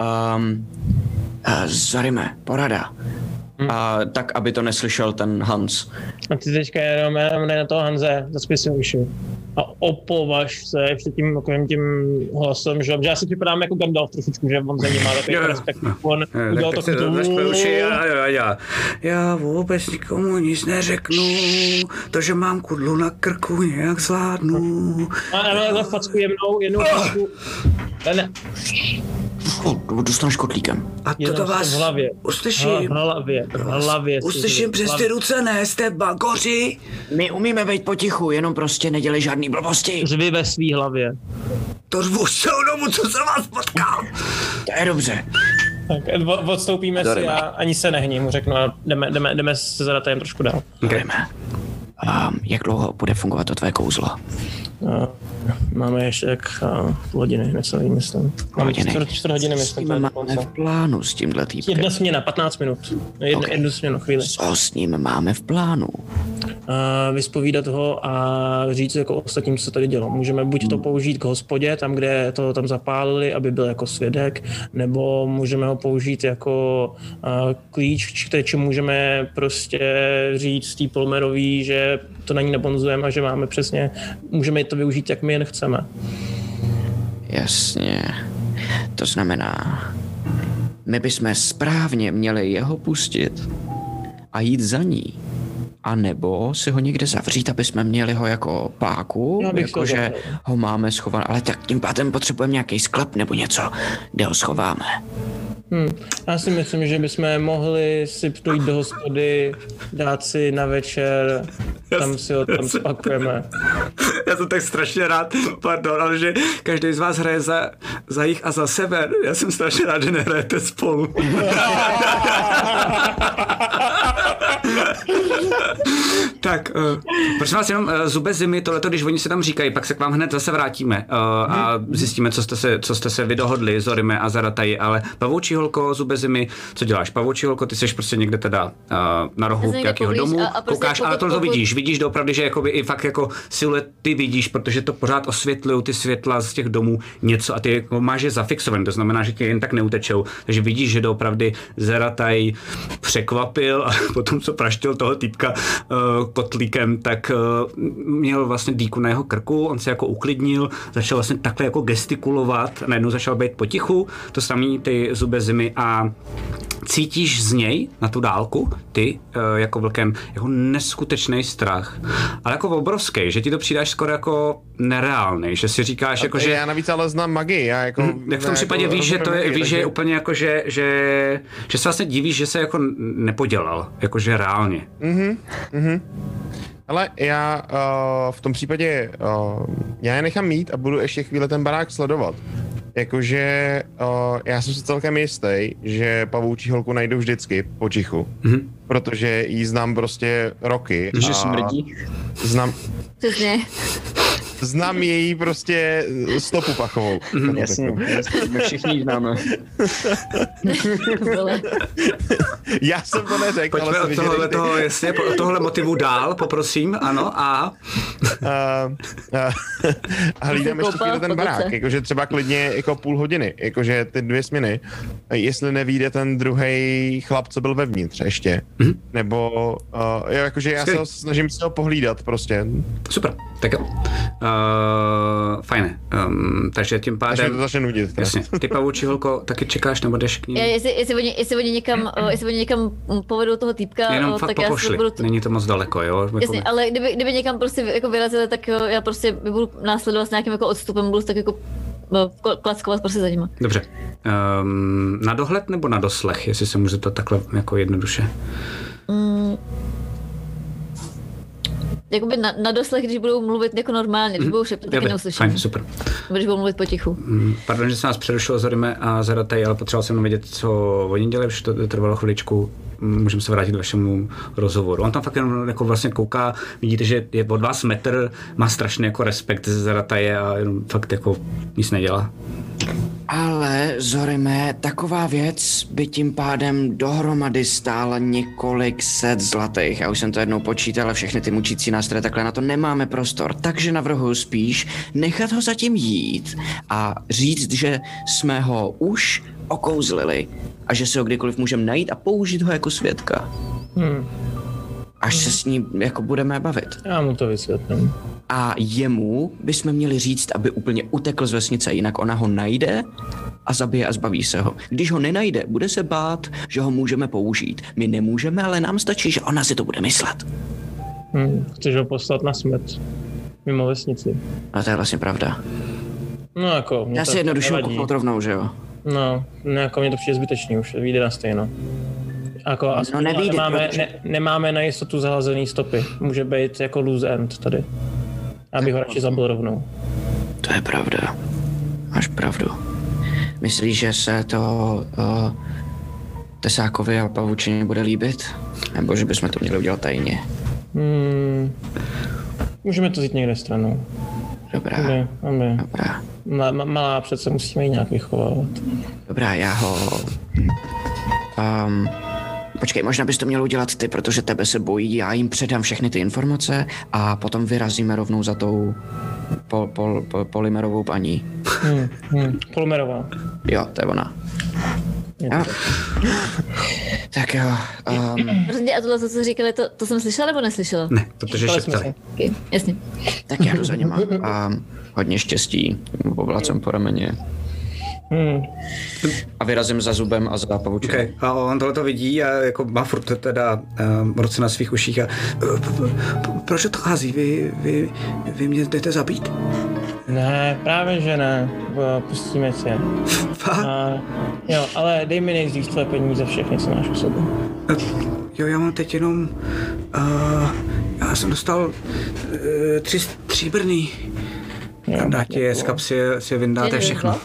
Zorime, porada. Tak, aby to neslyšel ten Hans. A ty teďka jenom na toho Hanze, zaspí si uši. A opovaž se ještě tím hlasem, že já si připadám jako Gandalf trošičku, že on za ním má takový respekt. On udělal takový Já vůbec nikomu nic neřeknu, to, že mám kudlu na krku, nějak zvládnu. A já facku jednou facku. Ne. Dostaneš kotlíkem. A to vás v hlavě. Uslyším. V hlavě. Uslyším přes ty ruce, ne, jste bagoři. My umíme být potichu, jenom prostě nedělej žádný blbosti. Řvi ve svý hlavě. To řvu celou dobu, co jsem vás potkal. To je dobře. Tak odstoupíme si a ani se nehni, mu řeknu a jdeme se zadat jen trošku dál. Okay. Jak dlouho bude fungovat to tvoje kouzlo? Máme ještě půl hodiny, necelý, myslím. Máme čtvrt hodiny, myslím. Máme v plánu s tímhle týpkem. Jedna směna, 15 minut. Jednu směnu, chvíli. Co s ním máme v plánu? Vyspovídat ho a říct jako ostatním, co tady dělo. Můžeme buď to použít k hospodě, tam, kde to tam zapálili, aby byl jako svědek, nebo můžeme ho použít jako klíč, který můžeme prostě říct tý Polmerový, že to na ní nebonzujeme a že máme přesně, můžeme to využít, jak my jen chceme. Jasně. To znamená, my bychom správně měli jeho pustit a jít za ní. A nebo si ho někde zavřít, aby jsme měli ho jako páku, jakože ho máme schovat, ale tak tím pádem potřebujeme nějaký sklep nebo něco, kde ho schováme. Já si myslím, že bychom mohli si dojít do hospody, dát si na večer, tam si ho tam spakujeme. Já jsem tak strašně rád, pardon, ale že každý z vás hraje za jich a za sever. Já jsem strašně rád, že nehrajete spolu. Tak, prosím vás, jenom zube zimy, tohleto, když oni se tam říkají, pak se k vám hned zase vrátíme a zjistíme, co jste se vydohodli, Zorime a Zaratai, ale pavoučí holko, zube zimy, co děláš? Pavoučí holko, ty seš prostě někde teda na rohu nějakého domu, koukáš, ale to vidíš doopravdy, že jakoby i fakt jako siluety vidíš, protože to pořád osvětlují ty světla z těch domů něco a ty jako máš je zafixovaný, to znamená, že tě jen tak neutečou, takže vidíš, že doopravdy Zaratai překvapil a potom, co praštil toho týpka kotlíkem, tak měl vlastně dýku na jeho krku, on se jako uklidnil, začal vlastně takhle jako gestikulovat, najednou začal být potichu, to samý ty zube zimy a cítíš z něj na tu dálku, ty jako vlkem, jako neskutečný strach, ale jako obrovský, že ti to přidáš skoro jako nereálný, že si říkáš jako, že... Já navíc ale znám magii, já jako... Jak v tom případě víš, že to je, víš, že je úplně jako, že se vlastně divíš, že se jako nepodělal, jakože reálně. Ale já v tom případě já je nechám mít a budu ještě chvíli ten barák sledovat. Jakože já jsem si celkem jistý, že pavoučí holku najdu vždycky potichu, protože jí znám prostě roky. Že smrdí? Přesně. Znám její prostě stopu pachovou. Jasně, my všichni známe. Já jsem to neřekl, ale jsem viděl. Od tohle motivu dál, poprosím, ano, a hlídám ještě chvíli ten barák, jakože třeba klidně jako půl hodiny, jakože ty 2 směny, jestli nevyjde ten druhej chlap, co byl vevnitř ještě, nebo jakože já se snažím si ho pohlídat prostě. Super, Tak jo. Fajne. Takže tím pádem... Až to začne nudit. Jasně. Ty, pavoučí holko, taky čekáš nebo jdeš k ní? Jestli oni někam povedou toho týpka, jenom fakt tak popošli. já budu... Není to moc daleko, jo? Jasně, ale kdyby někam prostě jako vyrazili, tak já prostě budu následovat s nějakým jako odstupem, budu tak jako klackovat prostě za nima. Dobře. Na dohled nebo na doslech, jestli se může to takhle jako jednoduše? Jakoby na doslech, když budou mluvit jako normálně, když budou šeptat, tak neuslyším. Fajn, super. Když budou mluvit potichu. Pardon, že jsem vás přerušil Zorime a Zarataj, ale potřeboval jsem vědět, co oni dělají, protože to trvalo chviličku. Můžeme se vrátit k vašemu rozhovoru. On tam fakt jenom jako vlastně kouká, vidíte, že je od vás metr, má strašný jako respekt ze Zarataje a jenom fakt jako nic nedělá. Ale, Zorime, taková věc by tím pádem dohromady stála několik set zlatých. Já už jsem to jednou počítal, ale všechny ty mučící nástroje, takhle na to nemáme prostor. Takže navrhuji spíš nechat ho zatím jít a říct, že jsme ho už okouzlili a že si ho kdykoliv můžeme najít a použít ho jako svědka. Až se s ním jako budeme bavit. Já mu to vysvětlím. A jemu bychom měli říct, aby úplně utekl z vesnice, jinak ona ho najde a zabije a zbaví se ho. Když ho nenajde, bude se bát, že ho můžeme použít. My nemůžeme, ale nám stačí, že ona si to bude myslet. Chceš ho poslat na smrt. Mimo vesnici. A to je vlastně pravda. No jako... Já si jednoduše koupnout rovnou, že jo? No, jako mě to přijde zbytečný už, vyjde na stejno. Jako no nevíde, nemáme na jistotu zahlazený stopy. Může být jako loose end tady. Abych ho radši zabil rovnou. To je pravda. Máš pravdu. Myslíš, že se to Tesákovi a pavučině bude líbit? Nebo že bychom to měli udělat tajně? Můžeme to vzít někde stranou. Dobrá. Dobrá. Malá přece musíme ji nějak vychovávat. Dobrá, já ho... Počkej, možná bys to měl udělat ty, protože tebe se bojí, já jim předám všechny ty informace a potom vyrazíme rovnou za tou Polymerovou paní. Polymerová. Jo, to je ona. Jo. Tak jo. A tohle, co říkali, to jsem slyšela nebo neslyšela? Ne, protože šeptali. Okay, jasně. Tak já jdu za nima. Hodně štěstí, povlacem po rameně. A vyrazím za zubem a za pavučinou. Okay. A on tohleto vidí a jako má furt teda ruce na svých uších a proč to hází? Vy mě jdete zabít? Ne, právě že ne. Pustíme si je. Jo, ale dej mi nejdřív tvoje peníze všechny, co máš u sebe. Jo, já mám teď jenom... já jsem dostal 3 stříbrný. Dá ti je z kapsy, si vyndáte všechno.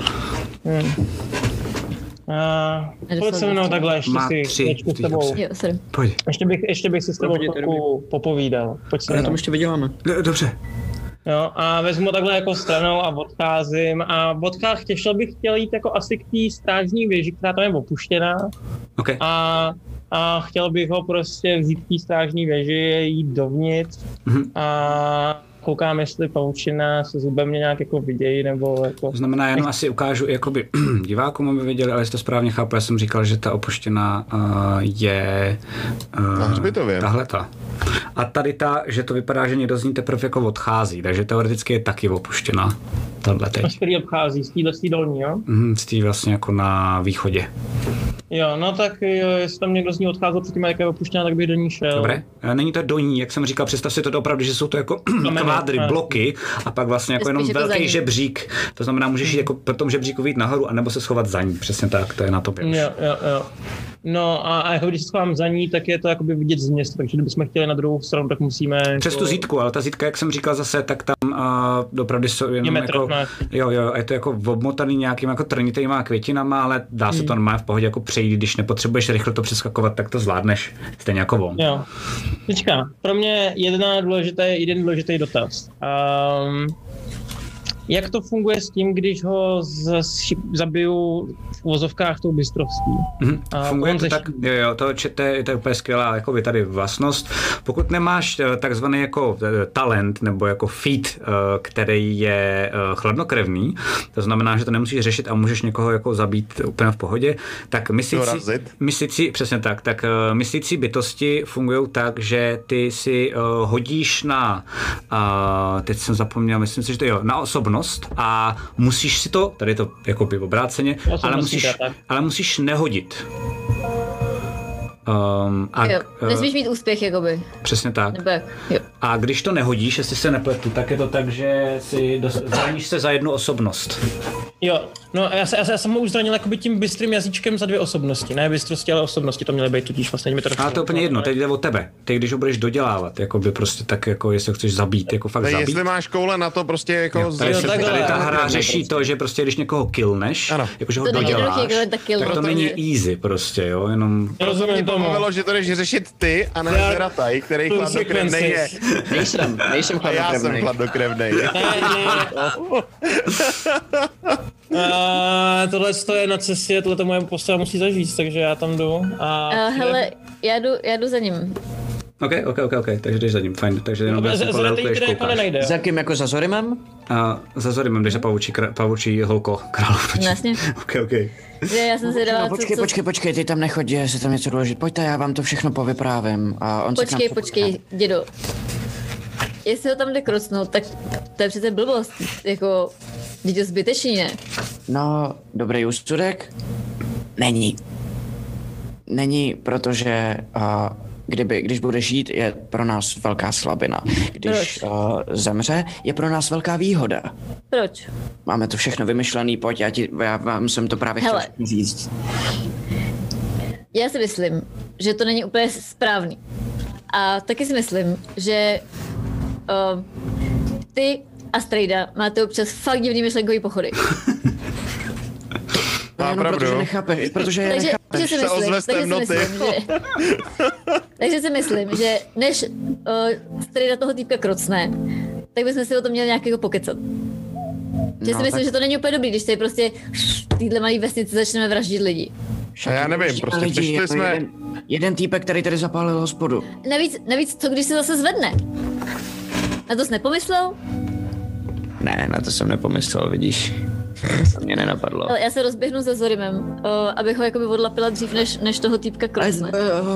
Pojď se mnou takhle, ještě s tebou. Jo, sorry. Pojď. Ještě bych si s tebou trochu popovídal. Pojď se mnou. To ještě vyděláme. Dobře. Jo, a vezmu takhle jako stranou a odcházím a chtěl jít jako asi k té stážní věži, která tam je opuštěná. Okay. A chtěl bych ho prostě vzít k té stážní věži, jít dovnitř a koukám, jestli pavučina se zubem mě nějak jako vidějí, nebo jako... To znamená, jenom asi ukážu jakoby divákům, aby věděli, ale jestli to správně chápu, já jsem říkal, že ta opuštěná je... na hřbitově. Tahleta. A tady ta, že to vypadá, že někdo z ní teprve jako odchází, takže teoreticky je taky opuštěná. Tahle teď. Z který obchází, z téhle dolní, jo? Z té vlastně jako na východě. Jo, no tak jo, jestli tam někdo z ní odcházel předtím, jak je opuštěná, tak bych do ní šel. Dobré, není to do ní, jak jsem říkal, představ si to opravdu, že jsou to jako kvádry, bloky a pak vlastně jako jenom velký žebřík. To znamená, můžeš jít jako po tom žebříku vyjít nahoru, anebo se schovat za ní, přesně tak, to je na tobě už. Jo. No a jako když se schovám za ní, tak je to jakoby vidět z města, takže kdybychom chtěli na druhou stranu, tak musíme... Přes tu zítku, ale ta zítka, jak jsem říkal zase, tak tam opravdu jsou jenom jako... Jo, je to jako obmotaný nějakým jako trnitýma květinama, ale dá se to normálně v pohodě jako přejít, když nepotřebuješ rychle to přeskakovat, tak to zvládneš, stejně jako on. Jo. Teďka, pro mě jeden důležitý dotaz. jak to funguje s tím, když ho zabiju v uvozovkách tou bystrovství? Funguje to tak, jo, to je úplně skvělá jakoby tady vlastnost. Pokud nemáš takzvaný jako talent nebo jako feat, který je chladnokrevný, to znamená, že to nemusíš řešit a můžeš někoho jako zabít úplně v pohodě, tak myslící, přesně tak myslící bytosti fungují tak, že ty si hodíš na, teď jsem zapomněl, myslím si, že to je na osobnost a musíš si to, tady je to jako by obráceně, ale musíš nehodit. Nesmíš mít úspěch, jakoby. Přesně tak. Jo. A když to nehodíš, jestli se nepletu, tak je to tak, že si zraníš se za jednu osobnost. Jo, no já jsem ho už zranil jakoby tím bystrým jazyčkem za 2 osobnosti. Ne bystrosti, ale osobnosti to měly být tudíž vlastně. Ale to je úplně jedno, teď jde o tebe. Ty když ho budeš dodělávat, jakoby prostě tak jako jestli ho chceš zabít, jako fakt zabít. Jestli máš koule na to prostě jako... Tady ta hra řeší to, že prostě když někoho killneš, jakože ho doděláš, tak to není easy prostě, jo, jenom... Rozumím tomu. Mluvilo, že to jdeš řešit ty a ne Zerataj, který chladnokrevnej je. Nejsem chladnokrevnej. Já jsem chladnokrevnej. Tohle je na cestě, tohle moje postava musí zažít, takže já tam jdu. Hele, já jdu za ním. OK, takže jdeš za ním, fajn. Takže jenom vlastně podle koukáš. Za kým, jako za Zorimem? Za Zorimem, jdeš za pavučí holko, královnočí. Jasně. OK. Já jsem si dala... Počkej, ty tam nechoď, jestli tam něco důležit. Pojďte, já vám to všechno povyprávím. Počkej, dědo. Jestli ho tam jde krocnout, tak to je přece blbost, jako, teď to zbytečný, ne? No, dobrý úsudek? Není, protože když bude žít, je pro nás velká slabina. Když zemře, je pro nás velká výhoda. Proč? Máme to všechno vymyšlený, pojď, já vám jsem to právě chtěl říct. Já si myslím, že to není úplně správný. A taky si myslím, že ty a Strejda máte občas fakt divný myšlenkový pochody. Má pravdu. Protože nechápeš. Takže si myslím, že než Strejda toho týpka krocne, tak bychom si o tom měli nějakého pokecat. Že si myslím, že to není úplně dobrý, když tady prostě v téhle malé vesnici začneme vraždit lidi. A já nevím, prostě přišli jsme... Jeden týpek, který tady zapálil hospodu. Navíc co když se zase zvedne? Na to jsi nepomyslel? Ne, na to jsem nepomyslel, vidíš. To mě nenapadlo. Já se rozběhnu za Zorimem, abych ho jakoby odlapila dřív, než toho týpka krocne.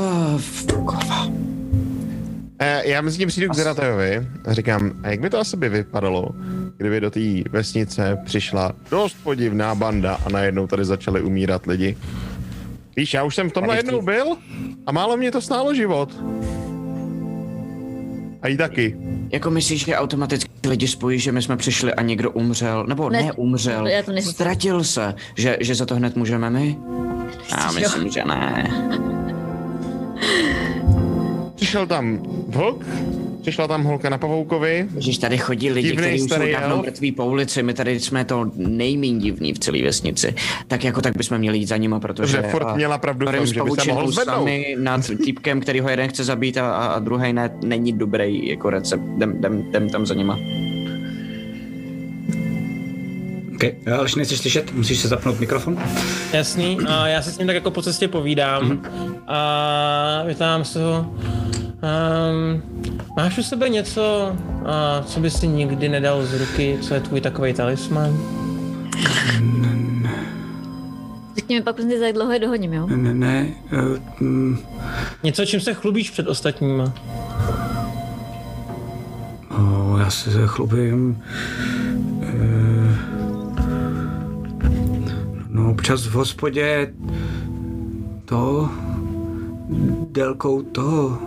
Já mezi tím přijdu k Zeratajovi a říkám, a jak by to asi by vypadalo, kdyby do té vesnice přišla dost podivná banda a najednou tady začaly umírat lidi. Víš, já už jsem v tomhle jednou byl a málo mě to stálo život. A jí taky. Jako myslíš, že automaticky lidi spojí, že my jsme přišli a někdo umřel, nebo neumřel, ztratil se, že za to hned můžeme my? Já myslím, že ne. Přišel tam vlk, přišla tam holka na pavoukovi. Ježiš, tady chodí lidi, kteří už jsou dávno mrtví po ulici, my tady jsme to nejméně divný v celé vesnici. Tak bychom měli jít za nima, protože... Dobře, Ford měla pravdu v tom, že by se mohl zvednout. Nad týpkem, který ho jeden chce zabít a druhý ne, není dobrý jako recept. Jdem tam za nima. OK, ale nechceš slyšet, musíš se zapnout mikrofon. Jasný, a já se s ním tak jako po cestě povídám a vytám se ho. Máš u sebe něco, co bys si nikdy nedal z ruky, co je tvůj takovej talisman? Řekni mi pak, prostě za jak dlouho je dohodím, jo? Ne. Něco, čím se chlubíš před ostatníma? Já se chlubím... No, občas v hospodě délkou toho,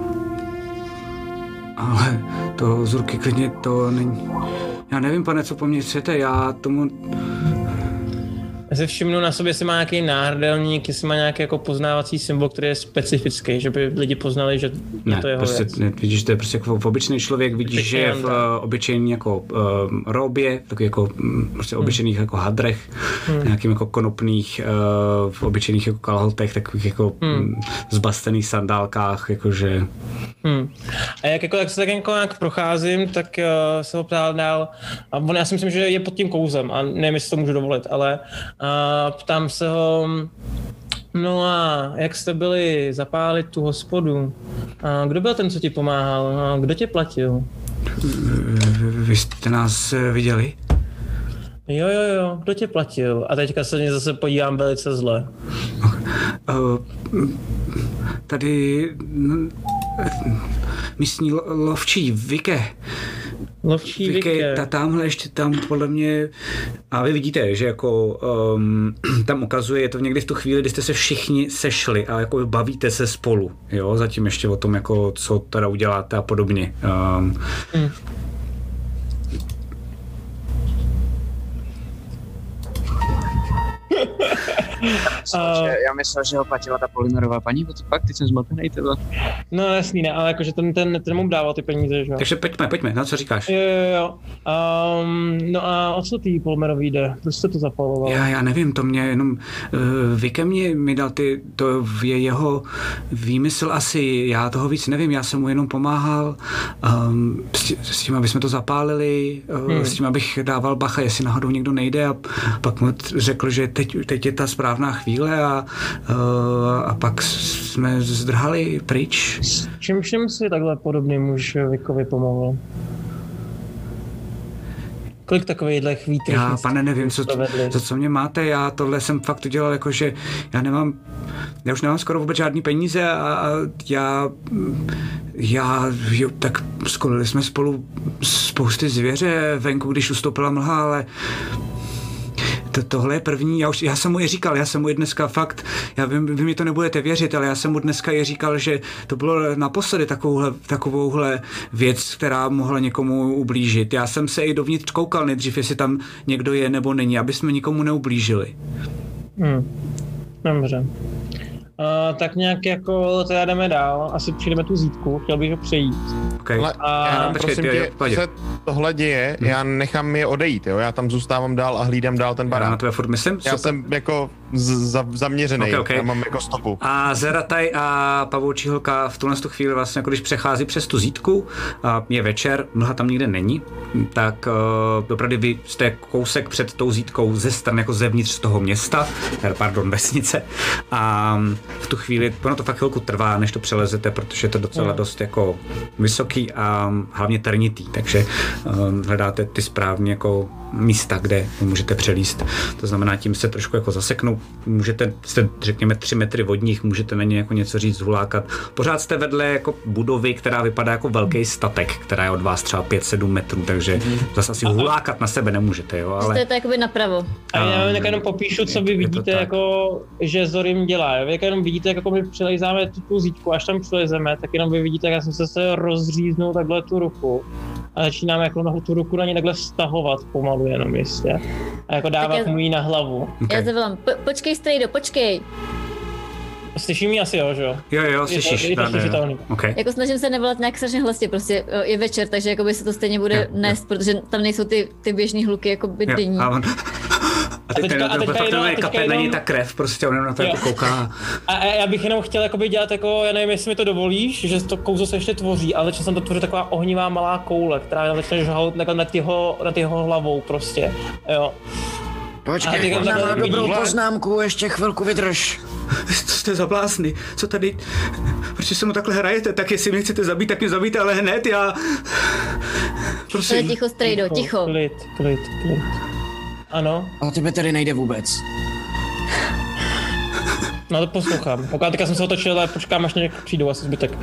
ale to z ruky klidně to není. Já nevím, pane, co po mně chcete, já tomu... Já se všimnu na sobě, jestli má nějaký náhrdelník, jestli má nějaký jako poznávací symbol, který je specifický, že by lidi poznali, že to je jeho prostě, věc. Vidíš, to je prostě jako obyčejný člověk, vidíš, že je v obyčejný jako robě, takový jako prostě obyčejných jako hadrech, nějakým jako konopných, v obyčejných jako kalhotech, takových jako zbastených sandálkách, jakože... A jak se tak jako nějak procházím, tak se ho ptál dál, a on, já si myslím, že je pod tím kouzem a nevím, jestli to můžu dovolit, ale ptám se ho, no a jak jste byli zapálit tu hospodu? A kdo byl ten, co ti pomáhal? A kdo tě platil? Vy jste nás viděli? Jo, kdo tě platil? A teďka se mě zase podívám velice zle. Tady místní lovčí, Vike. Lovčí Vike. Tamhle ještě tam podle mě, a vy vidíte, že jako tam ukazuje, je to někdy v tu chvíli, kdy jste se všichni sešli a jako bavíte se spolu, jo, zatím ještě o tom, jako co teda uděláte a podobně. Já myslel, že ho platila ta Polinorová paní, to fakt, teď jsem zmatenej, tebe. No jasný, ne, ale jakože ten mu dával ty peníze, že jo. Takže pojďme, na co říkáš? Jo. No a o co tý Polmerový jde? Proč jste to zapaloval? Já nevím, to mě jenom, Vike mi dal to je jeho výmysl asi, já toho víc nevím, já jsem mu jenom pomáhal s tím, aby jsme to zapálili, s tím, abych dával bacha, jestli náhodou někdo nejde a pak mu řekl, že teď je ta správná chvíle a pak jsme zdrhali pryč. Čím si takhle podobný muž Vikovi pomohl? Kolik takovýchhle výtrych? Já, pane, nevím, co mě máte, já tohle jsem fakt udělal, jakože já už nemám skoro vůbec žádný peníze a tak skolili jsme spolu spousty zvěře venku, když ustoupila mlha, ale tohle je první, já jsem mu i říkal, já jsem mu i dneska fakt, já vím, vy mi to nebudete věřit, ale já jsem mu dneska i říkal, že to bylo naposledy takovouhle věc, která mohla někomu ublížit. Já jsem se i dovnitř koukal nejdřív, jestli tam někdo je nebo není, aby jsme nikomu neublížili. Dobře. Tak nějak jako teda jdeme dál, asi přijdeme tu zítku, chtěl bych ho přejít. Okay. Prosím tě, se tohle děje, já nechám je odejít, jo? Já tam zůstávám dál a hlídám dál ten barák. Já na tebe furt myslím? Já jsem jako zaměřený, okay. Já mám jako stopu. A Zerataj a pavoučí holka v tuhle chvíli vlastně, jako když přechází přes tu zítku, je večer, mlha tam nikde není, tak opravdu vy jste kousek před tou zítkou ze strany, jako zevnitř z toho města, vesnice, a v tu chvíli, ono to fakt chvilku trvá, než to přelezete, protože je to docela dost jako vysoký a hlavně trnitý, takže hledáte ty správně jako místa, kde můžete přelíst. To znamená, tím se trošku jako zaseknou, jste řekněme 3 metry od nich, můžete na ně jako něco říct, hulákat. Pořád jste vedle jako budovy, která vypadá jako velký statek, která je od vás třeba 5-7 metrů, takže zase asi hulákat na sebe nemůžete, jo, ale... Jste to jakoby napravo. A já jenom popíšu, co vy vidíte, jako, že Zorim dělá. Vy jenom vidíte, jako my přelejzáme tu zítku, až tam přelezeme, tak jenom vy vidíte, jak jsem se rozříznul takhle tu ruku. A začínám jako tu ruku na ně takhle stahovat pomalu jenom jistě. A jako dávat mu jí na hlavu. Okay. Já zavolám, počkej strejdo, počkej. Slyší mě asi jo, že jo? Jo, slyšíš. Je to slyšitelný. Okay. Jako snažím se nevolat nějak strašně hlasitě, prostě je večer, takže jakoby se to stejně bude nést, protože tam nejsou ty běžný hluky jakoby denní. A teďka kape na ní ta krev, prostě on na to jako kouká. A já bych jenom chtěl jakoby dělat jako, já nevím, jestli mi to dovolíš, že to kouzlo se ještě tvoří, ale začal jsem to tvořit taková ohnivá malá koule, která začne žhaut nad jeho hlavou prostě, jo. Počkej, mám dobrou poznámku, ještě chvilku vydrž. Co jste za blázny? Co tady? Proč se mu takhle hrajete? Tak jestli mě chcete zabít, tak mě zabijte, ale hned já... Prosím. Ale ticho, strejdo, ticho. Klid. Ano? A tebe tady nejde vůbec. No to poslouchám. Teďka jsem se otočil, ale počkám, až někdo přijdou asi zbytek.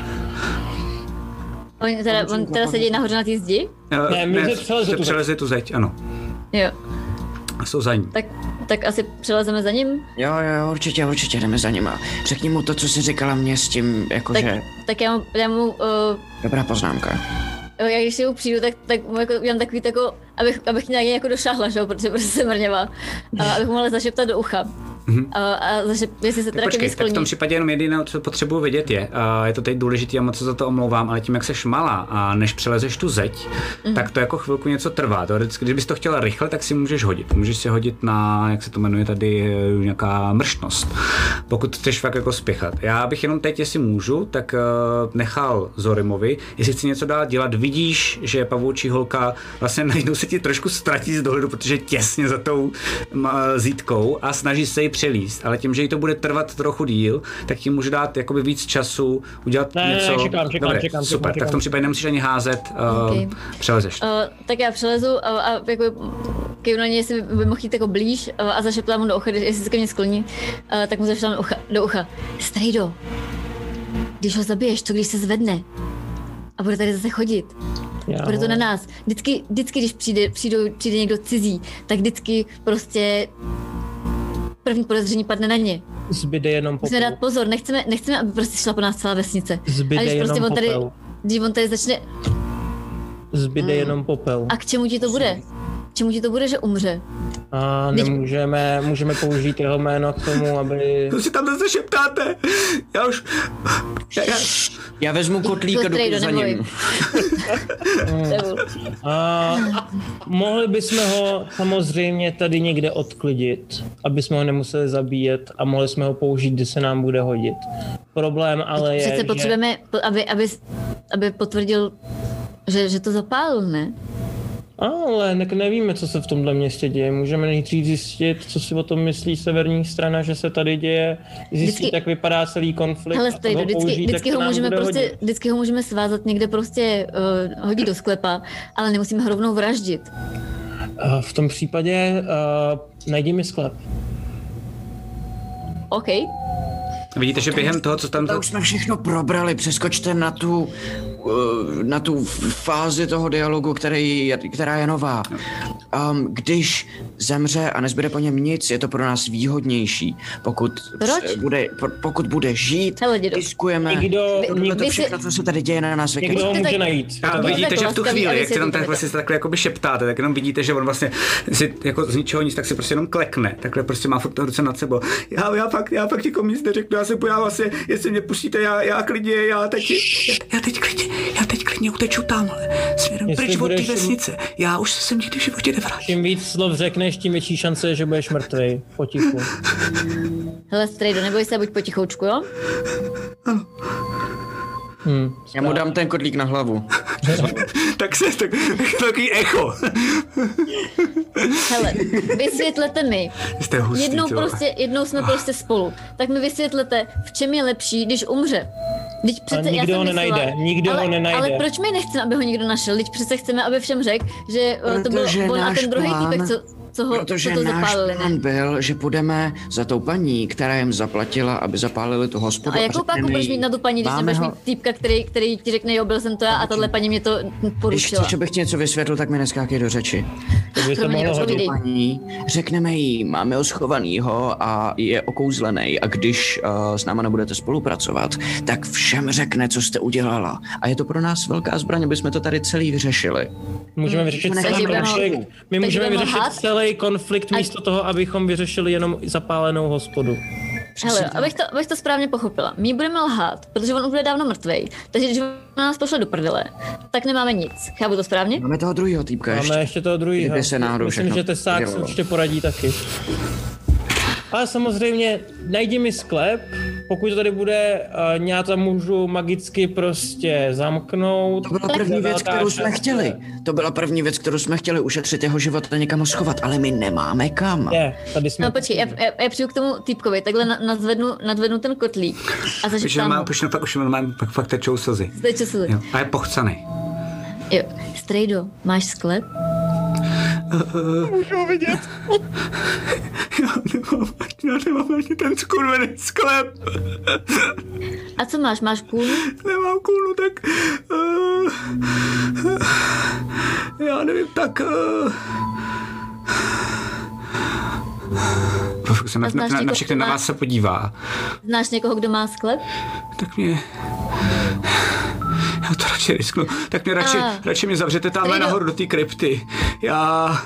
On teda sedí nahoře na té zdi? Ne, přeleze tu zeď, ano. Jo. Jsou za ním. Tak asi přelezeme za ním? Jo, určitě jdeme za ním. Řekni mu to, co jsi říkala mě s tím, jakože... Tak já mu Dobrá poznámka. Já když mu přijdu, tak mu jako, udělám takový jako abych nějak jako došáhla, že jo, protože prostě jsem mrňavá. Abych mohla zašeptat do ucha. A jestli se teda počkej, tak v tom případě jenom jediné, co potřebuji vědět je to teď důležitý a moc se za to omlouvám, ale tím, jak seš malá a než přelezeš tu zeď, tak to jako chvilku něco trvá. Když bys to chtěla rychle, tak si můžeš hodit. Můžeš si hodit na, jak se to jmenuje tady, nějaká mrštnost, pokud chceš fakt jako spěchat. Já bych jenom teď, jestli můžu, tak nechal Zorimovi, jestli chci něco dál dělat, vidíš, že pavoučí holka vlastně najednou se ti trošku ztratí z dohledu, protože je těsně za tou zítkou a snaží se jí přelíst, ale tím, že jí to bude trvat trochu díl, tak ti může dát jakoby víc času udělat něco. Čekám, super, tak v tom případě nemusíš ani házet, přelezeš. Tak já přelezu a jako kejvnu na něj, jestli by mohl jít jako blíž a zašeptám mu do ucha, jestli se ke mně skloní, tak mu zašeptám do ucha. Strejdo, když ho zabiješ, co když se zvedne a bude tady zase chodit? Bude to na nás. Vždycky když přijde někdo cizí, tak vždycky prostě první podezření padne na ně. Zbyde jenom popel. Musíme dát pozor, nechceme, aby prostě šla po nás celá vesnice. Zbyde jenom prostě popel. Když on tady začne... Zbyde jenom popel. A k čemu ti to bude? K čemu ti to bude, že umře? A můžeme použít jeho jméno k tomu, aby... To si tam zase šeptáte. Já vezmu kotlíka do za ním. Mohli bychom ho samozřejmě tady někde odklidit, aby jsme ho nemuseli zabíjet a mohli jsme ho použít, kdy se nám bude hodit. Problém ale je, přece potřebujeme, aby potvrdil, že to zapálil, ne? Ale nevíme, co se v tomhle městě děje. Můžeme nejdřív zjistit, co si o tom myslí severní strana, že se tady děje, zjistit, jak vypadá celý konflikt. Hele, vždycky ho můžeme svázat někde prostě hodit do sklepa, ale nemusíme ho rovnou vraždit. V tom případě najdi mi sklep. OK. Vidíte, že během toho, co tam... To už jsme všechno probrali, přeskočte na tu fázi toho dialogu, která je nová. Když zemře a nezbyde po něm nic, je to pro nás výhodnější. Pokud bude žít, riskujeme to všechno, co se tady děje na nás. Někdo ho může najít. A vidíte, že v tu chvíli, jak si tam takhle jakoby šeptáte, tak jenom vidíte, že on vlastně si jako z ničeho nic, tak si prostě jenom klekne. Takhle prostě má furt to ruce nad sebou. Já fakt někomu nic neřeknu, já se bojím vlastně, jestli mě pustíte, já klidně, já teď klidně uteču tamhle, směrem pryč od té vesnice. Já už se sem nikdy v životě nevrátím. Čím víc slov řekneš, tím větší šance, že budeš mrtvej, potichu. Hele, Strejdo, neboj se, buď potichoučku, jo? Ano. Já mu dám ten kotlík na hlavu. tak takový echo. Hele, vysvětlete mi. Jste hustý, jednou jsme prostě spolu. Tak mi vysvětlete, v čem je lepší, když umře. Nikdo ho nenajde, Ale proč my nechceme, aby ho někdo našel? Teď přece chceme, aby všem řekl, že to byl on a ten druhý týpek, protože to náš zapálili, plán byl, že půjdeme za tou paní, která jim zaplatila, aby zapálili tu hospodu. A jakou páku budeš mít na tu paní, když nebudeš mít týpka, který ti řekne, jo, byl jsem to já a tahle paní mě to porušila. Když bych ti něco vysvětlil, tak mi neskákej do řeči. Paní, řekneme jí, máme ho schovanýho a je okouzlený a když s náma nebudete spolupracovat, tak všem řekne, co jste udělala. A je to pro nás velká zbraň, aby jsme to tady celý vyřešili. Můžeme vyřešit celý konflikt. My můžeme vyřešit celý konflikt místo toho, abychom vyřešili jenom zapálenou hospodu. Hele, abych to správně pochopila. My budeme lhát, protože on už bude dávno mrtvej. Takže když on nás pošle do prdele, tak nemáme nic. Chápu to správně? Máme toho druhýho týpka ještě. Máme ještě toho druhýho. Myslím, že Tesák se určitě poradí taky. Ale samozřejmě najdi mi sklep, pokud to tady bude, já tam můžu magicky prostě zamknout. To byla první věc, kterou jsme chtěli. To byla první věc, kterou jsme chtěli, ušetřit jeho život a někam ho schovat, ale my nemáme kam. Tady jsme... No počkej, já přijdu k tomu týpkovi, takhle nadvednu ten kotlík a zašeptám. Už mám fakt tečou slzy. A je pochcanej. Jo, Strejdo, máš sklep? Můžu ho vidět. Já nemám ani ten skurvený sklep. A co máš? Máš kůlnu? Nemám kůlnu, tak... já nevím, tak... se na všechny na vás se podívá. Znáš někoho, kdo má sklep? Tak mě... Já to radši risknu. Tak mě radši mě zavřete tamhle nahoru do té krypty. Já...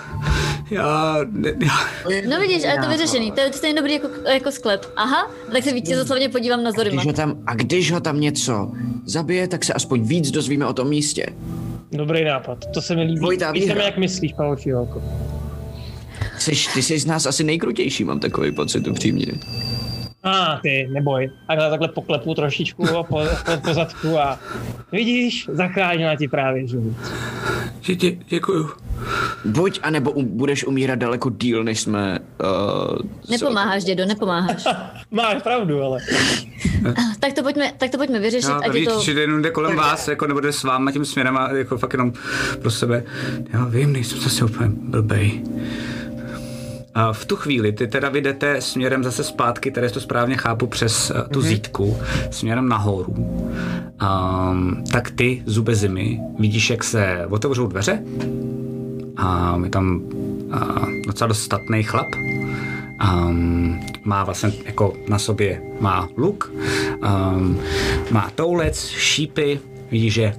No vidíš, ale to vyřešený, to je stejně dobrý jako sklep. Aha, tak se vítězoslavně podívám na Zorima. Když ho tam něco zabije, tak se aspoň víc dozvíme o tom místě. Dobrý nápad, to se mi líbí. Víš, jak myslíš, Pavoučí holko. Ty jsi z nás asi nejkrutější, mám takový pocit, upřímně. Ty, neboj. Takhle poklepu trošičku po zadku a vidíš, zachránila ti právě život. Děkuju. Buď, anebo budeš umírat daleko díl, než jsme... Nepomáháš, dědo, nepomáháš. Máš pravdu, ale... Tak to pojďme vyřešit, ať je to... Že jenom jde kolem vás, jako nebo jde s váma tím směrem a jako fakt jenom pro sebe. Já vím, nejsem zase úplně blbej. A v tu chvíli ty teda vydete směrem zase zpátky, tady to správně chápu, přes tu zítku, směrem nahoru. Tak ty, Zube Zimy, vidíš, jak se otevřou dveře a je tam docela dost statný chlap. Má vlastně jako na sobě má luk, má toulec, šípy, vidíš, že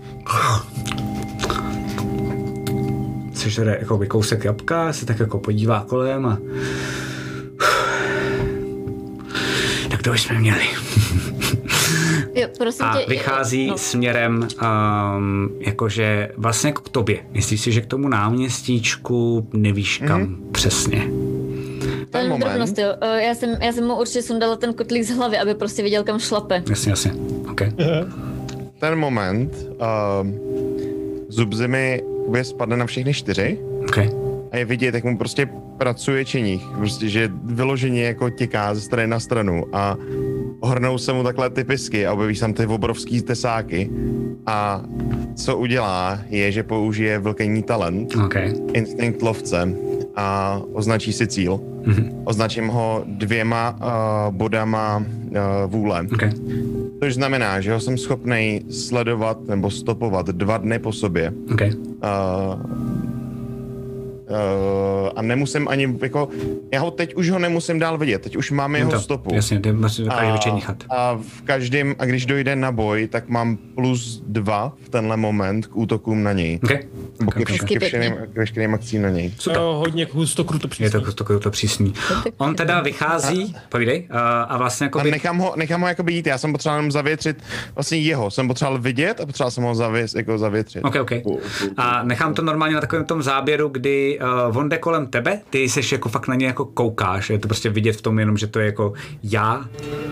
sežere jako kousek jabka, se tak jako podívá kolem a tak to už jsme měli. Jo, prosím tě, vychází směrem jakože vlastně k tobě. Myslíš si, že k tomu náměstíčku nevíš kam přesně? To je drobnost, jo. Já jsem mu určitě sundala ten kotlík z hlavy, aby prostě viděl, kam šlape. Jasně. Okay. Ten moment Zub Zimy spadne na všechny 4. Okay. A je vidět, jak mu prostě pracuje čeních. Prostě, že vyloženě jako těká ze strany na stranu a ohrnou se mu takhle ty pisky a objeví tam ty obrovský tesáky. A co udělá, je, že použije vlkení talent, instinkt lovce a označí si cíl. Označím ho 2 bodama vůle. Což znamená, že ho jsem schopnej sledovat nebo stopovat 2 dny po sobě. A nemusím ani, jako, já ho teď už ho nemusím dál vidět, teď už mám jeho stopu. Jasně, dokáže vyčenichat. A v každém, a když dojde na boj, tak mám +2 v tenhle moment k útokům na něj. K veškerým akcím na něj. Super. Hodně hustokruto přísný. Je to hustokruto přísný. On teda vychází, povídej, a vlastně jako nechám ho jakoby jít, já jsem potřeboval jenom zavětřit, vlastně jeho jsem potřeboval vidět a potřeboval jsem ho zavětřit. Okay. A nechám to normálně na takovém tom záběru, kdy on jde kolem tebe, ty seš jako fakt na něj jako koukáš, je to prostě vidět v tom jenom, že to je jako já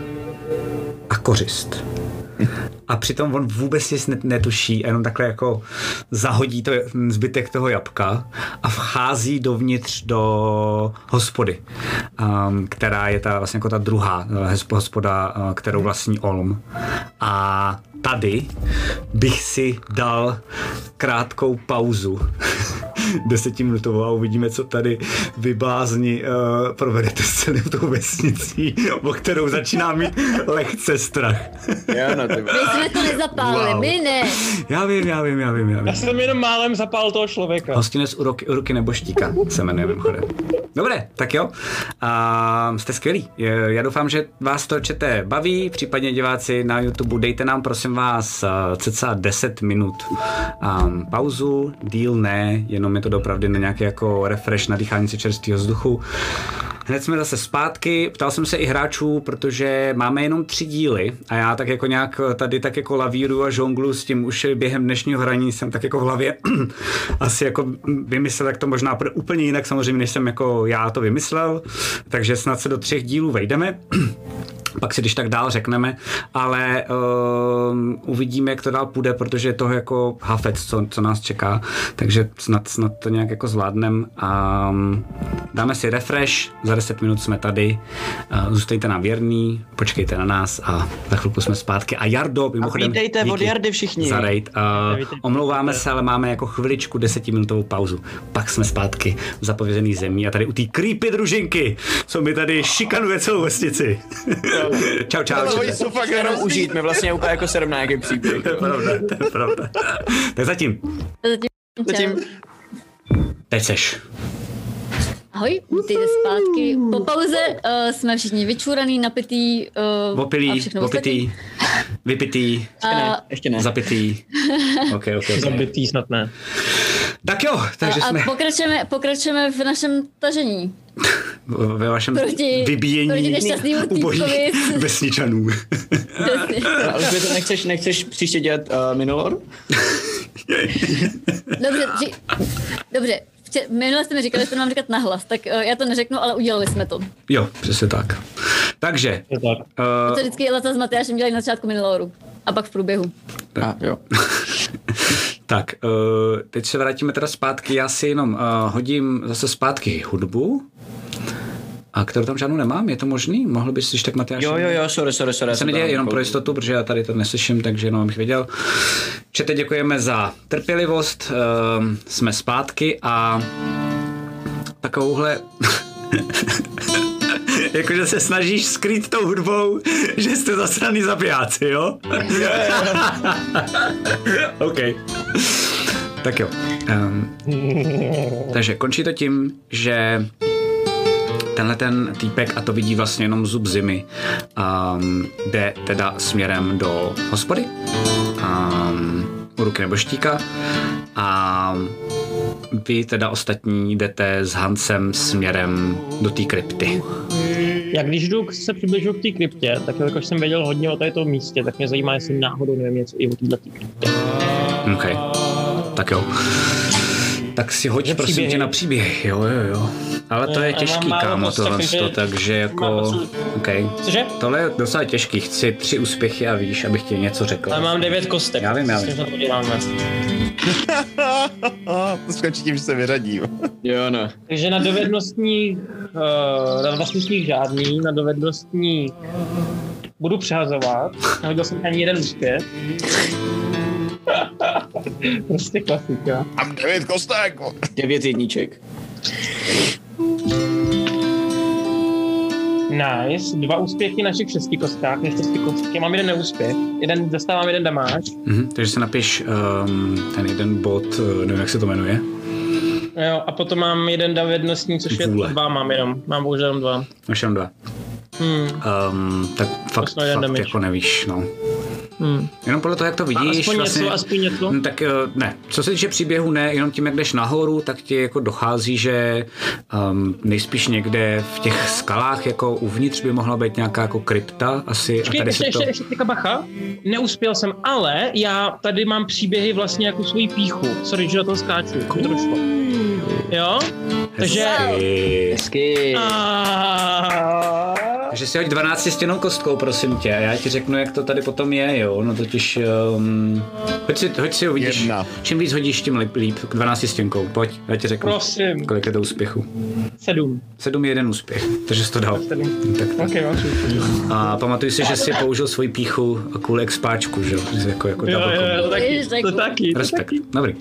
a kořist. A přitom on vůbec nic netuší a jenom takhle jako zahodí to zbytek toho jabka a vchází dovnitř do hospody, která je ta vlastně jako ta druhá hospoda, kterou vlastní Olm. A tady bych si dal krátkou pauzu. 10minutovou a uvidíme, co tady vy blázni provedete s celou tou vesnicí, o kterou začíná mít lehce strach. My jsme to nezapálili, my ne. Já vím. Já jsem jenom málem zapál toho člověka. Hostinec u ruky nebo štíka se jmenuje mimochodem. Dobré, tak jo. Jste skvělí. Já doufám, že vás to čete baví, případně diváci na YouTube, dejte nám prosím vás cca 10 minut pauzu, díl ne, jenom je to opravdu na nějaký jako refresh, nadýchání si čerstvého vzduchu. Hned jsme zase zpátky, ptal jsem se i hráčů, protože máme jenom 3 díly a já tak jako nějak tady tak jako lavíru a žonglu s tím už během dnešního hraní jsem tak jako v hlavě asi jako vymyslel, jak to možná bude úplně jinak samozřejmě, než jsem jako já to vymyslel, takže snad se do 3 dílů vejdeme. Pak si když tak dál řekneme, ale uvidíme, jak to dál půjde, protože je toho jako hafec, co nás čeká, takže snad to nějak jako zvládnem a dáme si refresh, za 10 minut jsme tady, zůstejte nám věrný, počkejte na nás a za chvilku jsme zpátky. A Jardo, mimochodem, vítejte od Jardy všichni. Za raid. Omlouváme se, ale máme jako chviličku 10minutovou pauzu. Pak jsme zpátky v zapovězený zemí a tady u té creepy družinky, co mi tady šikanuje celou vesnici. Čau. To jsou fakt jenom užít, my vlastně úplně jako se rovná nějaký příběh. To je pravda. Tak zatím. Zatím. Teď seš. Ahoj, vítejte zpátky. Po pauze jsme všichni vyčuraný, napitý, opitý, vypitý, ještě ne. zapitý. Okay. Zabitý snad ne. Tak jo, takže jsme... pokračujeme v našem tažení. Ve vašem vybíjení ubožích vesničanů. Ale to nechceš příště dělat Minulor? Dobře. Minule jste mi říkali, že to mám říkat nahlas, tak já to neřeknu, ale udělali jsme to. Jo, přesně tak. Takže... To vždycky Lata s Matyášem dělají na začátku Minuloru. A pak v průběhu. Jo. Tak, teď se vrátíme teda zpátky. Já si jenom hodím zase zpátky hudbu. A kterou tam žádnou nemám, je to možný? Mohl bys si tak, Matyáš? Jo, sorry. Se neděje jenom pro jistotu, protože já tady to neslyším, takže jenom abych věděl. Čete, děkujeme za trpělivost, jsme zpátky a takovouhle... Jakože se snažíš skrýt tou hudbou, že jste zasraný zabijáci, jo? OK. Tak jo. Takže končí to tím, že tenhle ten týpek, a to vidí vlastně jenom zub zimy, jde teda směrem do hospody, u ruky nebo štíka, a vy teda ostatní jdete s Hansem směrem do té krypty. Jak když se přibližu k té kryptě, tak jakož jsem věděl hodně o této místě, tak mě zajímá, jestli náhodou nevím něco i o této kryptě. OK. Tak jo. Tak si hoď prosím tě na příběh, jo. Ale to je těžký, kámo, tohle, takže jako... Okay. Cože? Tohle je docela těžký, chci 3 úspěchy a víš, abych ti něco řekl. Ale mám 9 kostek. Já vím. To skončí tím, že se vyřadím. Jo, no. Takže na dovednostních, na vlastnostních žádný, na dovednostních budu přehazovat. Nehodil jsem ani jeden úspěch. Prostě klasika. Mám 9 kostek. 9 jedniček. Nice. 2 úspěchy na všech 6 kostkách, než 6 kostky. Mám 1 neúspěch. Dostávám 1 damáž. Takže si napiš ten jeden bod, nevím, jak se to jmenuje. Jo, a potom mám 1 dovednostní, což je 2 mám jenom. Mám bohužel jenom 2. Máš jenom 2. Tak fakt jako nevíš, no. Jenom podle toho, jak to vidíš, aspoň něco? Tak ne. Co se týče příběhu, ne, jenom tím, jak jdeš nahoru, tak ti jako dochází, že nejspíš někde v těch skalách jako uvnitř by mohla být nějaká jako krypta asi. Počkej, a tady ještě bacha, neuspěl jsem, ale já tady mám příběhy vlastně jako svoji píchu. Sorry, že na to skáču. Jo? Takže... Hezky. Takže si hoď 12 stěnou kostkou, prosím tě. Já ti řeknu, jak to tady potom je, jo. No totiž... Hoď si uvidíš. 1. Čím víc hodíš, tím líp. K 12 stěnkou. Pojď, já ti řeknu. Prosím. Kolik je to úspěchu? 7. 7 je 1 úspěch, takže jsi to dal. 7. Tak. Okay, a pamatuj si, že jsi použil svoji píchu kvůli expáčku, že jo? Jako jo, to taky. Respekt. Dobrý.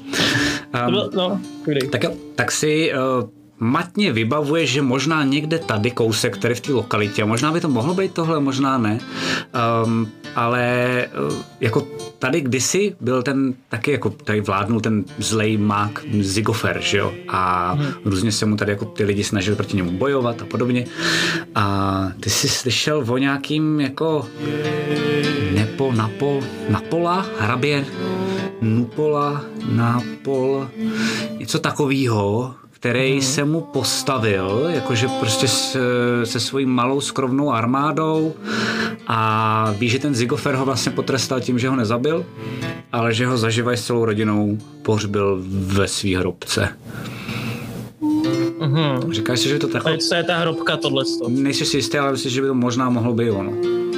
Tak jo, tak si... matně vybavuje, že možná někde tady kousek, který v té lokalitě, možná by to mohlo být tohle, možná ne, ale jako tady kdysi byl ten, taky jako tady vládnul ten zlej mák Zigofer, že jo, a různě se mu tady jako ty lidi snažili proti němu bojovat a podobně, a ty jsi slyšel o nějakým jako Napola, hrabě Nupola, Napol, něco takového, který se mu postavil, jakože prostě se svojí malou skromnou armádou, a ví, že ten Zigofer ho vlastně potrestal tím, že ho nezabil, ale že ho zaživa s celou rodinou pohřbil ve svý hrobce. Říkáš si, že to takové... Co je ta hrobka, tohleto? Nejsi si jistý, ale myslím, že by to možná mohlo být ono.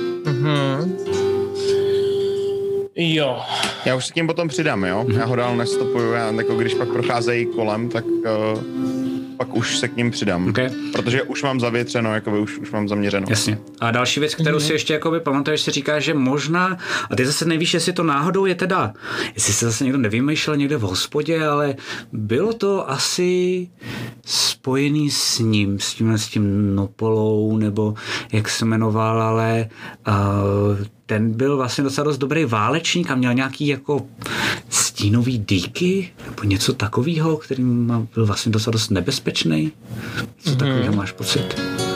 Jo. Já už s tím potom přidám, jo? Já ho dál nestopuju, jako když pak procházejí kolem, tak pak už se k ním přidám. Okay. Protože už mám zavětřeno, jakoby už mám zaměřeno. Jasně. A další věc, kterou si ještě jakoby pamatuješ, si říká, že možná, a ty zase nevíš, jestli to náhodou je teda, jestli se zase někdo nevymýšlel někde v hospodě, ale bylo to asi spojený s ním, s tím Nopolou, nebo jak se jmenoval, ale ten byl vlastně docela dost dobrý válečník a měl nějaký jako stínový dýky, nebo něco takového, který byl vlastně docela dost nebezpečný. Co takového máš pocit?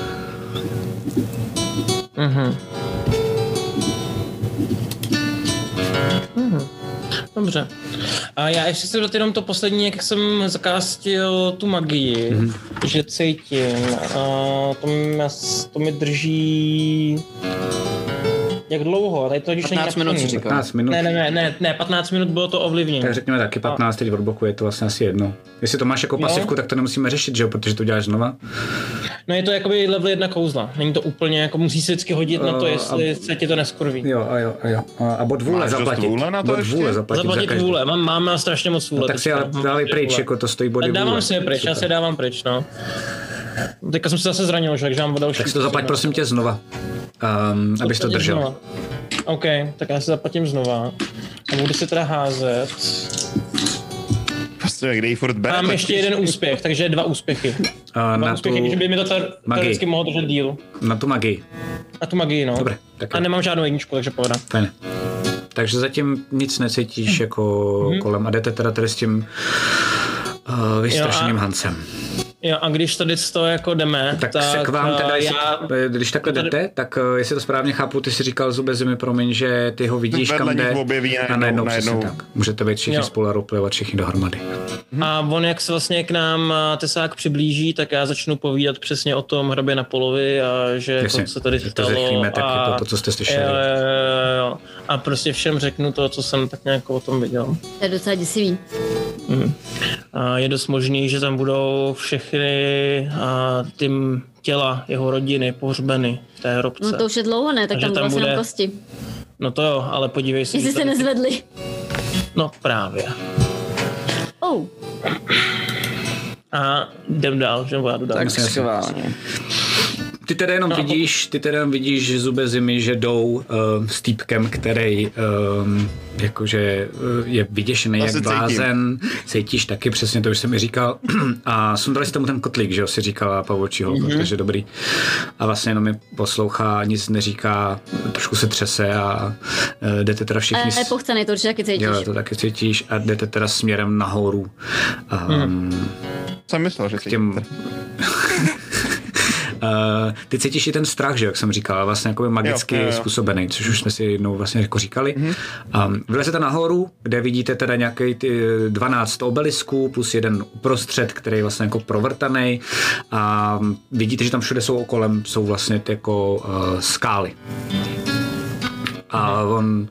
Dobře. A já ještě si dodat jenom to poslední, jak jsem zakástil tu magii, že cítím. To mi drží... Jak dlouho? Tady to 15 minut si říkal. 15 minut. Ne, 15 minut bylo to ovlivnění. Tak řekněme taky 15, teď od boku je to vlastně asi jedno. Jestli to máš jako pasivku, tak to nemusíme řešit, že jo, protože to děláš znova. No je to jakoby level 1 kouzla. Není to úplně, jako musí se vždycky hodit na to, jestli se ti to neskurví. Jo. A bod vůle zaplatit. Bod vůle zaplatit vůle. Mám strašně moc vůle. No, tak si ale dávej pryč, jako to stojí body vůle. Dávám si je pryč, já se dávám pryč, no. Teďka jsem se zase zranil, takže mám další. Tak si to zaplať prosím tě znova, abys to držel. Znova. OK, tak já si zaplatím znova. A budu si teda házet. Prostě, kde jí furt bere. Mám ještě jeden úspěch, takže 2 úspěchy. Dva úspěchy, takže by mi to teoreticky mohlo držet díl. Na tu magii. Na tu magii, no. Dobré. Tak a nemám žádnou jedničku, takže pohoda. Fajn. Takže zatím nic necítíš jako kolem a jdete teda tady s tím vystrašeným Hansem. Jo, a když tady to jako jdeme, tak se k vám teda, když takhle jdete, tak jestli to správně chápu, ty si říkal Zubezimi, promiň, že ty ho vidíš, kam jde a najednou přesně tak. Můžete být všichni spolu a roleplayovat všichni dohromady. A on jak se vlastně k nám Tesák přiblíží, tak já začnu povídat přesně o tom hrabě na polovi a že jasně, to, co tady stalo. Zrychlíme taky to, co jste slyšeli. Jo. A prostě všem řeknu to, co jsem tak nějak o tom viděl. To je docela děsivý. A je dost možný, že tam budou všechny ty těla jeho rodiny pohřbeny v té hrobce. No to už je dlouho, ne? Tak tam vlastně bude kosti. No to jo, ale podívej se. Jestli se nezvedli. No právě. A jdem dál, že já jdu dál. Tak schválně. Ty teda jenom vidíš, že Zubezimi, že jdou s týpkem, který jakože je vyděšený jak blázen. Cítíš taky, přesně to už jsem mi říkal. A sundali si tomu ten kotlík, že jo, si říkala Pavoučí holko, takže dobrý. A vlastně jenom mi poslouchá, nic neříká, trošku se třese a jdete teda všichni... Je pochcený, to určitě taky cítíš. Jo, to taky cítíš a jdete teda směrem nahoru. Jsem myslel, že cítím. Ty cítíš i ten strach, že jak jsem říkal, vlastně jako magicky způsobený, což už jsme si jednou vlastně jako říkali. Vylezete nahoru, kde vidíte teda nějaký 12 obelisků plus jeden uprostřed, který je vlastně jako provrtaný a vidíte, že tam všude jsou okolem, jsou vlastně jako skály. A on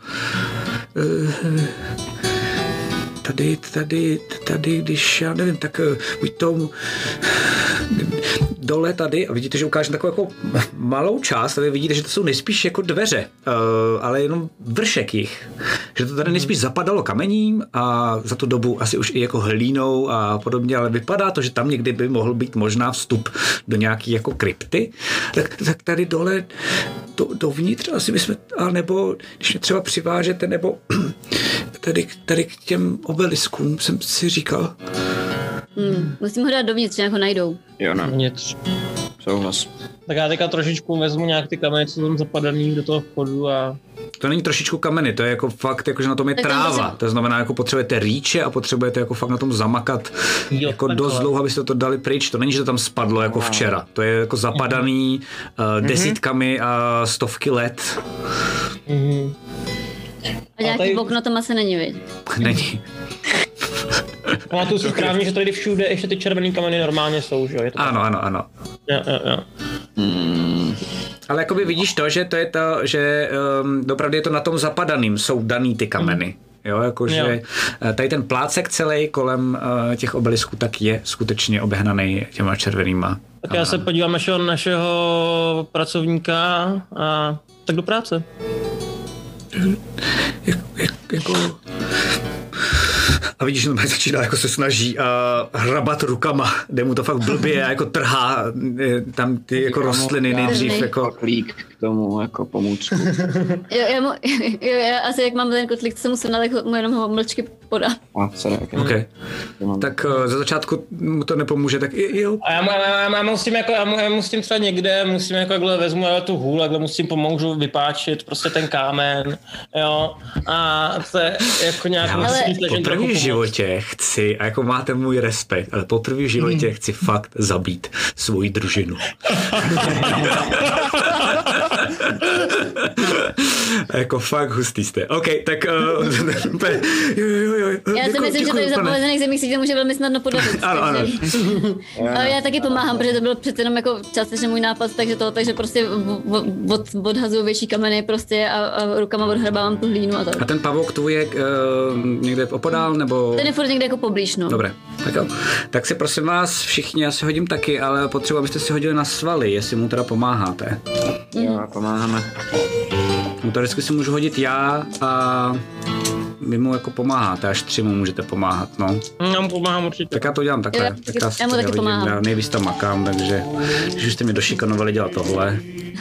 tady, když já nevím, tak buď to dole tady a vidíte, že ukážu takovou jako malou část a vy vidíte, že to jsou nejspíš jako dveře, ale jenom vršek jich. Že to tady nejspíš zapadalo kamením a za tu dobu asi už i jako hlínou a podobně, ale vypadá to, že tam někdy by mohl být možná vstup do nějaký jako krypty. Tak tady dole dovnitř asi bychom, nebo když mě třeba přivážete, nebo tady k těm obeliskům jsem si říkal. Musím ho dát dovnitř, nějak ho najdou. Jo, no. Dovnitř. Souhlas. Tak já teďka trošičku vezmu nějak ty kameny, co tam zapadaný do toho vchodu a... To není trošičku kameny, to je jako fakt, jako, že na tom je tráva. To znamená, jako potřebujete rýče a potřebujete jako fakt na tom zamakat jako dost dlouho, abyste to dali pryč. To není, že to tam spadlo jako včera. To je jako zapadaný desítkami a stovky let. A nějaký okno tam asi není, viď? Není. Pamatuju si správně, že tady všude ještě ty červený kameny normálně jsou, že jo? Ano. Jo. Ale jakoby vidíš to, že to je to, že opravdu je to na tom zapadaným, jsou daný ty kameny. Jo, jakože tady ten plácek celý kolem těch obelisků tak je skutečně obehnaný těma červenýma. Tak já se podívám na našeho pracovníka a tak do práce. Jako... A vidíš, že to začíná jako se snaží hrabat rukama, kde mu to fakt blbě a jako trhá tam ty jako rostliny nejdřív. Jako... Klík k tomu jako pomůcku. Já asi jak mám ten kotlík, co musím nalek mu jenom ho mlčky podá. Okay. Tak za začátku mu to nepomůže, tak jo. A já musím třeba někde, vezmu tu hůl, takhle musím pomůžu vypáčit prostě ten kámen, jo. A to je jako nějak poprvé v životě chci, a jako máte můj respekt, ale poprvé v životě chci fakt zabít svoji družinu. Jako fakt hustý jste. OK, tak... Já si myslím, že tady v zapovězených zemích si to může velmi snadno podařit. Ano. Ale já taky pomáhám, protože to byl přece jenom jako částečně můj nápad, takže prostě odhazuju větší kameny prostě a rukama odhrabávám tu hlínu a tak. A ten pavouk tvůj je někde opodál, nebo... Ten je furt někde jako poblíž, no. Dobré, tak jo. Tak si prosím vás všichni, já si hodím taky, ale potřebuji, abyste si hodili na svaly, jestli mu teda pomáháte. Jo, pomáháme. No to vždycky si můžu hodit já a vy mu jako pomáháte, až 3 mu můžete pomáhat, no. Já mu pomáhám určitě. Tak já to dělám takhle. Já mu taky pomáhám. Já nejvíc tam makám, takže když už jste mě došikanovali dělat tohle.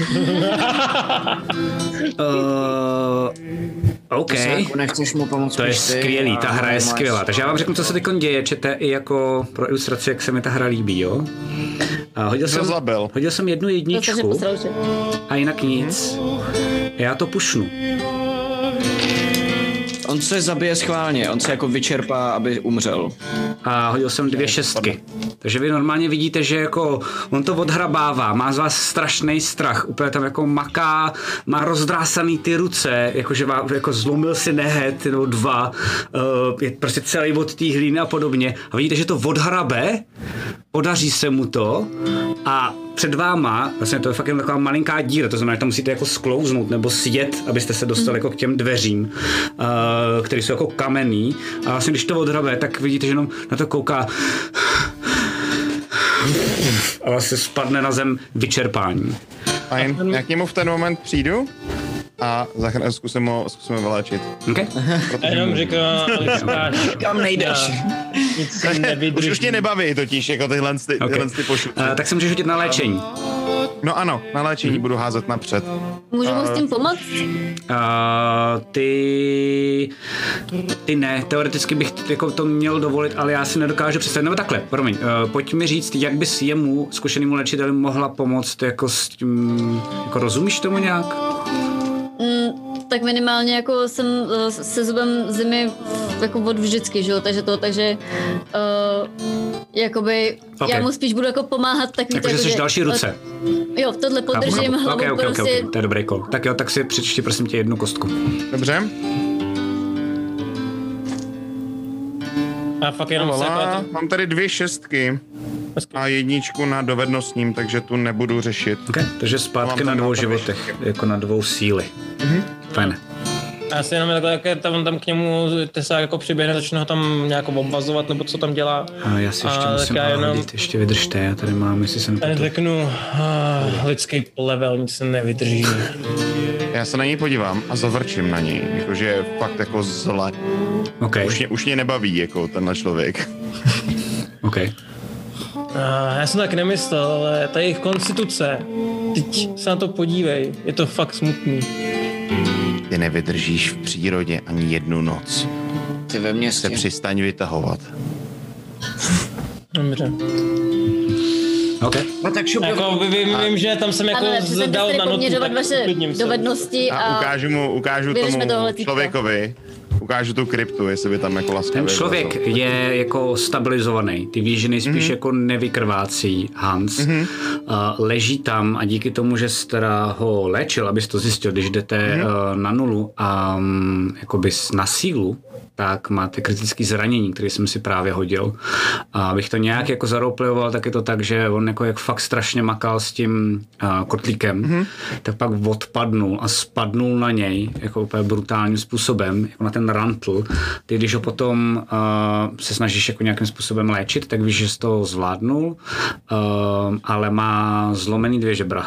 OK. Nechceš mu pomoct. To je skvělý, ta hra je skvělá. Takže já vám řeknu, co se teď děje, čete i jako pro ilustraci, jak se mi ta hra líbí, jo? A hodil jsem 1 jedničku a jinak nic. Já to pušnu. On se zabije schválně, on se jako vyčerpá, aby umřel. A hodil jsem 2 šestky. Takže vy normálně vidíte, že jako on to odhrabává, má z vás strašný strach, úplně tam jako maká, má rozdrásaný ty ruce, jakože jako zlomil si nehet nebo 2, je prostě celý od té hlíny a podobně. A vidíte, že to odhrabe, podaří se mu to a před váma, vlastně to je fakt jen taková malinká díra, to znamená, že tam musíte jako sklouznout nebo sjet, abyste se dostali jako k těm dveřím, které jsou jako kamenný. A vlastně když to odhrabe, tak vidíte, že jenom na to kouká a vlastně spadne na zem vyčerpání. Fajn, já k němu v ten moment přijdu a zkusím ho vyléčit. Okay. A jenom říká, kam nejdeš? Nic se nevydrží. Už mě nebaví totiž jako tyhle pošuty. Tak se můžeš hodit na léčení. No ano, na léčení budu házet napřed. Můžu mu s tím pomoct? Ty ne, teoreticky bych jako to měl dovolit, ale já si nedokážu představit. Nebo takhle, promiň, pojď mi říct, jak bys jemu, zkušenému léčiteli, mohla pomoct jako s tím, jako rozumíš tomu nějak? Tak minimálně jako jsem se zubem zimy jako od vždycky, že jo, takže jakoby já mu spíš budu jako pomáhat, tak víte, jako, že jsi další ruce. Jo, tohle podržím hlavou prostě. Okay. To je dobrý kol. Tak jo, tak si přečti prosím tě 1 kostku. Dobře. A fakt jenom Mám tady 2 šestky a 1 na dovednostním, takže tu nebudu řešit. Okay, takže zpátky na 2 životech, jako na 2 síly. Fajn. A já si jenom takhle, jak tam k němu Tesák jako přiběhne, začne ho tam nějak obvazovat, nebo co tam dělá. A já si ještě musím hodit, ještě vydržte, já tady mám, jestli jsem... Já řeknu, lidský level, nic se nevydrží. Já se na něj podívám a zavrčím na něj, jakože je fakt jako zle. Okay. Už mě nebaví jako tenhle člověk. OK. Já jsem tak nemyslel, ale ta jejich konstituce, teď se na to podívej, je to fakt smutný. Ty nevydržíš v přírodě ani 1 noc. Ty ve městě. Se přistaň vytahovat. Dobře. OK. No tak šup. Jako vím, že tam jsem jako dal na notu, tak vaše dovednosti a ukážu tomu člověkovi. Ukážu tu kryptu, jestli by tam jako laskavě. Ten člověk je jako stabilizovaný. Ty víš, že nejspíš jako nevykrvácí Hans. Leží tam a díky tomu, že jsi teda ho léčil, abys to zjistil, když jdete na 0 a jakoby na sílu, tak máte kritické zranění, které jsem si právě hodil. A abych to nějak jako zarouploval, tak je to tak, že on jako jak fakt strašně makal s tím kotlíkem, tak pak odpadnul a spadnul na něj jako úplně brutálním způsobem, jako na ten rantl. Ty, když ho potom se snažíš jako nějakým způsobem léčit, tak víš, že jsi to zvládnul, ale má zlomený 2 žebra.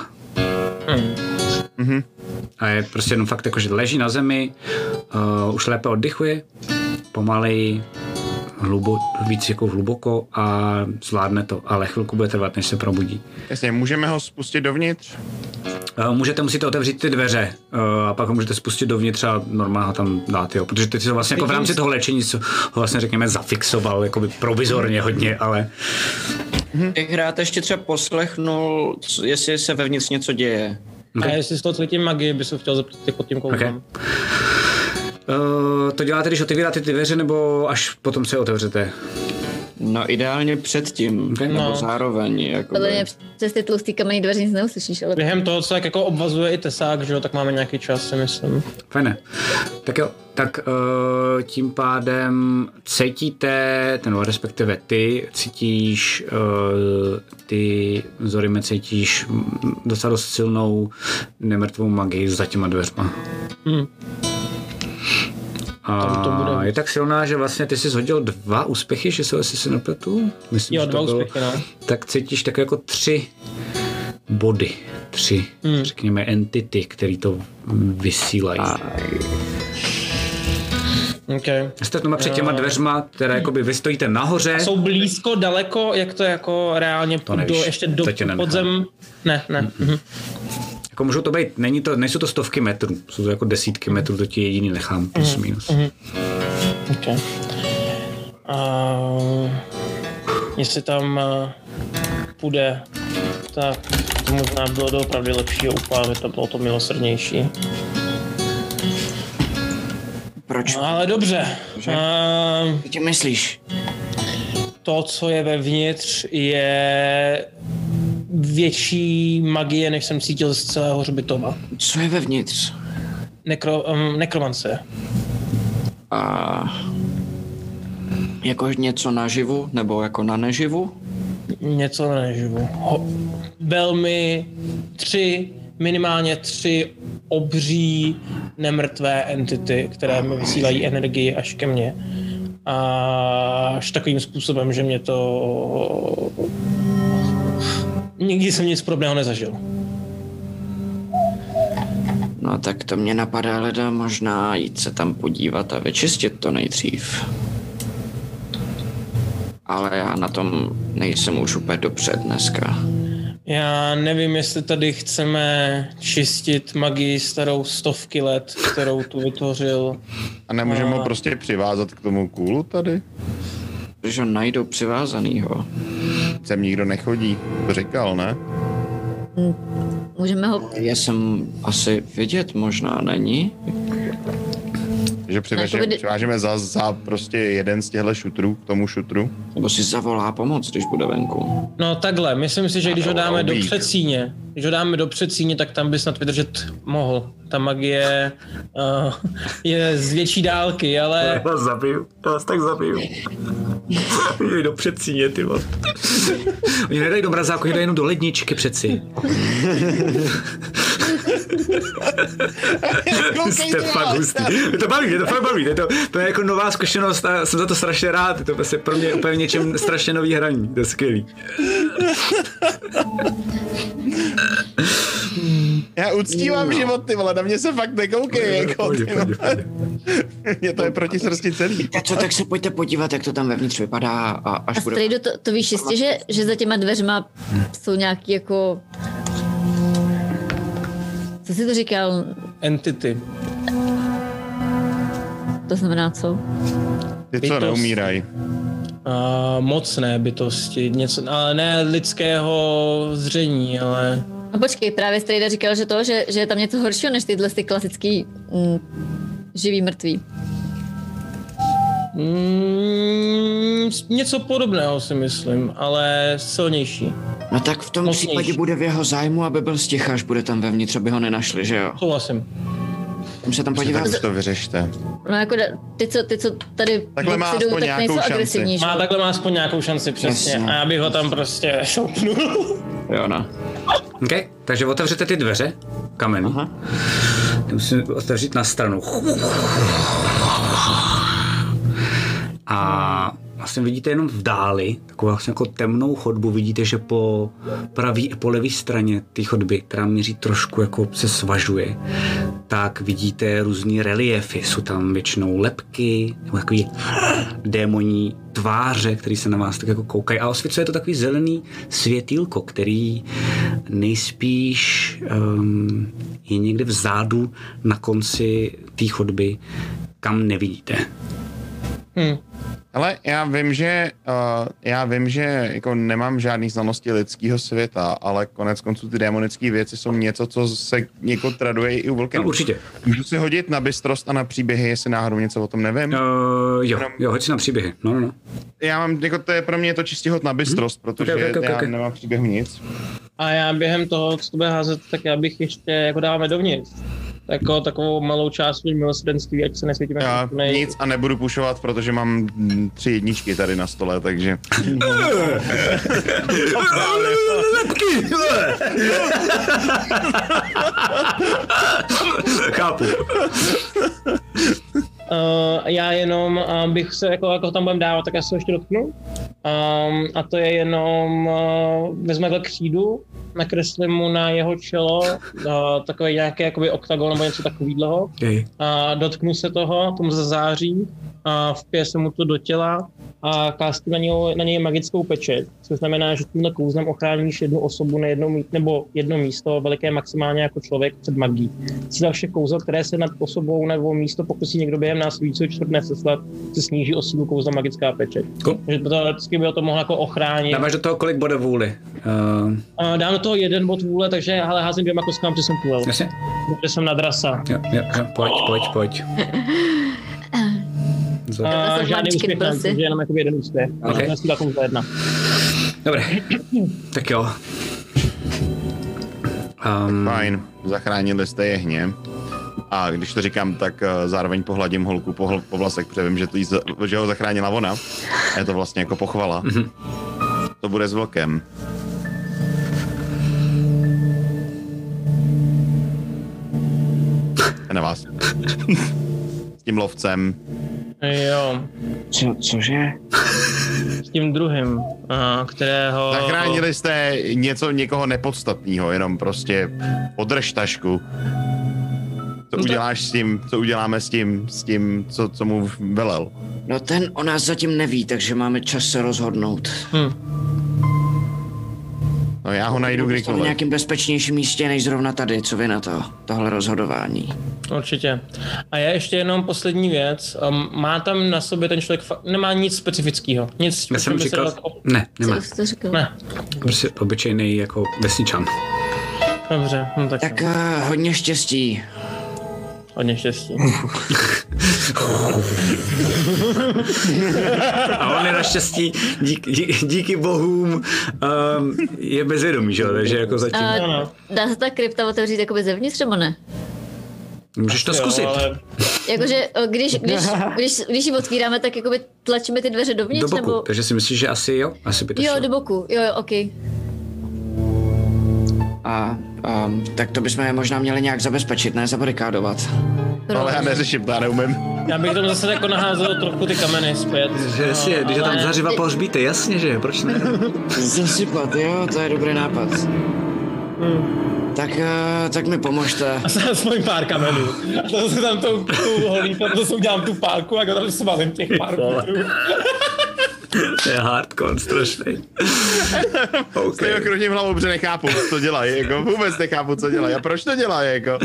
A je prostě jenom fakt jako, že leží na zemi, už lépe oddychuje, pomaleji, víc jako hluboko a zvládne to, ale chvilku bude trvat, než se probudí. Jasně, můžeme ho spustit dovnitř? musíte otevřít ty dveře a pak ho můžete spustit dovnitř a normálně tam dát, jo. Protože ty si vlastně jako v rámci toho léčení ho vlastně řekněme zafixoval, jakoby provizorně hodně, ale... Bych rád ještě třeba poslechnul, jestli se vevnitř něco děje. Okay. A jestli z toho cítím magii, by se chtěl zeptat pod tím koukám. Okay. To děláte, když otevíráte ty dveře, nebo až potom se otevřete? No ideálně předtím, nebo zároveň. Jakoby. Podle mě přes ty tlustý kamenný dveře nic neuslyšíš, ale... Během toho, co jako obvazuje i tesák, že jo, tak máme nějaký čas, si myslím. Fajne. Tak jo, tak tím pádem cítíte, respektive ty cítíš, ty Zorime cítíš docela dost silnou nemrtvou magii za těma dveřma. A je tak silná, že vlastně ty jsi shodil 2 úspěchy, že se si nepletu? Myslím, jo, 2 úspěchy, no. Tak cítíš tak jako 3 body, 3, řekněme, entity, který to vysílají. Okay. Jste tomu před těma dveřma, které jakoby vy stojíte nahoře. A jsou blízko, daleko, jak to jako reálně ještě do podzem? Ne. Jako můžou to být, nejsou to stovky metrů, jsou to jako desítky metrů, to ti jediný nechám, plus minus. Okay. Jestli tam půjde, tak to možná bylo doopravdy lepší a úplně to bylo to milosrdnější. Proč? No, ale dobře. Co ti myslíš? To, co je vevnitř, je větší magie, než jsem cítil z celého hřbitova. Co je vevnitř? Nekromance. A jako něco naživu, nebo jako na neživu? Něco na neživu. Minimálně 3 obří nemrtvé entity, které mi vysílají energii až ke mně. Až takovým způsobem, že mě to... Nikdy jsem nic podobného nezažil. No tak to mě napadá, leda, možná jít se tam podívat a vyčistit to nejdřív. Ale já na tom nejsem už úplně dobře dneska. Já nevím, jestli tady chceme čistit magii starou 100 let, kterou tu vytvořil. A nemůžeme ho prostě přivázat k tomu kůlu tady? Protože ho najdou přivázanýho. Sem nikdo nechodí, to říkal, ne? Můžeme ho... Já jsem asi vidět, možná není. Že přivážeme za prostě jeden z těchto šutrů k tomu šutru. Nebo si zavolá pomoc, když bude venku. No takhle, myslím si, že když ho dáme do předsíně, tak tam by snad vydržet mohl. Ta magie je z větší dálky, ale... Já vás tak zabiju. Jdej do předsíně, ty vole. Oni nedají do mrazáku, dají jenom do ledničky přeci. Jste fakt hustý. Mě to fakt baví. To je jako nová zkušenost a jsem za to strašně rád. Je to prostě pro mě úplně něčem strašně nový hraní. To je skvělý. Já uctívám život, ty vole, na mě se fakt nekoukej, jako ty vole. Mně to je proti srsti celý. A co, tak se pojďte podívat, jak to tam vevnitř vypadá a až bude... Strejdo, to víš jistě, že za těma dveřma jsou nějaký jako... Co jsi to říkal? Entity. To znamená co? Ty co neumírají. Mocné bytosti, něco, ale ne lidského zření, ale... No počkej, právě Strejda říkal, že je tam něco horšího než tyhle ty klasický živý mrtví. Něco podobného si myslím, ale silnější. No tak v tom případě bude v jeho zájmu, aby byl sticha, až bude tam vevnitř, aby ho nenašli, že jo? Souhlasím. Můžeme se tam podívat. Tak už to vyřešte. No jako ty, co tady takhle má aspoň tak nejsou agresivní. Takhle má aspoň nějakou šanci, přesně. Jasně. A já bych ho tam prostě šoupnul. Jo, no. OK, takže otevřete ty dveře, kamenný. Musím otevřít na stranu. A vlastně vlastně vidíte jenom v dáli, takovou vlastně jako temnou chodbu, vidíte, že po pravé a po levé straně té chodby, která míří trošku jako se svažuje, tak vidíte různý reliefy, jsou tam většinou lebky, nebo takový démoní tváře, který se na vás tak jako koukají a osvěcuje to takový zelený světýlko, který nejspíš je někde vzadu na konci té chodby, kam nevidíte. Ale já vím, že jako nemám žádný znalosti lidského světa, ale konec konců ty démonické věci jsou něco, co se jako traduje i u Vulcanu. No, určitě. Můžu si hodit na bystrost a na příběhy, jestli náhodou něco o tom nevím? Jo, hoď si na příběhy. No. Já mám, jako to je pro mě to čistě hod na bystrost, protože já nemám příběhu nic. A já během toho, co to bude házet, tak já bych ještě jako dáváme dovnitř. Jako takovou malou část milosrdenství, ať se nesvětíme. Já nic a nebudu pušovat, protože mám 3 jedničky tady na stole, takže... Chápu. Já jenom bych se, jako tam budem dávat, tak já se ještě dotknu. A to je jenom, vezme křídu, nakreslím mu na jeho čelo takový nějaký jakoby oktagon nebo něco takového. A dotknu se toho, tomu zazáří a vpije se mu to do těla a kástím na něj magickou pečeť, což znamená, že tímhle kouzlem ochráníš jednu osobu na jedno místo, veliké maximálně jako člověk před magií. Cíle všech kouzel, které se nad osobou nebo místo pokusí někdo během následujícího čtvrtne seslat, se sníží o sílu kouzla magická pečeť. Cool. Takže to vždycky by to mohlo jako ochránit. Dáváš do toho kolik bude vůli? Dám do toho 1 bod vůle, takže ale házím 2 kostkám, protože jsem půl. Jasně. Protože jsem na drasa. Jo, pojď. Žádný úspěch, takže jenom jako 1 úspěch. Okay. Za 1. Dobré, tak jo. Fajn, zachránili jste jehně. A když to říkám, tak zároveň pohladím holku po vlasech, protože vím, že ho zachránila ona. Je to vlastně jako pochvala. Mm-hmm. To bude s vlkem. Na vás. S tím lovcem. Jo. Cože? S tím druhým, kterého... Zachránili jste někoho nepodstatného, jenom prostě podrž tašku. Co uděláš s tím, co uděláme s tím, co mu velel? No ten o nás zatím neví, takže máme čas se rozhodnout. No já ho najdu kdykoliv. V nějakém bezpečnějším místě než zrovna tady, co vy na tohle rozhodování. Určitě. A já ještě jenom poslední věc. Má tam na sobě ten člověk, nemá nic specifického. Nic. Já jsem říkal, ne, nemá. Ne. Prostě obyčejný jako vesničan. Dobře, no tak hodně štěstí. Hodně štěstí. A on je naštěstí díky bohům je bezvědomý, že jo, takže jako zatím... Dá se ta krypta otevřít jakoby zevnitř, nebo ne? Můžeš to zkusit. Ale... Jakože když ji otvíráme, tak jakoby tlačíme ty dveře dovnitř, do boku, nebo... takže si myslíš, že asi jo? Asi by to šlo. Jo, do boku, jo, ok. Tak to bychom je možná měli nějak zabezpečit, ne zabarikádovat. Ale já neřeším, to já neumím. Já bych tam zase jako naházel trochu ty kameny zpět. Jasně, když tam zařiva pohřbíte, jasně, že proč ne? Zasypat, jo, to je dobrý nápad. Tak mi pomožte. Aspoň pár kamenů. A to se tam tu holíka, to se udělám tu pálku a tam svalím těch pár metrů. To je hardcore, strašný. Okay. Stejně krutím hlavou, protože nechápu, co dělají, jako vůbec nechápu, co dělají a proč to dělají, jako.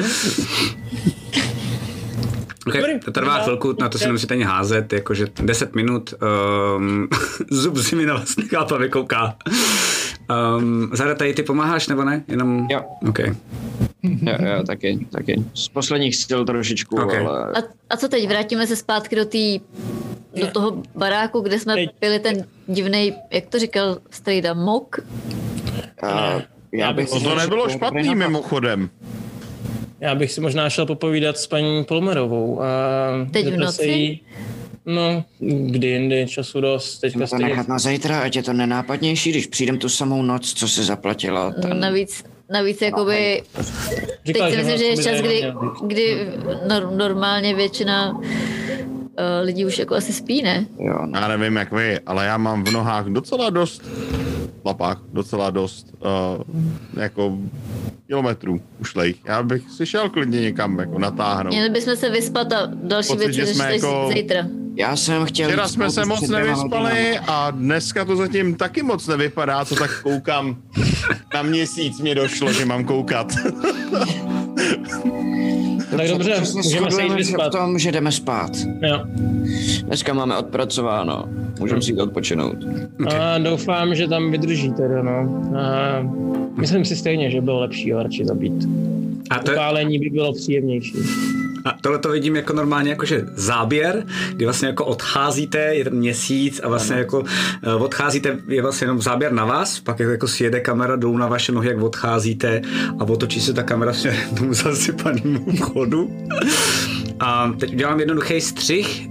Okay, to trvá chvilku, na to si nemusíte ani házet, jakože 10 minut, zub si mi na vás nechápavě kouká. Zara, tady ty pomáháš, nebo ne? Jenom... Jo. Okay. Jo, taky. Z posledních sil trošičku, okay. Ale... A co teď? Vrátíme se zpátky do toho baráku, kde jsme pili ten divnej, jak to říkal Strejda, mok? To nebylo špatný mimochodem. Já bych si možná šel popovídat s paní Polmerovou. Teď v noci? No, kdy jindy, času dost. Teďka to nechat na zítra, ať je to nenápadnější, když přijdem tu samou noc, co se zaplatila. No, navíc jakoby... Říkal, teď si myslím, že je čas, kdy normálně většina lidi už jako asi spí, ne? Jo, no. Já nevím jak vy, ale já mám v nohách docela dost jako kilometrů ušlejch. Já bych si šel klidně někam jako natáhnout. Měli bychom se vyspat a další věci řešili jako... zítra. Já jsem chtěl... Včera jsme se moc nevyspali a dneska to zatím taky moc nevypadá, co tak koukám. Na měsíc mě došlo, že mám koukat. Tak dobře, můžeme se jít vyspat. V tom, že jdeme spát. Jo. Dneska máme odpracováno. Můžeme si jít odpočinout. Okay. A doufám, že tam vydrží teda, no. A myslím si stejně, že bylo lepší ho radši zabít. Upálení by bylo příjemnější. A tohle to vidím jako normálně jakože záběr, kdy vlastně jako odcházíte, je ten měsíc a vlastně jako odcházíte, je vlastně jenom záběr na vás, pak jako si jede kamera dolů na vaše nohy, jak odcházíte a otočí se ta kamera směrem k tomu zasypanému vchodu. A teď udělám jednoduchý střih.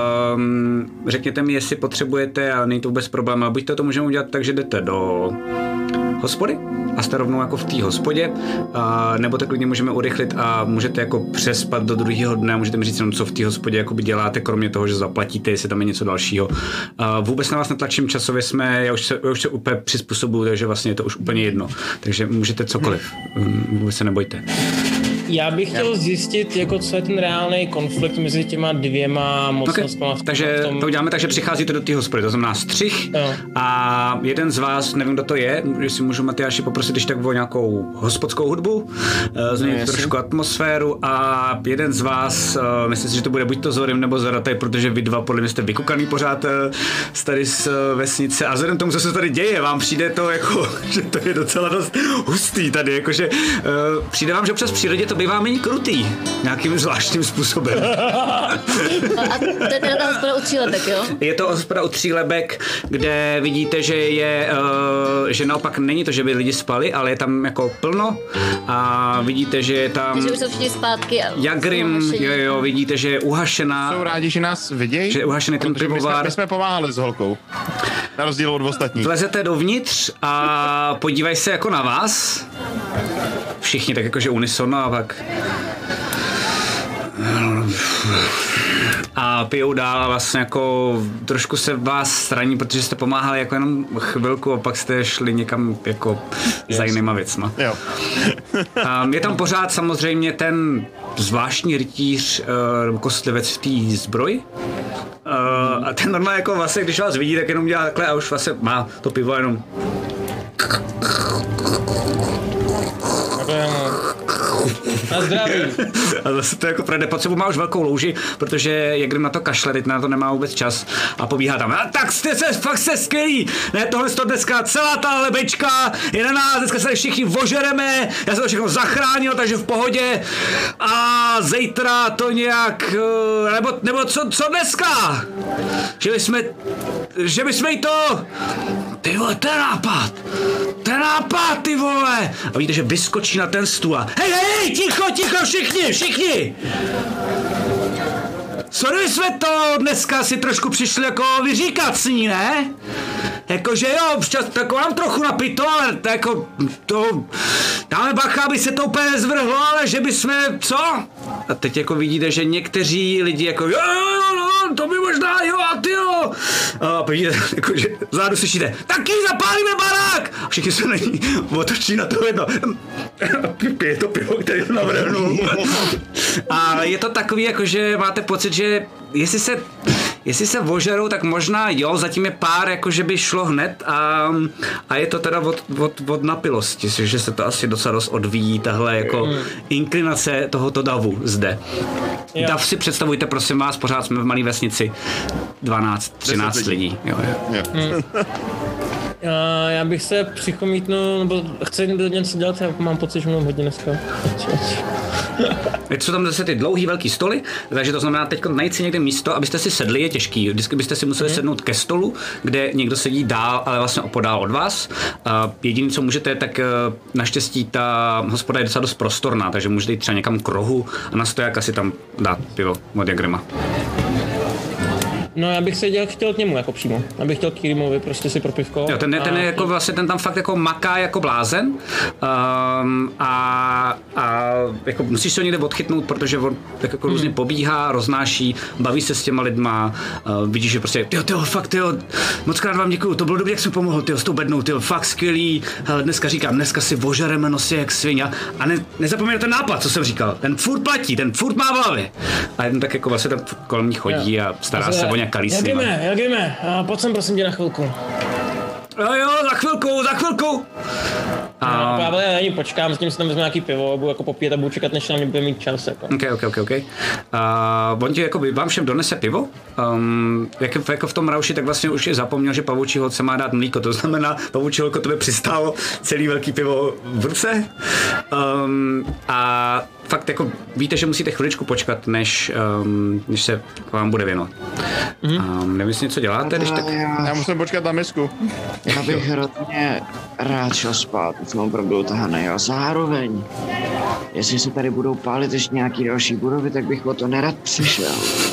Řekněte mi, jestli potřebujete, a není to vůbec problém, ale buď to můžeme udělat tak, že jdete do hospody a jste rovnou jako v té hospodě, nebo to klidně můžeme urychlit a můžete jako přespat do druhého dne a můžete mi říct jenom, co v té hospodě jakoby děláte, kromě toho, že zaplatíte, jestli tam je něco dalšího. Vůbec na vás netlačím časově, já už se úplně přizpůsobuju, takže vlastně je to už úplně jedno. Takže můžete cokoliv, vůbec se nebojte. Já bych chtěl zjistit, jako co je ten reálný konflikt mezi těma dvěma mocnostmi. Okay. Takže to uděláme tak, že přicházíte do té hospody, to znamená střih a jeden z vás, nevím, kdo to je, jestli můžu Matyáši poprosit když tak o nějakou hospodskou hudbu, změnit trošku atmosféru a jeden z vás, myslím si, že to bude buď to Zorim nebo Zaratej, protože vy dva podle mě jste vykukaný pořád tady z vesnice a vzhledem tomu, co se tady děje, vám přijde to jako, že to je docela dost hustý tady, jakože přijde vám, že občas v přírodě to bývá méně krutý, nějakým zvláštním způsobem. A to je teda ta hospoda u Třílebek, jo? Je to hospoda u Třílebek, kde vidíte, že je, že naopak není to, že by lidi spali, ale je tam jako plno a vidíte, že je tam... Takže už jsou všichni zpátky. Jagrim, jo, vidíte, že je uhašená. Jsou rádi, že nás vidějí? Že je uhašený ten pivovar. My jsme pomáhali s holkou. Na rozdíl od ostatních. Vlezete dovnitř a podívaj se jako na vás. Všichni tak jakože unisono a pak... A pijou dál a vlastně jako trošku se vás straní, protože jste pomáhali jako jenom chvilku a pak jste šli někam jako za jinýma věcma. Jo. Je tam pořád samozřejmě ten zvláštní rytíř nebo kostlivec v té zbroji. A ten normálně jako vlastně, když vás vidí, tak jenom dělá takhle a už vlastně má to pivo jenom. Na zdraví. A zase to jako projde, pod sebou má už velkou louži, protože Jagrim na to kašle, teď na to nemá vůbec čas a pobíhá tam. A tak fakt jste skvělý, ne, tohle to dneska celá ta lebečka je na nás, dneska se všichni ožereme, já jsem to všechno zachránil, takže v pohodě a zítra to nějak, nebo co dneska? Že bychom jí to, ty vole, ten nápad, ty vole. A vidíte, že vyskočí na ten stůl a hej, ticho, všichni. Sorry, jsme to dneska si trošku přišli jako vyříkat s ní, ne? Jakože jo, občas tak mám trochu napito, ale to jako to dáme bacha, aby se to úplně nezvrhlo, ale že bychom, co? A teď jako vidíte, že někteří lidi jako jo, to by možná, jo, a ty jo. A vidíte, jako, že zádu slyšíte, taky zapálíme barák! A všichni se na ní otočí na to jedno. Pije to pivo, který to navrhnu. A je to takový, jako, že máte pocit, že jestli se ožerou, tak možná jo, zatím je pár, jako že by šlo hned a je to teda od napilosti, že se to asi docela dost odvíjí, tahle jako inklinace tohoto davu zde. Jo. Dav si představujte, prosím vás, pořád jsme v malé vesnici, 12-13 lidí. Jo. Já bych se přichomítnul, nebo chci něco dělat, já mám pocit, že mám hodně dneska. Jsou tam zase ty dlouhý velký stoly, takže to znamená teď najít si někde místo, abyste si sedli, je těžký. Vždycky byste si museli sednout ke stolu, kde někdo sedí dál, ale vlastně opodál od vás. Jediné, co můžete, tak naštěstí ta hospoda je docela dost prostorná, takže můžete jít třeba někam k rohu a na stoják asi tam dát pivo od Jagrima. No, já bych se chtěl k němu jako přímo. Já bych chtěl k Kirimovi prostě si pro pivko. Jo, ten je jako vlastně, ten tam fakt jako maká jako blázen a jako musíš se ho někde odchytnout, protože on tak jako různě pobíhá, roznáší, baví se s těma lidma, vidíš, že prostě tyjo, fakt moc krát vám děkuju, to bylo dobrý, jak jsem pomohl, s tou bednou, fakt skvělý, dneska si ožereme nosy jak svině a nezapomeň ten nápad, co jsem říkal, ten furt platí, ten furt má v hlavě. A jen tak jako vlastně tam kolem ní chodí a stará se o ně kalí s nima. Jak jdeme, pojď sem prosím tě na chvilku. Jo, za chvilku. Já na ní počkám, s tím si tam vezmu nějaký pivo, budu jako popít a budu čekat, než na mě bude mít čas. Jako. OK. On ti jako vám všem donese pivo. Jako v tom rauši, tak vlastně už je zapomněl, že pavoučí holce má dát mlíko, to znamená, pavoučí holko tebe přistálo celý velký pivo v ruce. A fakt jako víte, že musíte chviličku počkat, než se vám bude věnovat. Nevím, jestli něco děláte, když tak... Já musím počkat na misku. Já bych hrozně rád šel spát, jsem opravdu utahaný a zároveň, jestli se tady budou pálit ještě nějaký další budovy, tak bych o to nerad přišel.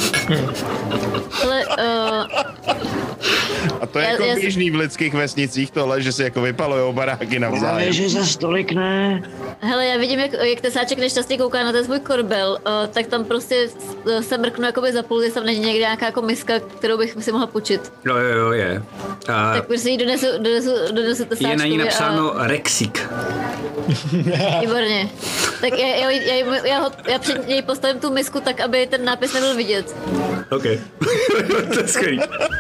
Ale, a to je jako běžný v lidských vesnicích tohle, že si jako vypalujou baráky navzájem. Právě, že za stolik ne. hele, já vidím, jak Tesáček nešťastně kouká na ten svůj korbel, tak tam prostě se mrknu jakoby za půl, jestli tam není někde nějaká jako miska, kterou bych si mohla půjčit. Jo, je. Tak prostě ji donesu Tesáčkovi. Je na ní napsáno Rexík. Výborně. Tak já před něj postavím tu misku tak, aby ten nápis nebyl vidět. OK. To je skvělý.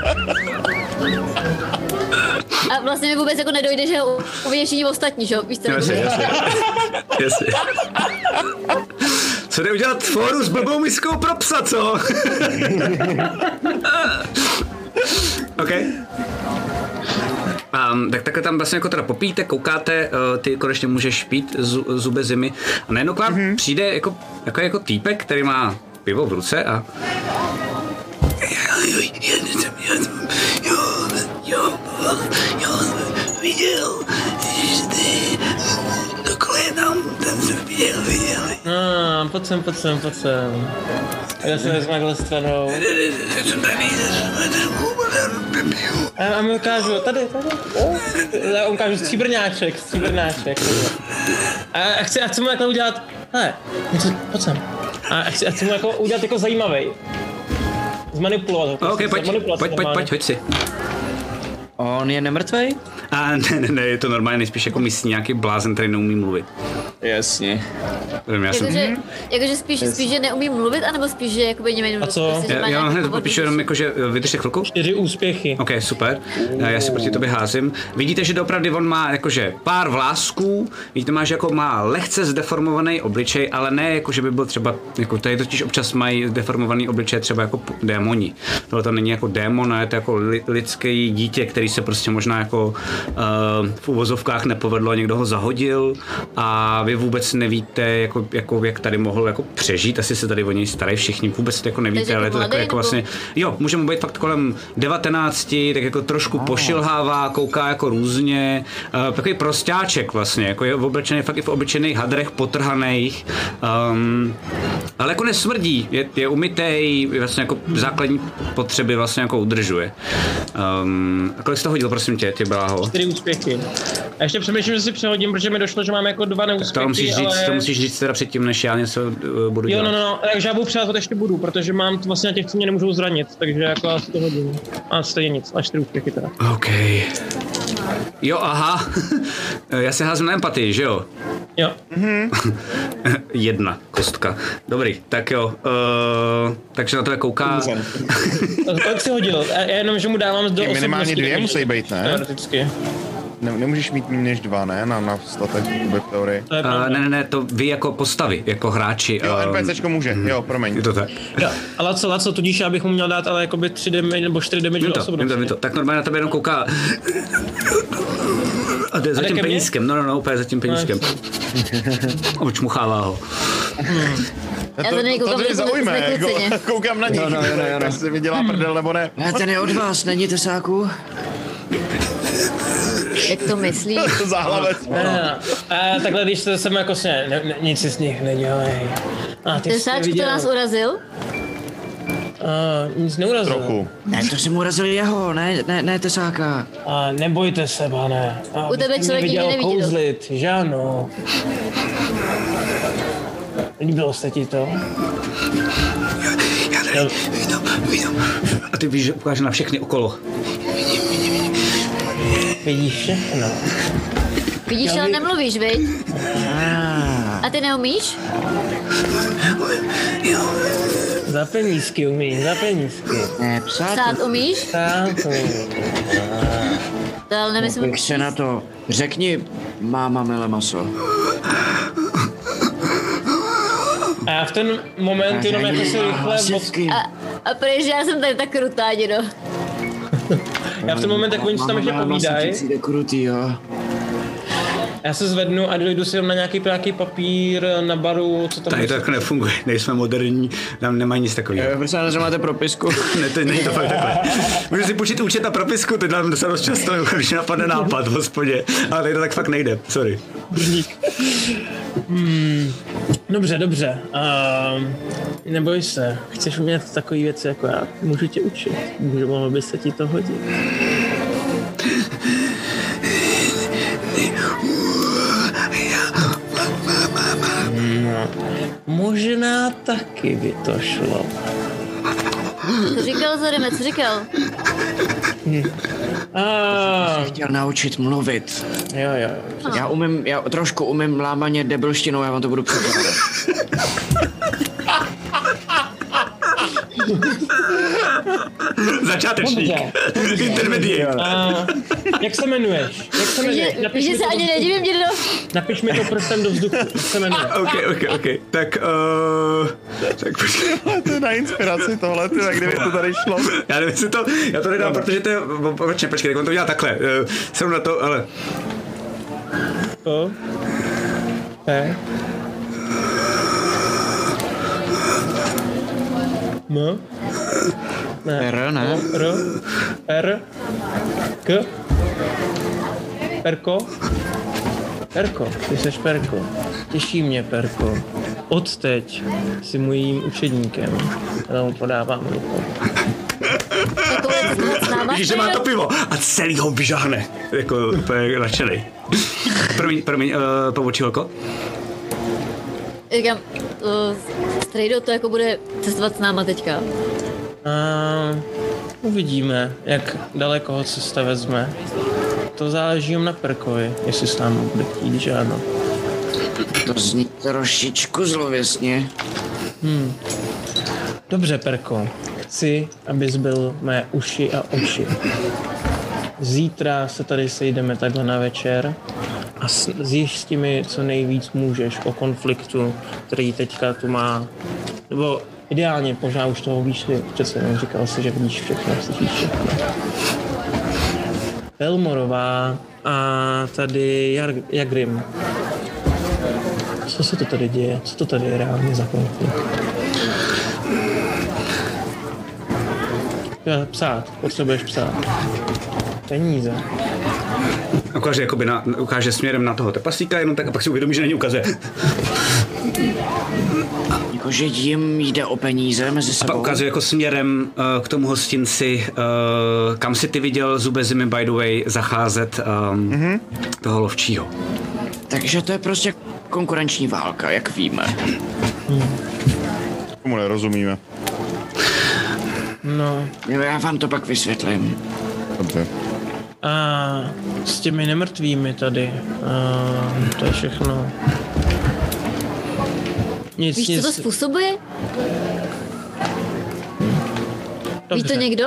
A vlastně mi vůbec jako nedojde, že ho uvidíš i ostatní, že jo? Víš co? Jasně. Co jde udělat fóru s blbou miskou pro psa, co? OK. Tak takhle tam vlastně jako teda popíte, koukáte, ty konečně můžeš pít zuby zimy a najednou k vám přijde jako týpek, který má pivo v ruce a jo, viděl, že ty dokole tam jsem viděl. Pojď sem. Já se vezmu takhle stranou. A mi ukážu, tady. Já ukážu stříbrňáček. A chci mu takhle udělat, pojď sem. A chci mu jako udělat jako zajímavý. Zmanipulovat ho. OK, pojď, hoď si. On je nemrtvej? Ne, je to normálně nejspíš jako myslí nějaký blázen, který neumí mluvit. Jasně. Jakože spíš, že neumí mluvit, anebo spíš, že jakoby němej A co? Prostě, já hned to popíšu jenom jako, že vydržte chvilku. 4 úspěchy. OK, super. Já si proti tobě házím. Vidíte, že doopravdy on má jakože pár vlásků, vidíte, že jako má lehce zdeformovaný obličej, ale ne jako, že by byl třeba, jako tady totiž občas mají zdeformovaný obličej třeba jako démoni. Tohle to není jako démon, ale je to jako lidský dítě, který se prostě možná jako v uvozovkách nepovedlo a někdo ho zahodil a vy vůbec nevíte, jak tady mohl jako přežít, asi se tady o něj starají všichni, vůbec jako nevíte, ale je to takové jako vlastně, jo, může mu být fakt kolem 19, tak jako trošku pošilhává, kouká jako různě, takový prostáček vlastně, jako je oblečený fakt i v obyčejných hadrech potrhaných, ale jako nesmrdí, je umytej, vlastně jako základní potřeby vlastně jako udržuje. A kolik jsi to hodil, prosím tě, bláho? 4 úspěchy. A ještě přemýšlím, že si přehodím, protože mi došlo, že mám jako 2 neúspěchy, to musíš říct teda předtím, než já něco budu dělat. No, takže já budu přiházat ještě budu, protože mám vlastně na těch, co mě nemůžou zranit, takže jako asi to hodím. A stejně nic, a 4 úspěchy teda. OK. Jo, aha. Já se házím na empatii, že jo? Jo. 1 kostka. Dobrý, tak jo. Takže na to kouká. Kolik si hodil? Já jenom, že mu dávám do osobnosti. Minimálně 2 musí být, ne? Teoreticky. Nemůžeš mít méně než 2, ne? Na statek v teorii. Ne, to vy jako postavy, jako hráči. Jo, NPCčko může, jo, promiň. Je to tak. Jo, a Laco, tudíž já bych mu měl dát ale jakoby 3 damage nebo 4 damage do osobnosti. Vím to. Tak normálně na tebe jenom kouká. A to je za tím penízkem, no, úplně za tím penízkem. Očmuchává ho. To mě zaujme, jako, koukám na nich, jestli mi dělá prdel nebo ne. Ten je od vás, není Tesáku? Jak to myslíš? Záhlavec. A takhle, když to jsem jako nic si z nich nedělej. Tesáčku, to nás urazil? Nic neurazil. Trochu. Ne, to si mu urazil jeho, ne tesáka. Nebojte se, pane. U tebe člověk nikdy neviděl. Kouzlit, že ano. Líbilo se ti to? Já vidím. A ty víš, že ukáže na všechny okolo. Vidíš všechno. Vidíš, ale nemluvíš, viď? A ty neumíš? Za penízky umíš, za penízky. Ne, Psát umíš? Psát umíš. To ale nemyslím... Pojď se na to. Řekni, máma mele maso. A já v ten moment jenom jako si rychle... A protože já jsem tady tak krutá, dědo. Já v ten moment, jak oni si tam ještě povídají, já se zvednu a dojdu si na nějaký papír na baru, co tam... Tady to jako nefunguje, nejsme moderní, tam nemají nic takového. Prostě že máte propisku. Ne, to není to fakt takhle. Můžu si půjčit účet na propisku, teď dám dost často, když napadne nápad v hospodě, ale tady to tak fakt nejde, sorry. Dobře. Neboj se, chceš umět takový věci jako já, můžu tě učit, mohlo by se ti to hodit. No, možná taky by to šlo. Co říkal Zorime, co říkal? Jsem chtěl naučit mluvit. Jo. Já trošku umím lámaně debilštinou, já vám to budu překládat. Začátečník. Intermediate. Jak se jmenuješ? Víš, že se ani nedivím, dědo. Napiš mi to prstem do vzduchu. Jak se jmenuje? OK. Tak počkej. To je na inspiraci tohle, kdyby to tady šlo. Já nevím, jestli to, já to nedám, protože to je, počkej, tak on to dělá takhle. Jsem na to, ale... O. P. M. Ne. R, ne? R. K. Perko. Ty seš Perko. Těší mě, Perko. Odteď si mojím učedníkem. Já mu podávám ruku. Vidíš, že má to pivo a celý ho vyžáhne. Jako úplně nadšenej. Promiň, pobočí holko? Říkám, Strejdo to jako bude cestovat s náma teďka. Uvidíme, jak daleko ho cesta vezme. To záleží jen na Perkovi, jestli s námi bude chtít, že ano. To zní trošičku zlověsně. Dobře, Perko. Chci, abys byl mé uši a oči. Zítra se tady sejdeme takhle na večer a zjišť mi, co nejvíc můžeš o konfliktu, který teďka tu má. Nebo ideálně, možná už toho víš, přece jenom říkal si, že vidíš všechno, slyšíš všechno. Pelmorová a tady Jagrim. Co se to tady děje? Co to tady je reálně za konflikt? Psát, potřebuješ psát. Peníze. Ukáže směrem na toho trpaslíka, jenom tak a pak si uvědomí, že na ní ukazuje. Jakože jim jde o peníze mezi sebou. A pak ukazuje jako směrem k tomu hostinci, kam si ty viděl Zubezimy, by the way, zacházet toho lovčího. Takže to je prostě konkurenční válka, jak víme. Komu nerozumíme. No. Já vám to pak vysvětlím. Dobře. A s těmi nemrtvými tady, to je všechno. Víš, co to způsobuje? Ví to někdo?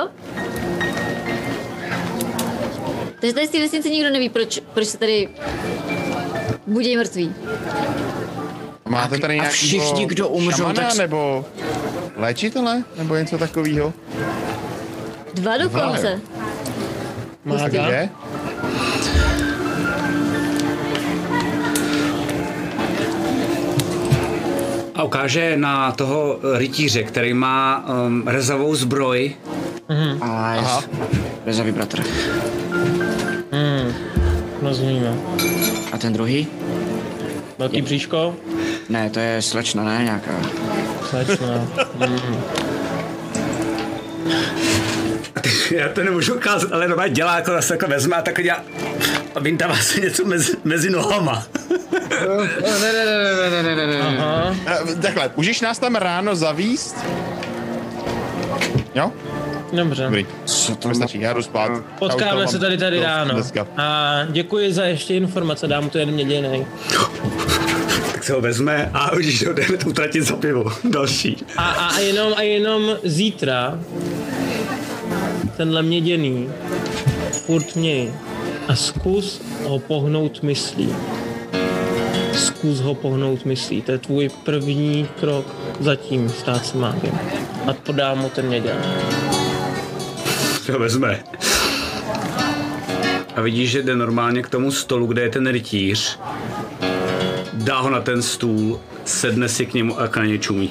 Takže tady z té vesnice nikdo neví, proč se tady budějí mrtví. Máte tady nějakého všichni, kdo umřou, šamana, nebo léčitele, nebo něco takového? 2 dokonce. Mága? A ukáže na toho rytíře, který má rezavou zbroj. Aha. Rezavý bratr. Rozumíme. A ten druhý? Velký bříško? Ne, to je slečna, ne nějaká. Slečna. Já to nemůžu ukázat, ale normálně dělá, jako zase takhle vezme a takhle dělá a vyndává se něco mezi nohama. Ne. Takhle, můžeš nás tam ráno zavíst? Jo? Dobře. Dobrý. Co to mi stačí, já jdu spát. Potkáme se tady ráno. Dneska. A děkuji za ještě informace, dám mu to jeden měděnej. Tak se ho vezme a už ho jdeme to utratit za pivo. Další. A jenom zítra tenhle měděný furt měj a zkus ho pohnout myslí. Zkus ho pohnout myslí. To je tvůj první krok zatím stát se mágem. A podám mu ten měděn. Se ho vezme. A vidíš, že jde normálně k tomu stolu, kde je ten rytíř. Dá ho na ten stůl, sedne si k němu a na něj čumí.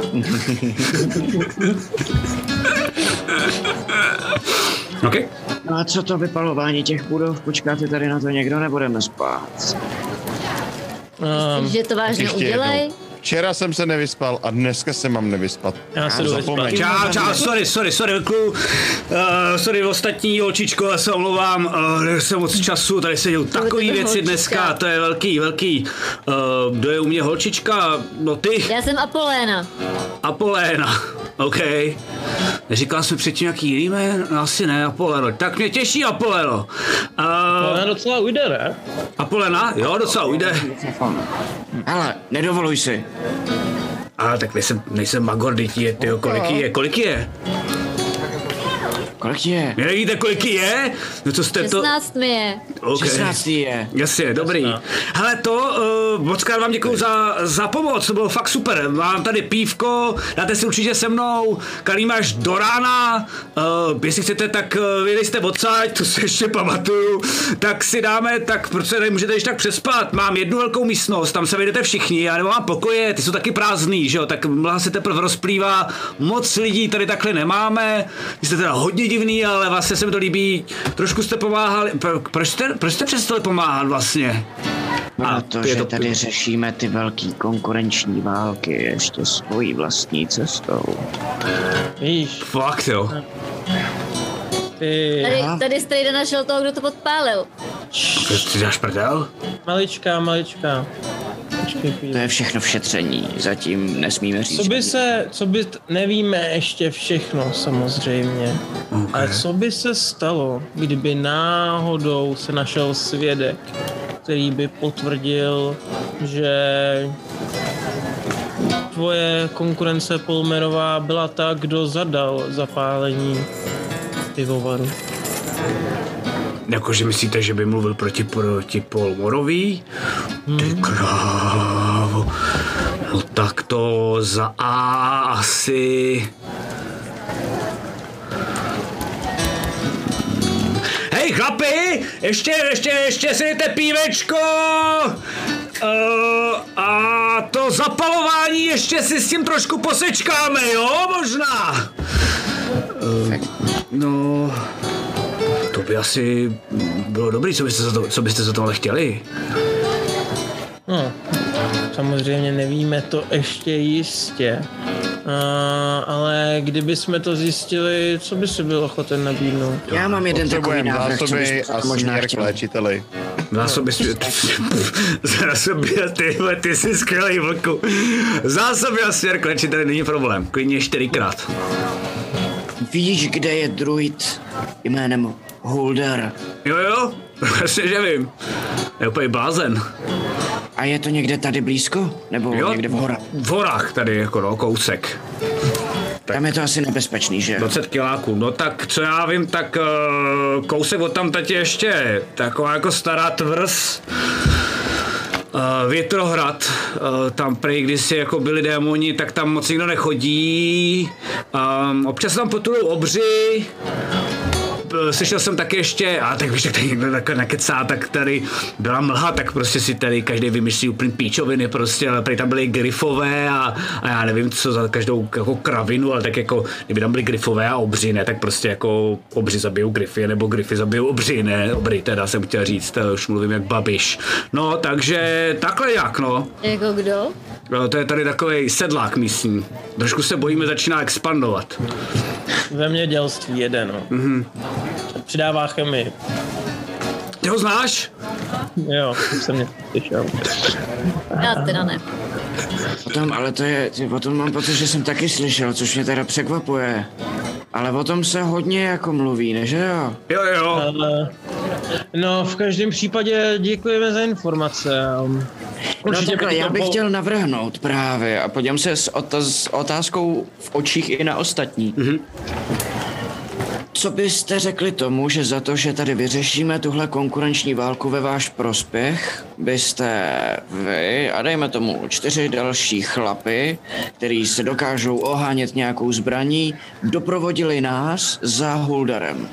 Okay. No a co to vypalování těch budov? Počkáte tady na to někdo, nebudeme spát? Že to vážně udělej? Včera jsem se nevyspal a dneska se mám nevyspat. Já se jdu vyspat. Čau, sorry, sorry ostatní holčičko, já se omlouvám, jsem moc času, tady se dějou takový věci dneska, to je velký. Kdo je u mě holčička? No ty. Já jsem Apoléna, OK. Neříkal jsi předtím nějaký jiný jméno? No, asi ne, Apoleno. Tak mě těší Apoleno. Apolena docela ujde, ne? Apolena? Jo, docela ujde. Ale nedovoluj si. Ale tak nejsem magor, děti, tyjo, kolik je? Kolik je? Nevíte, kolik je? No co jste 16 mi je. Okay. 16 je. Jasně, dobrý. Hele moc krát vám děkuju za pomoc, to bylo fakt super. Mám tady pívko, dáte si určitě se mnou, kalíme až do rána. Jestli chcete, tak vyjste odsaď, to si ještě pamatuju. Tak si dáme, tak proč se můžete ještě tak přespat. Mám jednu velkou místnost, tam se vejdete všichni, já nemám pokoje, ty jsou taky prázdný, že jo, tak mlha se teprve rozplývá, moc lidí tady takhle nemáme. Vy jste teda hodně divný, ale vlastně se mi to líbí. Trošku jste pomáhali. Proč jste přestali pomáhat vlastně? Protože tady řešíme ty velký konkurenční války ještě svojí vlastní cestou. Víš. Fakt jo. Tady Strejda našel toho, kdo to podpálil. Ty dáš prdel? Maličká. To je všechno v šetření, zatím nesmíme říct. Nevíme ještě všechno samozřejmě, okay. Ale co by se stalo, kdyby náhodou se našel svědek, který by potvrdil, že tvoje konkurence Polmerová byla ta, kdo zadal zapálení pivovaru. Jakože myslíte, že by mluvil proti Polmorový? Ty krávo. No tak to za A asi... Hej chlapi, ještě si dejte pívečko! A to zapalování ještě si s tím trošku posečkáme, jo? Možná? No... To by asi bylo dobrý, co byste za tohle chtěli? No, samozřejmě nevíme to ještě jistě. Ale kdyby jsme to zjistili, co by si byl ochoten nabídnout? Já mám jeden takový návrh, co bys možná chtěl. Léčiteli. Zásoby ty jsi skvělý, vlku. Zásoby a směr k léčiteli není problém, klidně 4krát. Víš, kde je druid jménem Holder? Jo, vlastně, že vím. Je úplně blázen. A je to někde tady blízko? Nebo někde v horách? V horách tady, jako kousek. Tak. Tam je to asi nebezpečný, že? 20 kiláků, no tak co já vím, tak kousek od tam teď ještě taková jako stará tvrz. Větrohrad, tam prej kdysi jako byli démoni, tak tam moc nikdo nechodí. Občas tam potulou obři. Slyšel jsem taky ještě, tak víš, tak tady někdo nakecá, tak tady byla mlha, tak prostě si tady každý vymyslí úplně píčoviny prostě, ale tady tam byly gryfové a já nevím co za každou jako kravinu, ale tak jako, kdyby tam byly gryfové a obři, ne, tak prostě jako obři zabijou gryfy, nebo gryfy zabijou obři, ne, obry teda jsem chtěl říct, už mluvím jak Babiš. No, takže takhle jak, no. Jako kdo? To je tady takovej sedlák místní. Trošku se bojíme, začíná expandovat. Zemědělství jede, no. Přidává chemii. Ty ho znáš? Jo, jsem mě slyšel. Já teda ne. Ale o tom mám pocit, že jsem taky slyšel, což mě teda překvapuje. Ale o tom se hodně jako mluví, ne že jo? Jo. No, v každém případě děkujeme za informace. Určitě takhle, já bych chtěl navrhnout právě a podívám se s otázkou v očích i na ostatní. Co byste řekli tomu, že za to, že tady vyřešíme tuhle konkurenční válku ve váš prospěch, byste vy a dejme tomu 4 další chlapy, který se dokážou ohánět nějakou zbraní, doprovodili nás za Huldarem?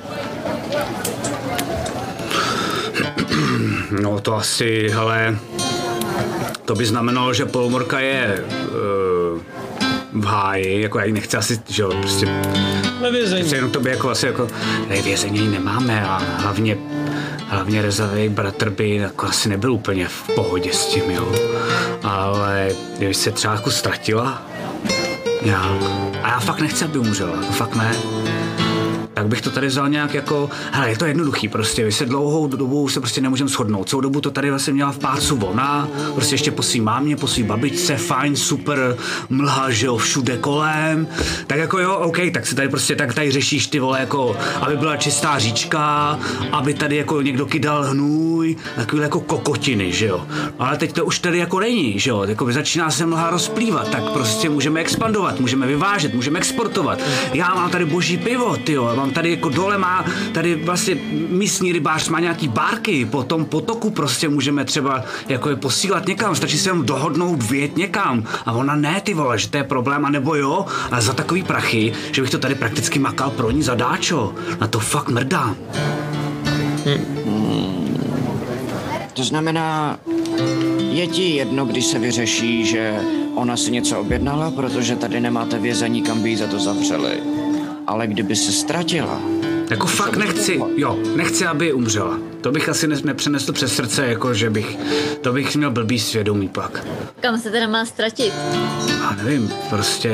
No to asi, hele, to by znamenalo, že Polomorka je v háji, jako já ji nechci asi, že jo, prostě ve vězení. Jenom to by jako asi jako, vězení nemáme a hlavně rezavý bratr by jako asi nebyl úplně v pohodě s tím, jo. Ale kdyby se třeba jako ztratila nějak, a já fakt nechci, aby umřela, fakt ne. Tak bych to tady vzal nějak jako, hele, je to jednoduchý prostě, my se dlouhou dobu se prostě nemůžeme shodnout, celou dobu to tady vlastně měla v párcu ona, prostě ještě po svý mámě, po svý babičce, fajn, super, mlha, že jo, všude kolem, tak jako jo, OK, tak se tady prostě, tak tady řešíš ty vole, jako, aby byla čistá říčka, aby tady jako někdo kydal hnůj, takový jako kokotiny, že jo, ale teď to už tady jako není, že jo, jako začíná se mlha rozplývat, tak prostě můžeme expandovat, můžeme vyvážet, můžeme exportovat, já mám tady boží pivo, tyjo, mám tady jako dole má, tady vlastně místní rybář má nějaký bárky, po tom potoku prostě můžeme třeba jako je posílat někam, stačí se jenom dohodnout, vyjet někam a ona ne, ty vole, že to je problém, anebo jo, ale za takový prachy, že bych to tady prakticky makal pro ní zadáčo, na to fakt mrdám. To znamená, je ti jedno, když se vyřeší, že ona si něco objednala, protože tady nemáte vězení, kam by jí za to zavřeli. Ale kdyby se ztratila... Jako fakt nechci, aby umřela. To bych asi nepřenesl přes srdce, jako že to bych měl blbý svědomí pak. Kam se teda má ztratit? Já nevím, prostě...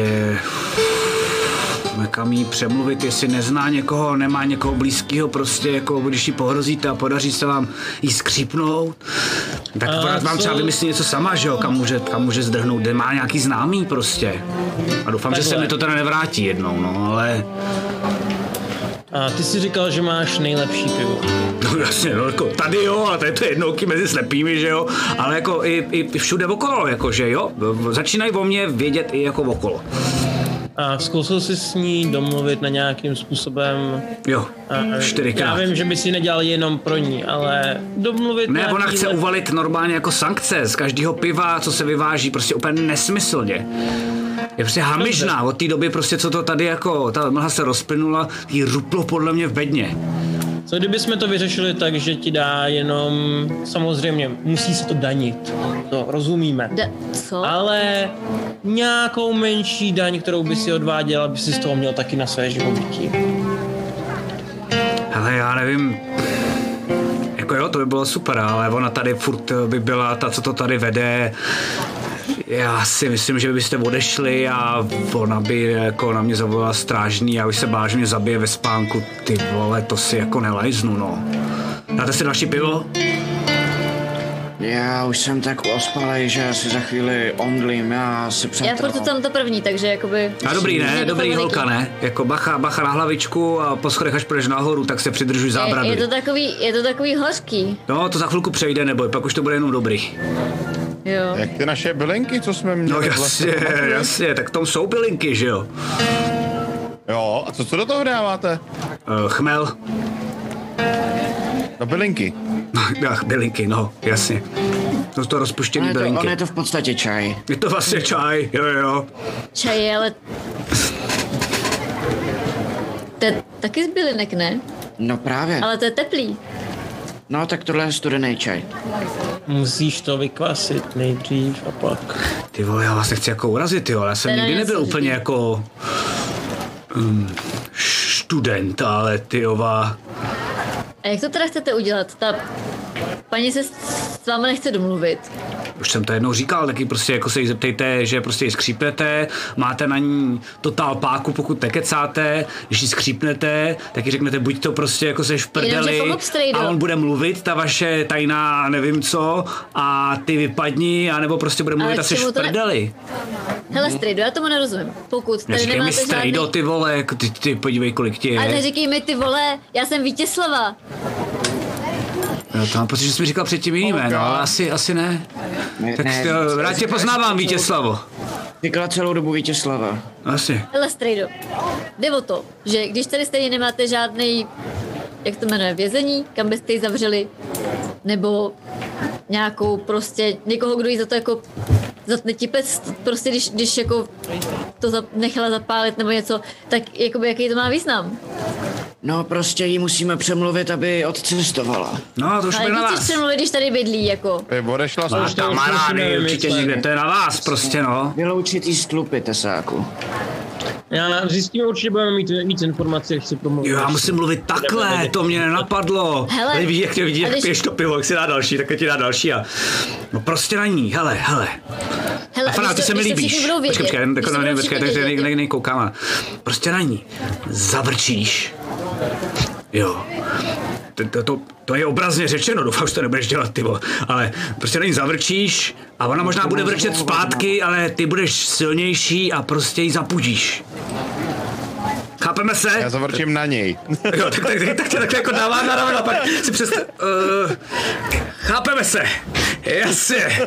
Kam jí přemluvit, jestli nezná někoho, nemá někoho blízkého, prostě jako když jí pohrozíte a podaří se vám jí skřípnout, tak vám třeba vymyslí něco sama, že jo, kam může zdrhnout, kde má nějaký známý prostě. A doufám, že se mi to teda nevrátí jednou, no, ale... A ty jsi říkal, že máš nejlepší pivo. No jasně, no jako tady jo, a tady to je jednouky mezi slepými, že jo, ale jako i všude okolo, jako že jo, začínají o mě vědět i jako okolo. A zkusil jsi s ní domluvit na nějakým způsobem? Jo, 4krát. Já vím, že by si nedělal jenom pro ní, ale domluvit... Ne, ona chce uvalit normálně jako sankce z každého piva, co se vyváží, prostě úplně nesmyslně. Je prostě hamižná, od té doby prostě, co to tady jako, ta mlha se rozplynula, jí ruplo podle mě v bedně. Co kdyby jsme to vyřešili tak, že ti dá jenom, samozřejmě, musí se to danit, to rozumíme. Co? Ale nějakou menší daň, kterou by si odváděl, aby si z toho měl taky na své živobytí. Hele, já nevím, jako jo, to by bylo super, ale ona tady furt by byla ta, co to tady vede. Já si myslím, že byste odešli a ona by jako na mě zavolala strážný a už se bál, že mě zabije ve spánku. Ty vole, to si jako nelajznu, no. Dáte si další pivo? Já už jsem tak ospalej, že asi za chvíli omdlím, já si přetrhu. Já furt tam to první, takže jakoby... A dobrý, ne? Dobrý holka, ne? Jako bacha na hlavičku a po schodech, až půjdeš nahoru, tak se přidržuj zábrady. Je to takový hořký. No, to za chvilku přejde, neboj, pak už to bude jenom dobrý. Jo. Jak ty naše bylinky, co jsme měli? No jasně, tak tom jsou bylinky, že jo? Jo, a co do toho dáváte? Chmel. No bylinky. Bylinky, no, jasně. To jsou to rozpuštěný bylinky. Ono je to v podstatě čaj. Je to vlastně čaj, jo. Čaj, ale... To je taky z bylinek, ne? No právě. Ale to je teplý. No tak tohle je studený čaj. Musíš to vykvasit nejdřív a pak... Ty vole, já vás nechci jako urazit, jo, já jsem nikdy nebyl úplně jako... student, ale tyjová... A jak to teda chcete udělat? Ta paní se s váma nechce domluvit. Už jsem to jednou říkal, taky prostě jako se jí zeptejte, že prostě ji skřípnete, máte na ní totál páku, pokud nekecáte, když ji skřípnete, tak ji řeknete, buď to prostě jako seš v prdeli a on bude mluvit, ta vaše tajná nevím co, a ty vypadni, anebo prostě bude mluvit a seš v prdeli. Hele, Strejdo, já tomu nerozumím. Pokud tady neříkej nemáte mi Strejdo, žádný... ty vole, jako ty podívej, kolik ti je. Ale neříkej mi ty vole, já jsem Vítězslava. Jo, to mám pocit, že jsi mi říkal předtím jiný jméno, ale asi ne. Tak rád tě poznávám, Vítězslavo. Říkala celou dobu Vítězslava. Asi. Hele, Strejdo, jde o to, že když tady stejně nemáte žádný, jak to jmenuje, vězení, kam byste ji zavřeli, nebo nějakou prostě, někoho, kdo jí za to jako zatne tipec, prostě když jako to nechala zapálit nebo něco, tak jakoby jaký to má význam? No prostě jí musíme přemluvit, aby odcestovala. No, to už bude na vás. Ale přemluvit, když tady bydlí, jako. Odešla jsem. Tam má rány určitě někde, to je na vás prostě, no. Vyloučit jí z tlupy, tesáku. Já zjistíme, určitě budeme mít víc informací, jak si promluvit. Jo, já musím mluvit takhle, to mě nenapadlo. Hele, teď vidíš, jak piješ to pivo, jak si dá další, tak ti dá další a... No prostě na ní, hele. A Fana, ty se mi líbíš. Počkej, nejkoukám. Prostě na ní zavrčíš. Jo. To je obrazně řečeno, doufám, že to nebudeš dělat, tyvo. Ale prostě na ní zavrčíš a ona možná bude vrčet zpátky, ale ty budeš silnější a prostě ji zapudíš. Chápeme se? Já zavrčím na něj. Jo, tak tě takhle jako dává na ramena, pak si přesně... chápeme se. Jasně.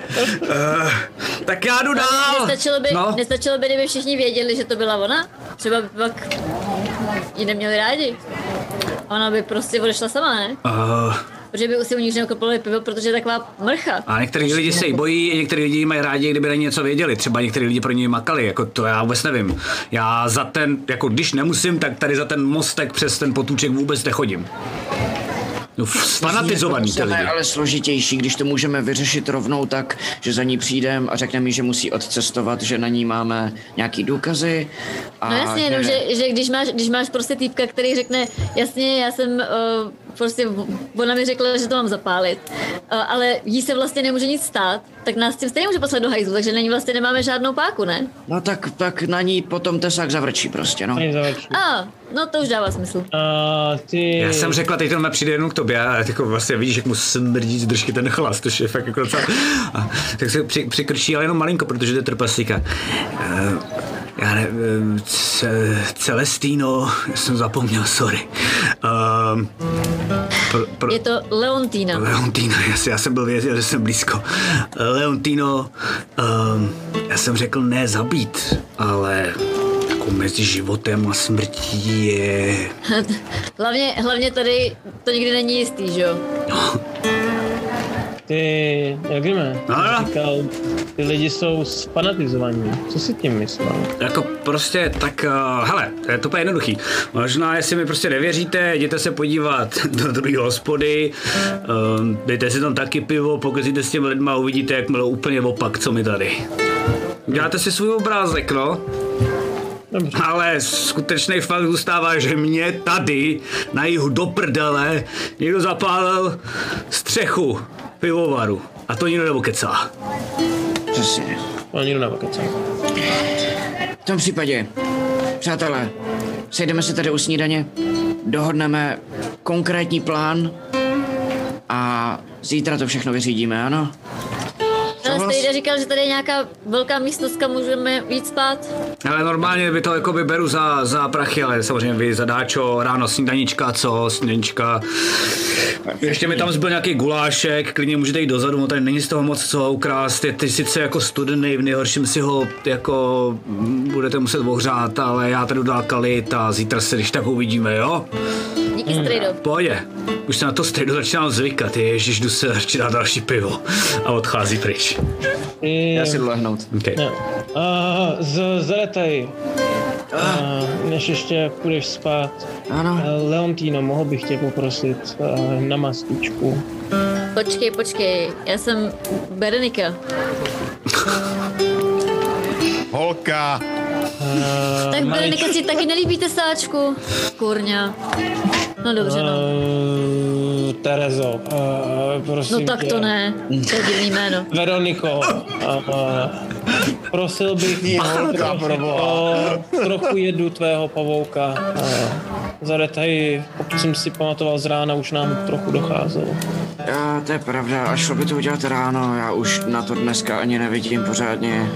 Tak já jdu dál. Nestačilo by, kdyby všichni věděli, že to byla ona? Třeba by pak ji neměli rádi. Ona by prostě odešla sama, ne? Protože by si u nich neokopali pivo, protože je taková mrcha. A některý lidi se jí bojí, některý lidi mají rádi, kdyby na něco věděli. Třeba některý lidi pro něj makali, jako to já vůbec nevím. Já za ten, jako když nemusím, tak tady za ten mostek přes ten potůček vůbec nechodím. No, fanatizovaný ty lidi. Ale složitější, když to můžeme vyřešit rovnou tak, že za ní přijdem a řekneme jí, že musí odcestovat, že na ní máme nějaký důkazy. A no jasně, jenom, že když máš prostě týpka, který řekne, jasně, já jsem prostě, ona mi řekla, že to mám zapálit, ale jí se vlastně nemůže nic stát, tak nás tím stejně může poslat do hajzlu, takže na ní vlastně nemáme žádnou páku, ne? No tak na ní potom tesák zavrčí prostě, no. No to už dává smysl. Já jsem řekla, teď to přijde jenom k tobě a jako vlastně vidíš, jak mu smrdí z držky ten chlast, to je fakt jako docela... tak se přikrčí, ale jenom malinko, protože to je trpaslíka. Já nevím, Celestino, jsem zapomněl, sorry. Je to Leontina. Leontina, já jsem byl věděl, že jsem blízko. Leontino, já jsem řekl ne zabít, ale jako mezi životem a smrtí je... hlavně tady to nikdy není jistý, že jo? No. Jak víme, říkal, ty lidi jsou sfanatizovaní. Co si tím myslel? Jako prostě, tak hele, je to úplně jednoduchý. Možná, jestli mi prostě nevěříte, jděte se podívat do druhé hospody, dejte si tam taky pivo, pokazíte s těmi lidma a uvidíte, jak mělo úplně opak, co mi tady. Děláte si svůj obrázek, no. Dobře. Ale skutečný fakt zůstává, že mě tady na jihu do prdele někdo zapálil střechu pivovaru. A to nikdo nebokecá. Přesně. To nikdo nebokecá. V tom případě, přátelé, sejdeme se tady u snídaně, dohodneme konkrétní plán a zítra to všechno vyřídíme, ano? Stejda říkal, že tady je nějaká velká místnostka, můžeme jít spát. Ale normálně by to jakoby beru za prachy, ale samozřejmě vy zadáčo, ráno snídanička, snídanička. Ještě mi tam zbyl nějaký gulášek, klidně můžete jít dozadu, no tady není z toho moc co ukrást, je ty sice jako studený, v nejhorším si ho jako budete muset ohřát, ale já tady dál kalit a zítra se když tak uvidíme, jo? Díky, Strejdo. Pojď, už se na to Strejdo začínám zvykat, ježiš, jdu se radši dát další pivo a odchází pryč. Já si jdu lehnout. Okay. Zaretaj, než ještě půjdeš spát. Ano. Leontino, mohl bych tě poprosit na mastičku. Počkej, já jsem Berenika. Holka. Tak Berenika si taky nelíbí tesáčku. Kurňa. No dobře, no. Terezo, prosím No tak tě. to ne, to je divný jméno. Veroniko, prosil bych o trochu jedu tvého pavouka. Za detaily, pokud jsem si pamatoval z rána, už nám trochu docházelo. To je pravda, a šlo by to udělat ráno, já už na to dneska ani nevidím pořádně.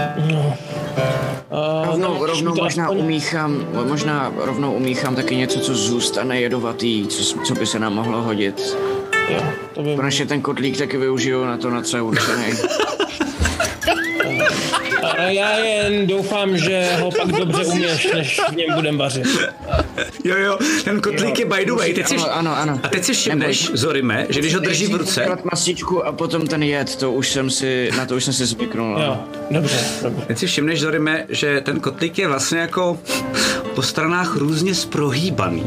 Rovnou možná umíchám taky něco, co zůstane jedovatý, co by se nám mohlo hodit. Jo, to by... Konečně ten kotlík taky využiju na to, na co je určený. A já jen doufám, že ho pak dobře uměš, než v něm budem vařit. Jo, ten kotlík je by the way. Ano. A teď si všimneš, Zorime, že když ho drží v ruce... Mastičku a potom ten jed, na to už jsem si zvyknul. Jo, dobře. Teď si všimneš, Zorime, že ten kotlík je vlastně jako po stranách různě sprohýbaný.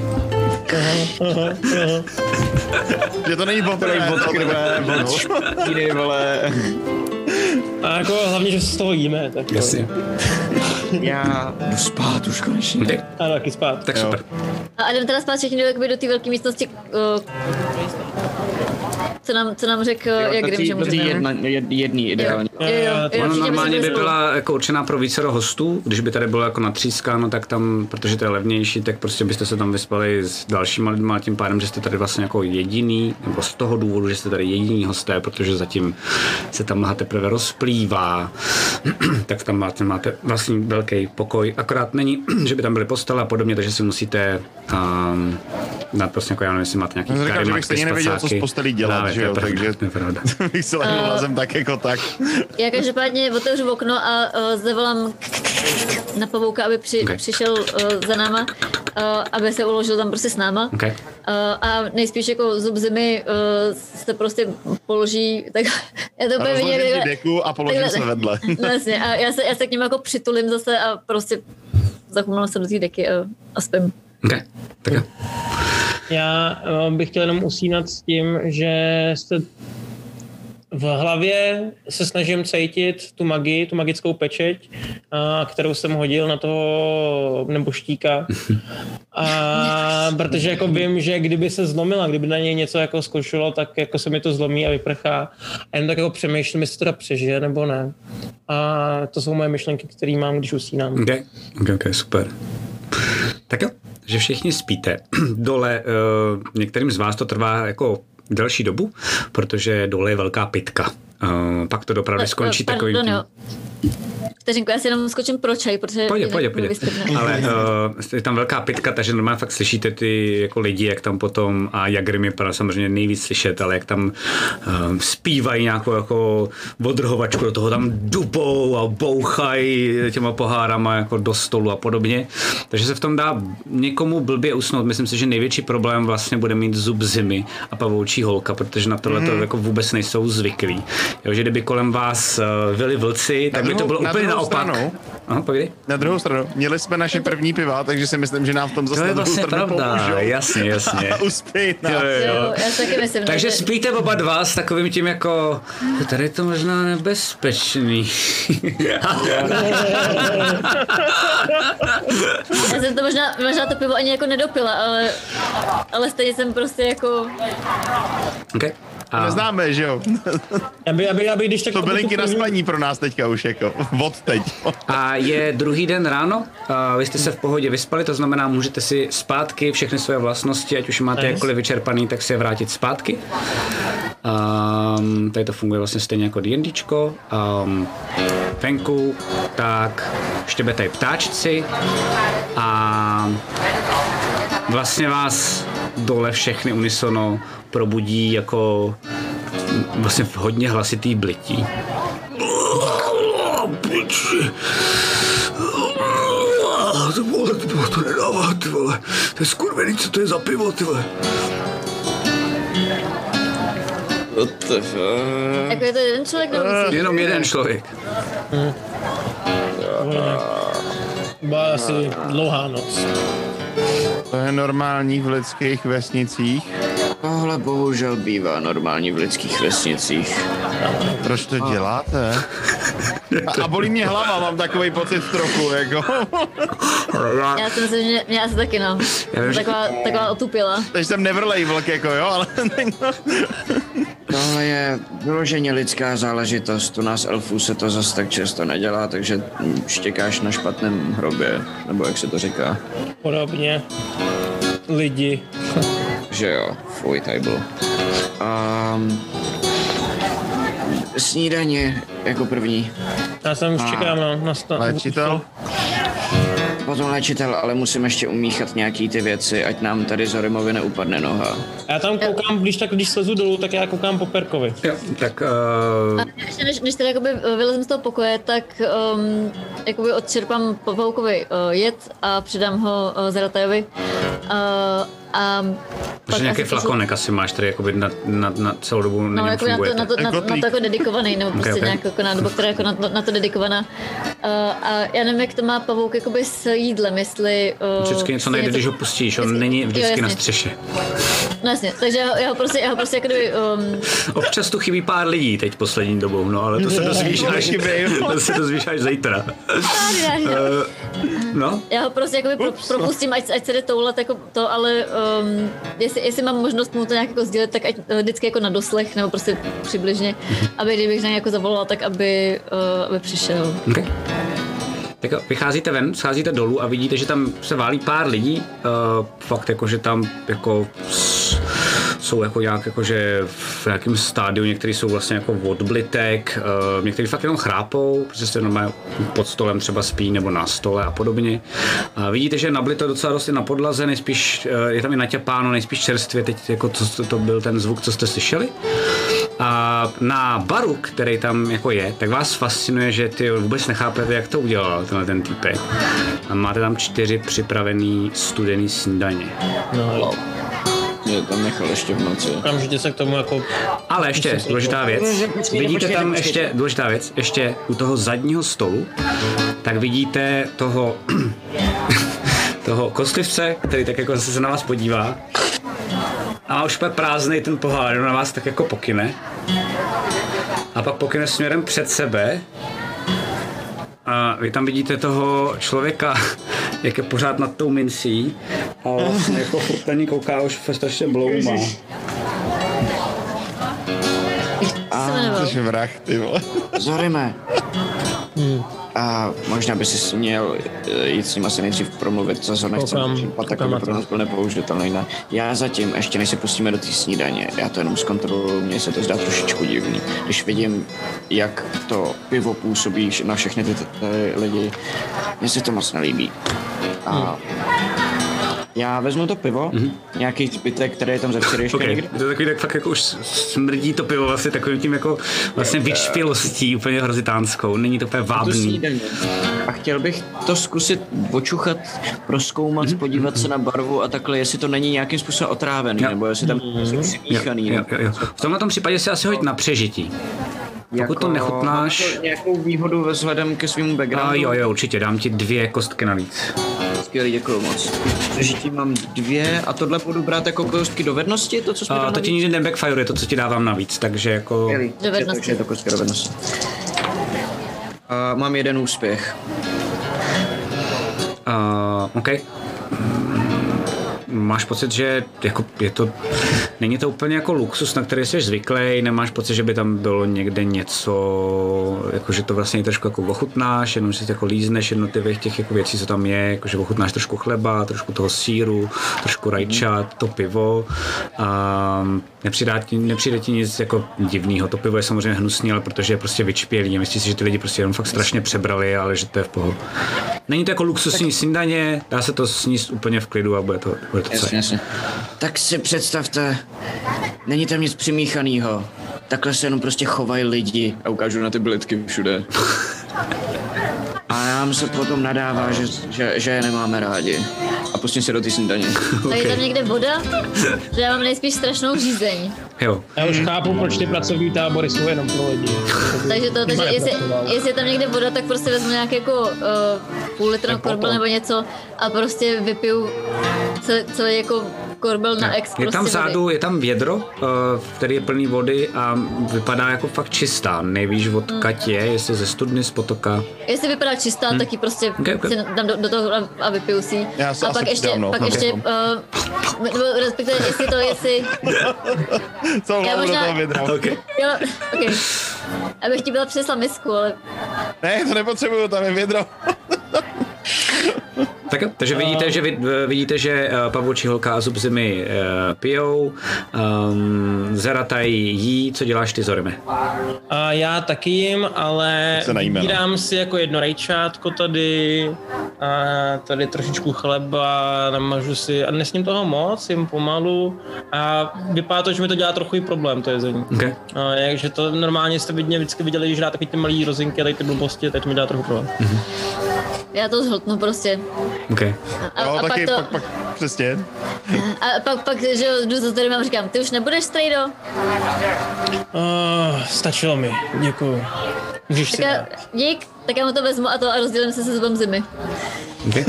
Že to není poprvé, od krve, od špíny, vole. A jako hlavně, že se z toho jíme. Tak Jasně. Já jdu spát už konečně. Okay. A taky spát. Tak super. A jdeme teda spát všichni do té velké místnosti, co nám řekl, jak kdy můžeme. Jedný ideálně. Ono normálně by byla jako určená pro vícero hostů, když by tady bylo jako natřískáno, tak tam, protože to je levnější, tak prostě byste se tam vyspali s dalšíma lidma a tím pádem, že jste tady vlastně jako jediný, nebo z toho důvodu, že jste tady jediný hosté, protože zatím se tam mlha teprve rozplývá, tak tam máte vlastní velký pokoj. Akorát není, že by tam byly postele a podobně, takže si musíte prostě jako já nevím, jestli máte nějaký karimatky, spacáky. že bych stejně nevěděl, co z postelí dělat, že jo, takže bych se lehnul na zem tak jako tak. Já každopádně otevřu okno a zavolám na pavouka, aby přišel za náma, aby se uložil tam prostě s náma. Okay. A nejspíš jako zub zimy se prostě položí, tak já to úplně vidím. Rozložím ti deku a položím se vedle. No jasně, a já se k němu jako přitulím zase a prostě zachumlám se do té deky a spím. Okay. Tak jo. Já bych chtěl jenom usínat s tím, že jste v hlavě se snažím cítit tu magii, tu magickou pečeť, kterou jsem hodil na toho neboštíka. A protože jako vím, že kdyby se zlomila, kdyby na něj něco jako skočilo, tak jako se mi to zlomí a vyprchá. A jen tak jako přemýšlím, jestli to teda přežije nebo ne. A to jsou moje myšlenky, které mám, když usínám. Okay, super. Tak jo, že všichni spíte. Dole některým z vás to trvá jako delší dobu, protože dole je velká pytka. Pak to dopravdy skončí takovým tím... Vteřinku, já si jenom skočím pro čaj, protože... Pojď. Ale je tam velká pytka, takže normálně fakt slyšíte ty jako lidi, jak tam potom, a Jagrim je samozřejmě nejvíc slyšet, ale jak tam zpívají nějakou jako odrhovačku, do toho tam dupou a bouchají těma pohárama jako do stolu a podobně. Takže se v tom dá někomu blbě usnout. Myslím si, že největší problém vlastně bude mít zub zimy a pavoučí holka, protože na tohle to jako vůbec nejsou zvyklí. Jo, že kdyby kolem vás vyli vlci, tak by to bylo úplně naopak. Aha, povídej. Na druhou stranu, měli jsme naše první piva, takže si myslím, že nám v tom zase to je vlastně pravda, jasně. Uspět nás. Jo. Já si taky myslím. Takže spíte oba dva s takovým tím jako, tady je to možná nebezpečný. Já jsem to možná to pivo ani jako nedopila, ale stejně jsem prostě jako... Okay. To neznáme, že jo? Aby když tak to bylinky na spaní pro nás teďka už jako, od teď. A je druhý den ráno, vy jste se v pohodě vyspali, to znamená, můžete si zpátky všechny svoje vlastnosti, ať už máte jakkoliv vyčerpaný, tak si je vrátit zpátky. Tady to funguje vlastně stejně jako D&Dčko. Venku, tak štěbetají ptáčci a vlastně vás dole všechny unisono probudí jako vlastně hodně hlasitý blití. To nedává, ty vole. To je skurvený, co to je za pivo, ty vole. Jako je to jeden člověk nebo víc? Jenom jeden člověk. Byla asi dlouhá noc. To je normální v lidských vesnicích. Tohle bohužel bývá normální v lidských vesnicích. Proč to děláte? A bolí mě hlava, mám takový pocit trochu, jako. Já si myslím, že mě asi taky, no. Taková otupila. Takže jsem nevrlej vlk, jako jo, ale... Tohle je vyloženě lidská záležitost. U nás elfů se to zas tak často nedělá, takže štěkáš na špatném hrobě, nebo jak se to říká. Podobně. Lidi. Že jo, fuj, tady bylo. Snídaně jako první. Já jsem už čekám na Léčitel? Potom léčitel, ale musím ještě umíchat nějaký ty věci, ať nám tady Zorimovi neupadne noha. Já tam koukám, když slezu dolů, tak já koukám po Perkovi. Jo, tak... A ještě než tady jakoby vylezem z toho pokoje, tak jakoby odčerpám Pavoukovi jed a přidám ho Zaratajovi. Protože nějaký flakonek asi máš tady jakoby na celou dobu no, jako funguje. Na to jako dedikovaný, nebo prostě okay. nějak jako nádoba, která jako na to dedikovaná. A já nevím, jak to má Pavouk jakoby s jídlem, jestli... Vždycky něco najde, když ho pustíš, on není vždycky na střeše. No jasně, takže já ho prostě jako kdyby... Občas tu chybí pár lidí teď poslední dobou, no ale to se dozvíš až zítra. No? Já ho prostě jakoby propustím, ať se jde toulat jako to, ale jestli mám možnost mu to nějak jako sdělit, tak ať vždycky jako na doslech, nebo prostě přibližně, aby kdybych na jako zavolala, tak aby přišel. Okay. Tak vycházíte ven, scházíte dolů a vidíte, že tam se válí pár lidí, fakt jako, že tam jako jsou jako nějak jakože v nějakém stádiu, někteří jsou vlastně jako odblitek, někteří fakt jenom chrápou, protože se normálně pod stolem třeba spí nebo na stole a podobně. A vidíte, že je nablito docela dost na podlaze, nejspíš je tam i naťapáno, nejspíš čerstvě, teď jako to byl ten zvuk, co jste slyšeli. A na baru, který tam jako je, tak vás fascinuje, že ty vůbec nechápete, jak to udělal ten týpek. A máte tam 4 připravený studený snídaně. No, mě tam nechal ještě v noci. Okamžitě se k tomu jako... Ale ještě důležitá věc. Vidíte tam ještě důležitá věc, ještě u toho zadního stolu, tak vidíte toho kostlivce, který tak jako se na vás podívá. A už bude prázdnej ten pohár, na vás tak jako pokyne. A pak pokyne směrem před sebe. A vy tam vidíte toho člověka, jak je pořád nad tou mincí. A vlastně jako furt na ní kouká, už strašně bloumá. Jsi vrah, ty vole. Zorime. A možná by si měl jít s ním asi nejdřív promluvit, co se nechce, tak by pro nás byl nepoužitelný. Já zatím, ještě než se pustíme do té snídaně, já to jenom zkontroluji, mně se to zdá trošičku divný. Když vidím, jak to pivo působí na všechny ty lidi, mně se to moc nelíbí. A já vezmu to pivo, nějaký zbytek, který je tam ze včerejška někde. To je takový, tak fakt jako už smrdí to pivo vlastně takovým tím jako vlastně vyčpělostí úplně hrozitánskou, není to úplně vábný. A chtěl bych to zkusit očuchat, prozkoumat, podívat se na barvu a takhle, jestli to není nějakým způsobem otrávený, nebo jestli tam přimíchaný. Jo. V tomhle tom případě si asi hoď na přežití. Pokud to nechutnáš... Máš to nějakou výhodu vzhledem ke svému backgroundu? Jo, určitě, dám ti 2 kostky navíc. Skvělý, děkuju moc. Přežití mám 2 a tohle budu brát jako kostky dovednosti, to co jsme dali? To ti nikdy nebackfire, to co ti dávám navíc, takže jako... Dovednosti. Takže je to kostka dovednosti. Mám 1 úspěch. OK. Máš pocit, že jako je to, není to úplně jako luxus, na který jsi zvyklý, nemáš pocit, že by tam bylo někde něco, jako že to vlastně trošku jako ochutnáš, jenom si jako lízneš jednotlivých těch jako věcí, co tam je, jako že ochutnáš trošku chleba, trošku toho sýru, trošku rajčat, to pivo. Nepřijde ti nic jako divného. To pivo je samozřejmě hnusný, ale protože je prostě vyčpělý. Myslíš si, že ty lidi prostě jenom fakt strašně přebrali, ale že to je v pohodě. Není to jako luxusní snídaně, dá se to sníst úplně v klidu a bude to Jasně. Tak si představte, není tam nic přimíchanýho. Takhle se jenom prostě chovají lidi a ukážu na ty bilitky všude. A nám se potom nadává, že je nemáme rádi. A pustím se do té snídaně. Okay. Je tam někde voda? Že já mám nejspíš strašnou žízeň. Jo. Já už chápu, proč ty pracovní tábory jsou jenom pro lidi. Takže jestli je tam někde voda, tak prostě vezmu nějaký jako půl litr korbel nebo něco a prostě vypiju celý jako korbel na ex. Je tam vzadu, je tam vědro, který je plný vody a vypadá jako fakt čistá. Nevíš, odkud je, jestli ze studny, z potoka. Jestli vypadá čistá, tak ji prostě si dám do toho a vypiju si. A pak ještě, respektive jestli... Co hlavou do toho vědra. Okay. Abych ti byla přinesla misku, ale... Ne, to nepotřebuju, tam je vědro. Tak jo, takže vidíte, že pavoučí holka a zub zimy pijou, Zerataj jí, co děláš ty, Zorime? Já taky jim, ale vybírám si jako jedno rajčátko tady, a tady trošičku chleba, namažu si a nesním toho moc, jim pomalu a vypadá to, že mi to dělá trochu i problém, to jezení. Okay. Takže to normálně jste vždycky viděli, že dá taky ty malý rozinky a tady ty blbosti, teď mi dělá trochu problém. Mm-hmm. Já to zhltnu prostě. Okay. A taky, pak přesně. A pak že jdu za tady a říkám, ty už nebudeš, strejdo? Stačilo mi, děkuju. Můžeš si dát. Dík, tak já mu to vezmu a rozdělím se zubem zimy. Okay.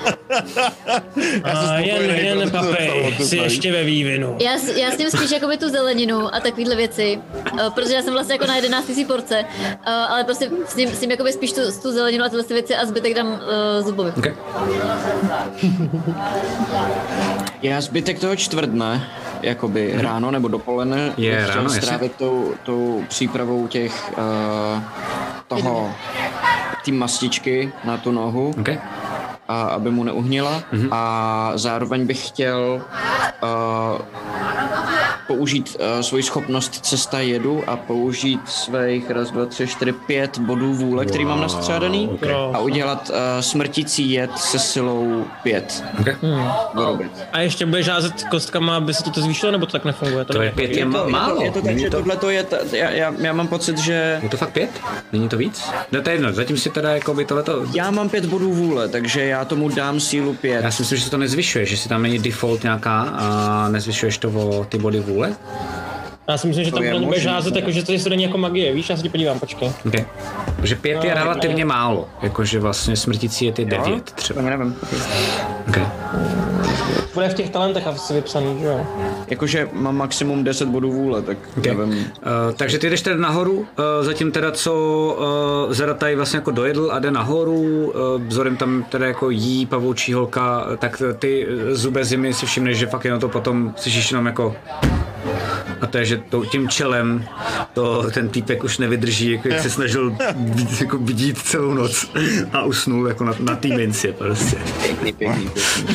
Jen papej, jsi ještě ve vývinu. Já s ním spíš jakoby tu zeleninu a takovýhle věci, protože já jsem vlastně jako na 11 000 porce, ale prostě s ním jakoby spíš tu zeleninu a tyhle věci a zbytek dám zubovi. Okay. Já zbytek toho čtvrtne, jakoby ráno nebo dopoledne, je chtěl ráno, strávit tou přípravou těch té mastičky na tu nohu. Okay. A aby mu neuhnila a zároveň bych chtěl použít svoji schopnost cesta jedu a použít svých 1, 2, 3, 4, 5 bodů vůle, který mám nastřádaný a udělat smrtící jed se silou 5. Okay. A ještě budeš házet kostkama, aby se ti to zvýšilo, nebo to tak nefunguje? To je 5 je málo. Je to tak, že tohleto je, já mám pocit, že... Je to fakt 5? Není to víc? No to je jedno, zatím si teda jako by tohleto... Já mám 5 bodů vůle, takže já tomu dám sílu 5. Já si myslím, že se to nezvyšuje, že si tam není default nějaká a nezvyšuješ to o ty body vůle? Já si myslím, že tam budeš házet, jakože to není jako magie, víš, já se ti podívám, počkej. Okay. Protože 5 je relativně málo, jakože vlastně smrtící je ty 9 třeba. Nevím. Okay. Bude v těch talentech asi vypsaný, že jo? Jakože mám maximum 10 bodů vůle, tak okay. Nevím. Takže ty jdeš teda nahoru, zatím teda co Zerataj vlastně jako dojedl a jde nahoru, vzorem tam teda jako jí pavoučí holka, tak ty zube zimy si všimneš, že fakt jenom to potom slyšíš jenom jako... A to je, že tím čelem ten týpek už nevydrží, jako jak se snažil jako bdít celou noc a usnul jako na té minci prostě. Pěkný.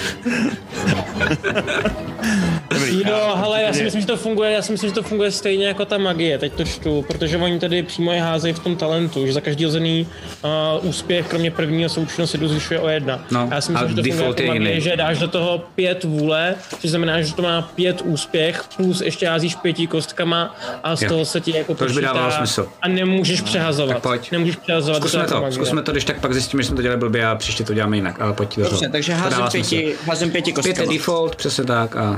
No, hele, já si myslím, že to funguje stejně jako ta magie, teď to čtu, protože oni tady přímo je házejí v tom talentu, že za každý hozený úspěch, kromě prvního součinnost se zvyšuje o 1. No, já si myslím, že to funguje jako magie, že dáš do toho 5 vůle, což znamená, že to má 5 úspěch, plus ještě házíš 5 kostkama a z toho se ti jako počítá a nemůžeš přehazovat. Nemůžeš přehazovat. Zkusme to, když tak pak zjistíme, že jsme to dělali blbě a příště to děláme jinak, ale pojď do toho. Dobře, takže házím 5 kostkama. 5 je default, přesně tak a...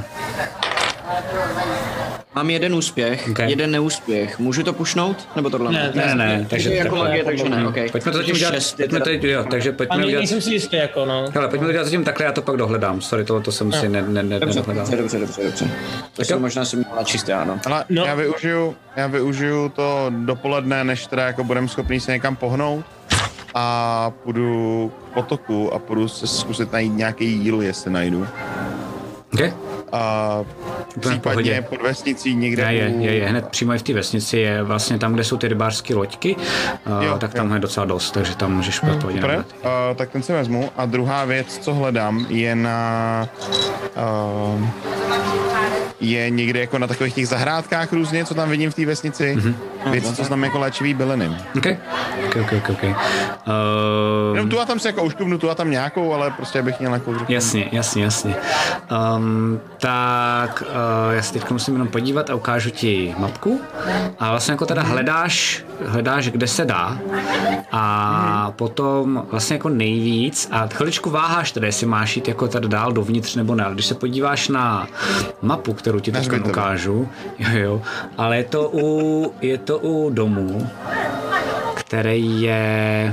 Mám 1 úspěch, 1 neúspěch. Můžu to pušnout? Nebo tohle? Ne. Takže jako magie, takže ne, okej. Pojďme to zatím dělat, takže pojďme udělat... Nejsem si jistý jako, no. Hele, pojďme udělat zatím takhle, já to pak dohledám. Sorry, tohle jsem si nedohledal. Dobře. To jsem možná si měla čistě, ano. Ale já využiju to dopoledne, než teda jako budeme schopný se někam pohnout a půjdu k potoku a půjdu se zkusit najít nějaký jídlo, jestli najdu. Okay. A případně pod vesnicí někde... Je, hned přímo v té vesnici je vlastně tam, kde jsou ty rybářské loďky, tak tam je docela dost, takže tam můžeš pohodě nabrat. Tak ten si vezmu. A druhá věc, co hledám, je někde jako na takových těch zahrádkách různě, co tam vidím v té vesnici. Věci, co znamená jako léčivý byliny. Okay. Jenom tu a tam si jako uškubnu, tu a tam nějakou, ale prostě bych měl nějakou druhou. Jasně. Tak já se teď musím jenom podívat a ukážu ti mapku. A vlastně jako teda hledáš, kde se dá. A potom vlastně jako nejvíc a chviličku váháš teda, jestli máš jít jako tady dál dovnitř nebo ne. Ale když se podíváš na mapu, kterou ti teď ukážu, jo, ale je to u domu, který je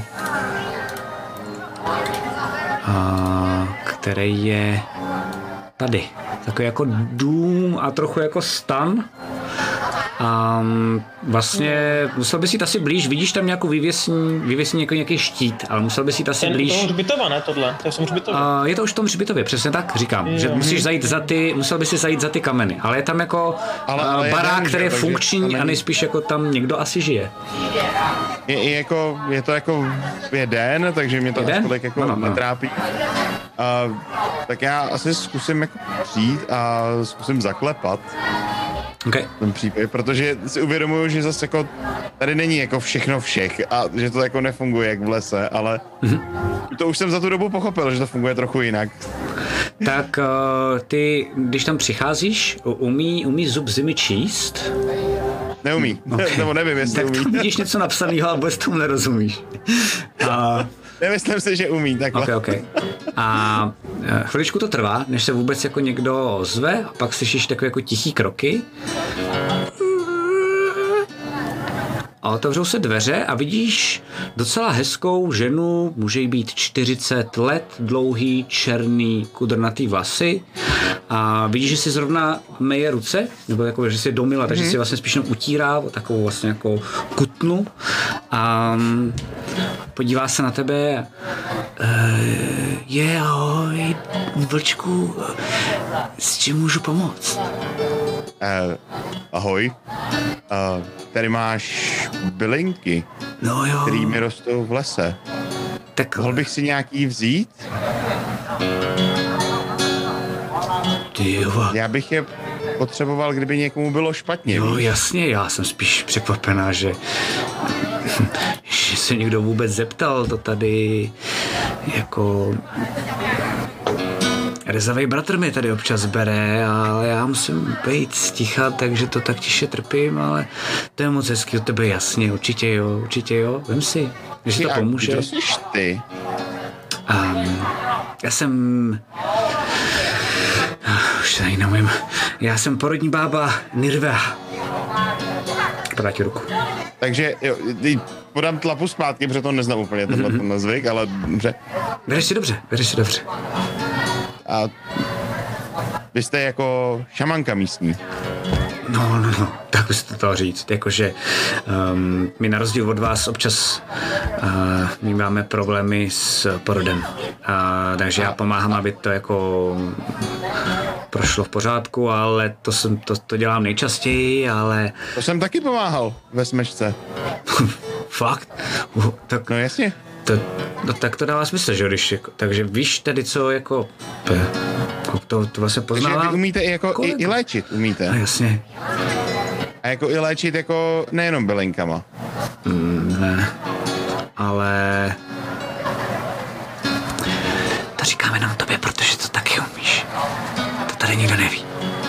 tady. takový jako dům a trochu jako stan. A vlastně musel bys jít asi blíž, vidíš tam nějakou vyvěsní jako nějaký štít, ale musel bys jít asi blíž. To je hřbitova, ne tohle? To je v tom hřbitově. Je to už v tom hřbitově, přesně tak říkám, že musel bys si zajít za ty kameny, ale je tam jako barák, který je funkční a nejspíš jako tam někdo asi žije. Je to jako den, takže mě to tolik jako netrápí. Tak já asi zkusím jako přijít a zkusím zaklepat. Okay. V tom případě, protože si uvědomuju, že zase jako tady není jako všechno všech a že to jako nefunguje jak v lese, ale to už jsem za tu dobu pochopil, že to funguje trochu jinak. Tak ty, když tam přicházíš, umí zub zimy číst? Neumí, nebo nevím, jestli tak umí. Tak vidíš něco napsaného a vůbec tomu nerozumíš. Nemyslím si, že umí, takhle. Okay. A chviličku to trvá, než se vůbec jako někdo ozve a pak slyšíš takové jako tichý kroky. A otevřou se dveře a vidíš docela hezkou ženu, může jí být 40 let, dlouhý, černý, kudrnatý vlasy. A vidíš, že si zrovna myje ruce, nebo jako, že si domila, takže si vlastně spíš utírá o takovou vlastně jako kutnu. A podívá se na tebe. Ahoj, vlčku, s čím můžu pomoct? Ahoj. Tady máš bylinky, který mi rostou v lese. Tak mohl bych si nějaký vzít? Já bych je potřeboval, kdyby někomu bylo špatně. Jo, jasně, já jsem spíš překvapená, že se někdo vůbec zeptal, to tady jako... Rezavej bratr mi tady občas bere, ale já musím být sticha, takže to tak tiše trpím, ale to je moc hezký od tebe, jasně, určitě jo, vem si, že to pomůže. Kdo jsi ty? Já jsem... Už se neumím. Já jsem porodní bába Nirva. Podá ti ruku. Takže jo, podám tlapu zpátky, protože to neznám úplně tenhle zvyk, ale dobře. Bereš si dobře. A vy jste jako šamanka místní. No, tak bys to dal říct. Jakože my na rozdíl od vás občas my máme problémy s porodem. Takže já pomáhám, aby to jako prošlo v pořádku, ale to dělám nejčastěji, ale... To jsem taky pomáhal ve smečce. Fakt? Tak... No jasně. Tak to dává smysl, že když jako, takže víš tady co jako to vlastně poznávám. Takže vy umíte i léčit, umíte? No jasně. A jako i léčit jako nejenom bylinkama? Ne, ale to říkáme jenom tobě, protože to taky umíš. To tady nikdo neví.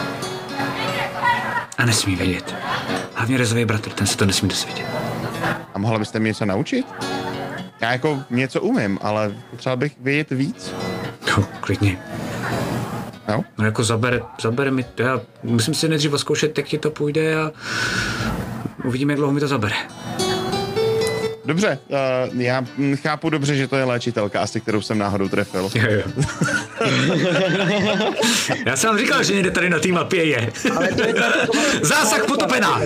A nesmí vědět. Hlavně Rezový bratr, ten se to nesmí dozvědět. A mohla byste mě něco naučit? Já jako něco umím, ale potřeboval bych vědět víc. No, klidně. No jako zabere mi, já musím si nejdřív zkoušet, jak ti to půjde a uvidíme, jak dlouho mi to zabere. Dobře, já chápu dobře, že to je léčitelka, asi kterou jsem náhodou trefil. Jo. Já jsem vám říkal, že někde tady na té mapě je. Ale to je Zásah potopená!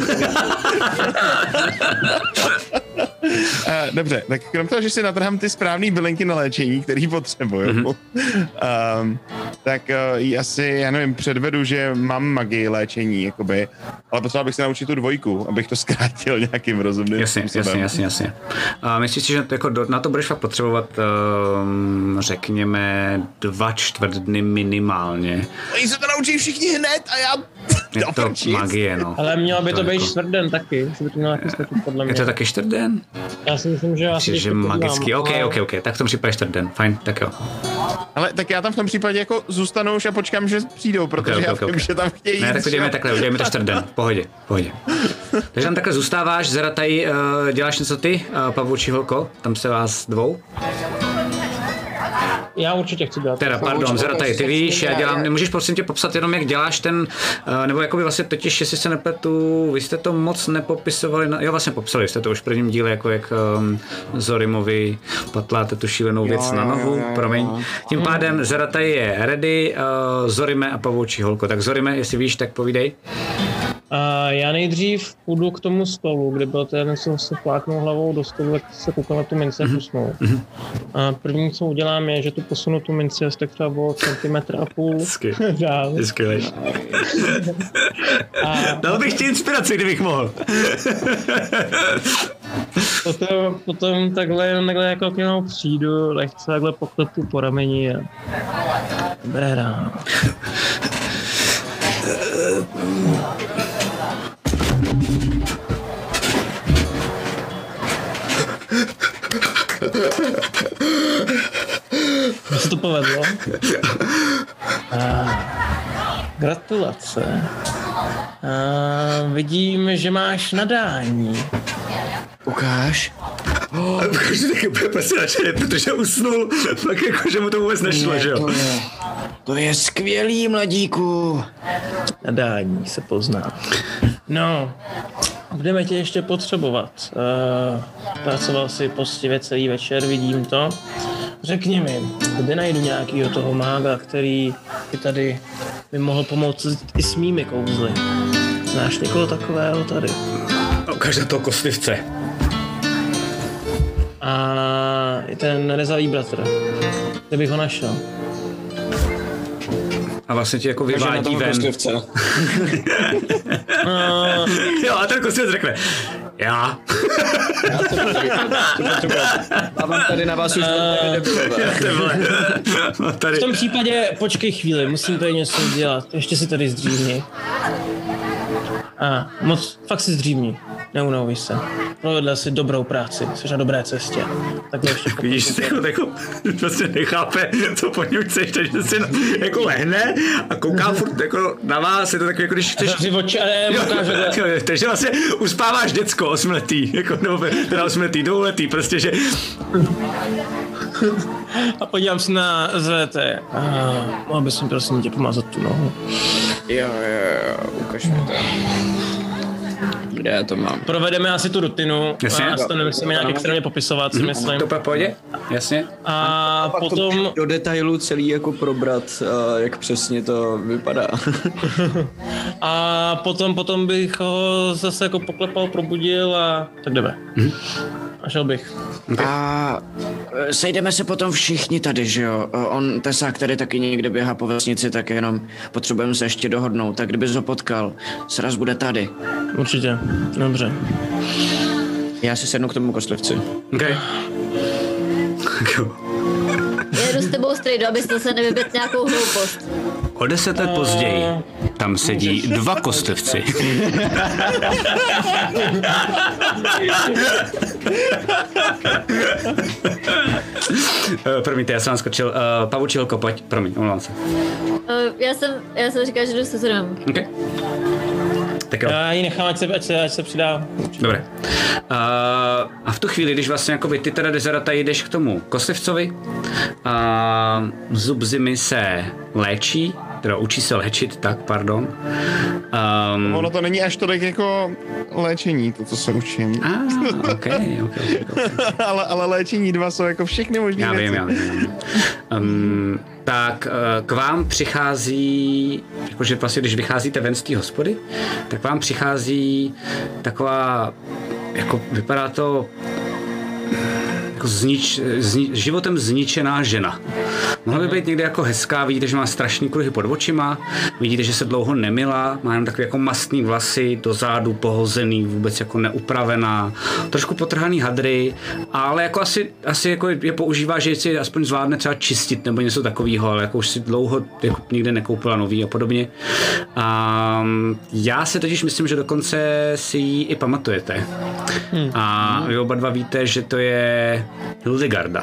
Dobře, tak krom toho, že si natrhám ty správné bylinky na léčení, který potřebuju, tak asi, já nevím, předvedu, že mám magii léčení, jakoby, ale potřeboval bych si naučit tu dvojku, abych to zkrátil nějakým rozumným způsobem. Jasně. A myslíš si, že jako na to budeš fakt potřebovat, řekněme, 2/4 dny minimálně. Oni se to naučí všichni hned a já... Je to magie, no. Ale mělo by to být čtvrtden taky, že by to mělo taky stačit podle mě. Je to taky čtvrtden? Já si myslím, že asi že magický, OK, tak v tom případě čtvrtden, fajn, tak jo. Ale tak já tam v tom případě jako zůstanu už a počkám, že přijdou, protože já vím, že tam chtějí. Ne, tak to uděláme to čtvrtden, v pohodě. Takže tam takhle zůstáváš, Zerataj, děláš něco ty, pavoučí holko, tam se vás dvou? Já určitě chci dělat. Teda, pardon, Zarataj, ty víš, já dělám, můžeš prosím tě popsat jenom, jak děláš ten, nebo jakoby vlastně totiž, jestli se nepletu, vy jste to moc nepopisovali, jo vlastně popsali jste to už v prvním díle, jako jak Zorimovi patláte tu šílenou věc na nohu, promiň. Tím pádem Zarataj je ready, Zorime a pavoučí holko, tak Zorime, jestli víš, tak povídej. Já nejdřív půjdu k tomu stolu, kde byl ten, co se fláknul hlavou do stolu, tak se koukal na tu minci a kusnul. A první, co udělám, je, že tu posunu tu minci asi tak třeba o 1,5 centimetru dál. Skvělej. Dal bych ti inspiraci, kdybych mohl. Potom takhle jako k němu přijdu, lehce takhle poklepu po rameni a dobré ráno. Se to povedlo? Gratulace. Vidím, že máš nadání. Ukáž. Protože usnul, tak jako, že mu to vůbec nešlo, že jo? To je skvělý, mladíku. Nadání se pozná. No, budeme tě ještě potřebovat. Pracoval si poctivě celý večer, vidím to. Řekni mi, kde najdu nějakýho toho mága, který by tady by mohl pomoct i s mými kouzly. Znáš někoho takového tady? Ukaž na toho kostlivce. A ten rezavý bratr, kde bych ho našel? A vlastně ti jako vyvádí ven. Jo, a ten kostlivec řekne, já mám tady na vás už v tom případě počkej chvíli, musím tady něco dělat, ještě si tady zdřímni. Fakt si zdřímni, neunavuj se. Provedl si dobrou práci, jsi na dobré cestě. Tak ještě vidíš, jako vlastně nechápe, co po něm chceš, takže si jako lehne a kouká furt jako na vás, je to takový, jako když chceš... Takže vlastně uspáváš děcko 8letý, jako, nebo teda 8letý, 2letý, prostě, že... A podívám se na ZVT. Mohl bys mi prosím tě pomazat tu nohu. Jo, ukaž mi to. Kde já to mám? Provedeme asi tu rutinu. Jasně. A to nemusíme nějak extrémně popisovat, si myslím. To pohodě? Jasně. A potom... Do detailu celý jako probrat, jak přesně to vypadá. A potom bych ho zase jako poklepal, probudil a tak jdeme. A šel bych. Okay. A sejdeme se potom všichni tady, že jo? On, Tesák, který taky někde běhá po vesnici, tak jenom potřebujeme se ještě dohodnout. Tak kdybys ho potkal, sraz bude tady. Určitě, dobře. Já si sednu k tomu kostlivci. Okay. Já jdu s tebou strejdu, abys to se nevybět nějakou hloupost. O 10 let později tam sedí 2 kostlivci. Promiňte, já jsem vám skočil. Pavučilko, pojď, promiň, omlouvám se. Já jsem říkal, že jdu se Zorimem. Okay. Tak jo. Já ji nechám, ať se přidá. Dobré. A v tu chvíli, když vlastně jakoby ty teda Dezerata jdeš k tomu kostlivcovi, Zubzimy se léčí, teda učí se léčit, tak pardon. Ono to není až tolik jako léčení, to, co se učím. Okay. ale léčení 2 jsou jako všechny možné věci. Já vím. Tak k vám přichází, jakože vlastně když vycházíte ven z té hospody, tak vám přichází taková, jako vypadá to jako životem zničená žena. Mohla by být někde jako hezká, vidíte, že má strašný kruhy pod očima, vidíte, že se dlouho nemila, má jenom takové jako mastný vlasy, do zádu pohozený, vůbec jako neupravená, trošku potrhaný hadry, ale jako asi jako je používá, že si aspoň zvládne třeba čistit nebo něco takového, ale jako už si dlouho jako nikde nekoupila nový a podobně. Já si totiž myslím, že dokonce si ji i pamatujete. A vy oba dva víte, že to je Hildegarda.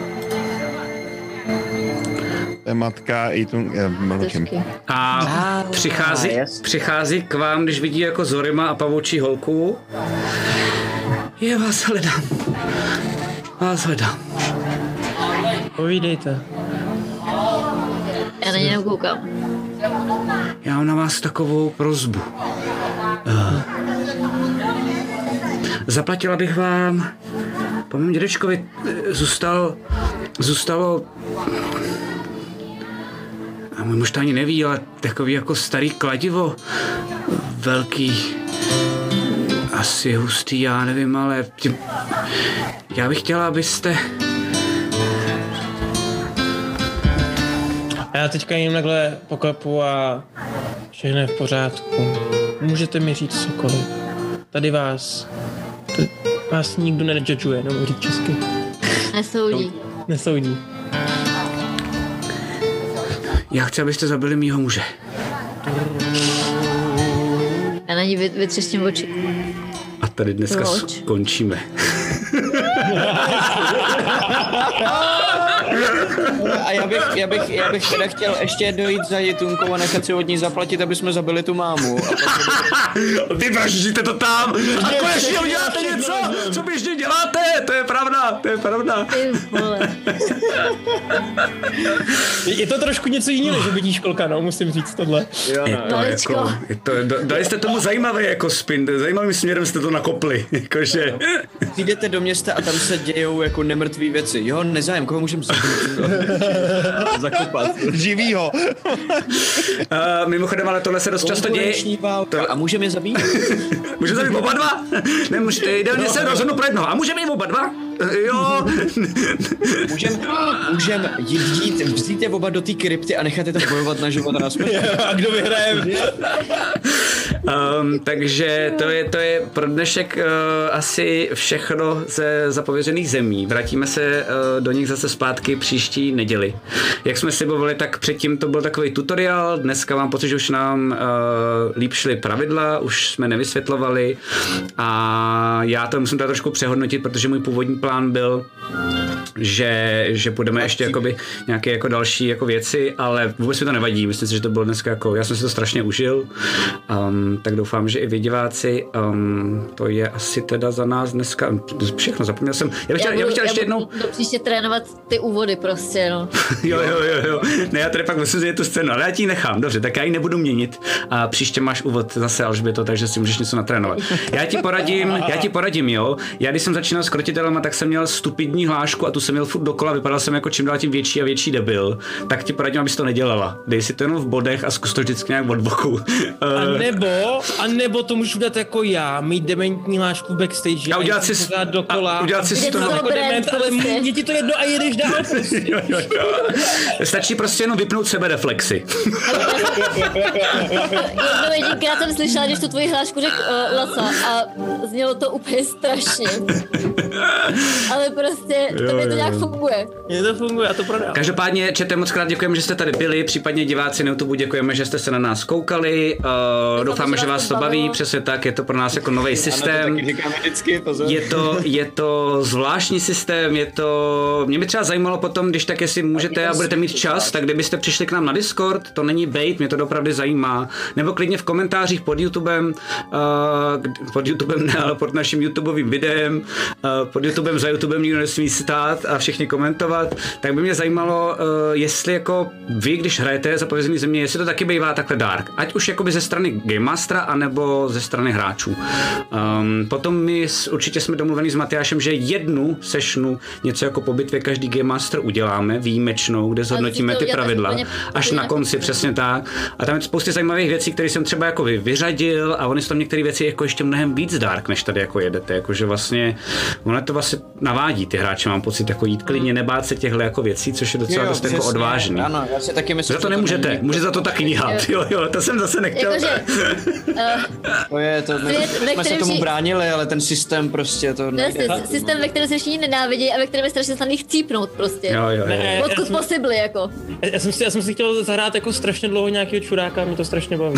Matka i tu... A přichází k vám, když vidí jako Zorima a pavoučí holku. Povídejte. na něj jenom koukám. Já mám na vás takovou prosbu. Zaplatila bych vám, po mém dědečkovi zůstalo, a můj muž to ani neví, ale takový jako starý kladivo, velký, asi hustý, já nevím, ale já bych chtěla, abyste... A já teďka jim takhle poklepu a všechno je v pořádku. Můžete mi říct cokoliv. Tady vás nikdo nejudžuje, nebo říct česky. Nesoudí. Já chci, abyste zabili mýho muže. Já na ní vytřeším oči. A tady dneska skončíme. A já bych teda chtěl ještě dojít za Jitunkou a nechat si od ní zaplatit, aby jsme zabili tu mámu. Ty vraždíte to tam! A konečně uděláte něco, co běžně děláte! To je pravda. Je to trošku něco jiného, že vidíš školka, no, musím říct tohle. Jo, dali jste tomu zajímavý jako spin, zajímavým směrem jste to nakopli, jakože... Jdete do města a tam se dějou jako nemrtvý věci. Jo, nezájem, koho můžeme zakopat? Živýho. Mimochodem, ale tohle se dost často děje. A můžeme je zabít? Můžeme zabít oba dva? Ideálně se rozhodnu pro jednoho. A můžeme jít oba dva? Jo. Můžem jít, vzít je oba do té krypty a nechat je tam bojovat na život a na smrt. A kdo vyhraje? Takže to je pro dnešek asi všechno ze zapovězených zemí. Vrátíme se do nich zase zpátky příští neděli. Jak jsme slibovali, tak předtím to byl takový tutoriál. Dneska mám pocit, že už nám líp šly pravidla, už jsme nevysvětlovali a já to musím trošku přehodnotit, protože můj původní plán byl, že půjdeme ještě jakoby nějaké jako další jako věci, ale vůbec mi to nevadí. Myslím si, že to bylo dneska jako, já jsem si to strašně užil, tak doufám, že i vy diváci, to je asi teda za nás dneska všechno, zapomněl jsem. Já bych chtěl ještě jednou... Do příště trénovat ty úvody prostě, no. jo. Ne, já tady pak musím zjít tu scénu, ale já ti ji nechám, dobře, tak já ji nebudu měnit a příště máš úvod zase, Alžběto, takže si můžeš něco natrénovat. Já ti poradím, jo. Já když jsem začínal s krotitelema, tak jsem měl stupidní hlášku a tu jsem měl furt dokola, vypadal jsem jako čím dál tím větší a větší debil. Tak ti poradím, abys to nedělala. Dej si to jenom v bodech a zkus to vždycky nějak od boku. A nebo to můžu dát jako já, mít dementní hlášku backstage. A udělat si dokola. Udělat si to jako dement, ale je ti to jedno a jedeš dál prostě. jo. Stačí prostě jenom vypnout sebereflexy. Jedinkrát jsem slyšela, když tu tvoji hlášku řekl Lasa a znělo to úplně strašně. Ale prostě to nějak funguje. Mně to funguje, já to prodám. Každopádně, čete, moc krát děkujeme, že jste tady byli, případně diváci na YouTube děkujeme, že jste se na nás koukali. Doufáme, že vás to baví, přesně tak, je to pro nás jako nový systém. Je to zvláštní systém, mě by třeba zajímalo potom, když tak jestli můžete a budete mít čas, tak kdybyste přišli k nám na Discord, to není bait, mě to opravdu zajímá. Nebo klidně v komentářích pod YouTubem ne, ale pod naším YouTubeovým videem, pod YouTubem za YouTubem nikdo nesmí stát a všichni komentovat, tak by mě zajímalo, jestli jako vy, když hrajete Zapovězený země, jestli to taky bývá takhle dark, ať už jakoby ze strany Game Mastera, anebo ze strany hráčů. Potom my určitě jsme domluveni s Matyášem, že jednu sessionu, něco jako po bitvě každý Game Master uděláme, výjimečnou, kde zhodnotíme ty pravidla, až na konci, přesně tak. A tam je spousty zajímavých věcí, které jsem třeba jako vyřadil a oni jsou tam některé věci jako ještě mnohem víc dark, než tady jako jedete, jakože vlastně ono to vlastně navádí ty hráče, mám pocit, jako jít klidně, nebát se těchto jako věcí, což je docela dost jako odvážný. Ano, já si taky myslím, za to nemůžete, může za to tak knihat, jo, to jsem zase nechtěl. Jakože, my se tomu bránili, ale ten systém prostě to nejde. Systém, ve kterém se všichni nenávidí a ve kterém je strašně snadný chcípnout prostě. Jo. Odkud possibly, jako. Já jsem si chtěl zahrát jako strašně dlouho nějakého čuráka, mě to strašně baví.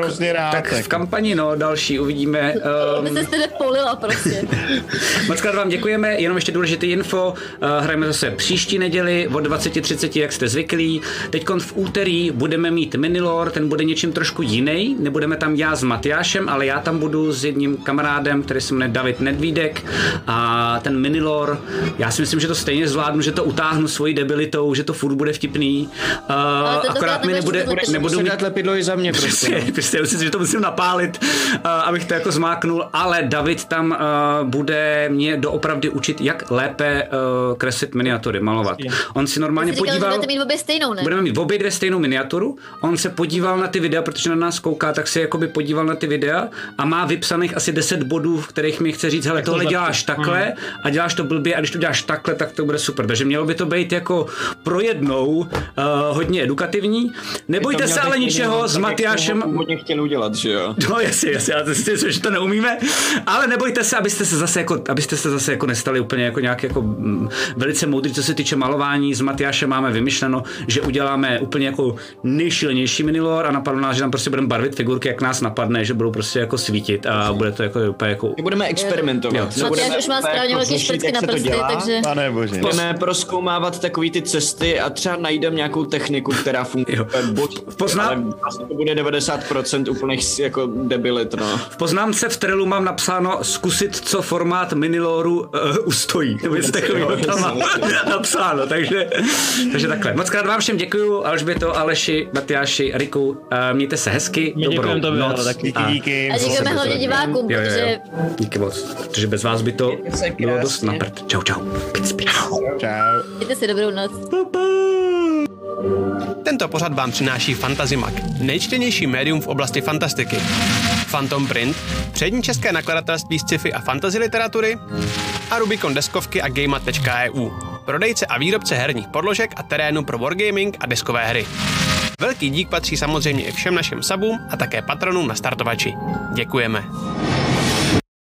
tak v kampani, no, další uvidíme. Vy jste polila prostě. Moc krát vám děkujeme, jenom ještě důležitý info, hrajeme zase příští neděli od 20:30, jak jste zvyklí. Teďkon v úterý budeme mít minilore, ten bude něčím trošku jiný, nebudeme tam já s Matyášem, ale já tam budu s jedním kamarádem, který se jmenuje David Nedvídek a ten minilore, já si myslím, že to stejně zvládnu, že to utáhnu svojí debilitou, že to furt bude vtipný, akorát mi nebudu mít lepidlo i za mě prostě. Myslím, že to musím napálit, abych to jako zmáknul, ale David tam bude mě doopravdy učit, jak lépe kreslit miniatury, malovat. On si normálně podíval... Budete mít obě stejnou, ne? Budeme mít obě dvě stejnou miniaturu. On se podíval na ty videa, protože na nás kouká, tak se jakoby podíval na ty videa a má vypsaných asi 10 bodů, v kterých mi chce říct, hele, tohle děláš takhle a děláš to blbě a když to děláš takhle, tak to bude super. Takže mělo by to být jako pro jednou hodně edukativní. Nebojte se ale ničeho s Matyášem. Původně chtěli udělat, že jo? No jasně, já si myslím, že to neumíme, ale nebojte se, abyste se zase jako nestali úplně jako nějak jako velice moudrý, co se týče malování. S Matyášem máme vymyšleno, že uděláme úplně jako nejšílenější minilore a napadlo nás, že tam prostě budeme barvit figurky, jak nás napadne, že budou prostě jako svítit a bude to jako úplně jako... Budeme experimentovat. Matyáš už má správně velký šprcky na prsty, takže... Pane bože. Budeme prozkoumávat takový ty cesty a třeba najdeme nějakou techniku, která funguje. Ale vlastně to bude 90% úplných jako debilit, no. V poznámce v Trellu mám napsáno zkusit, co formát miniloru ustojí. To je takový tam napsáno, takže takhle. Moc krát vám všem děkuju, Alžběto, Aleši, Matyáši, Riku, mějte se hezky, dobrou noc. Díky. A děkujeme hlavně divákům, protože... Díky moc, protože bez vás by to bylo dost na prd. Čau. Čau. Mějte si dobrou noc. Tento pořad vám přináší Fantazimak, nejčtenější médium v oblasti fantastiky. Phantom Print, přední české nakladatelství sci-fi a fantasy literatury a Rubicon deskovky a Gameat.eu, prodejce a výrobce herních podložek a terénu pro wargaming a deskové hry. Velký dík patří samozřejmě i všem našim subům a také patronům na startovači. Děkujeme.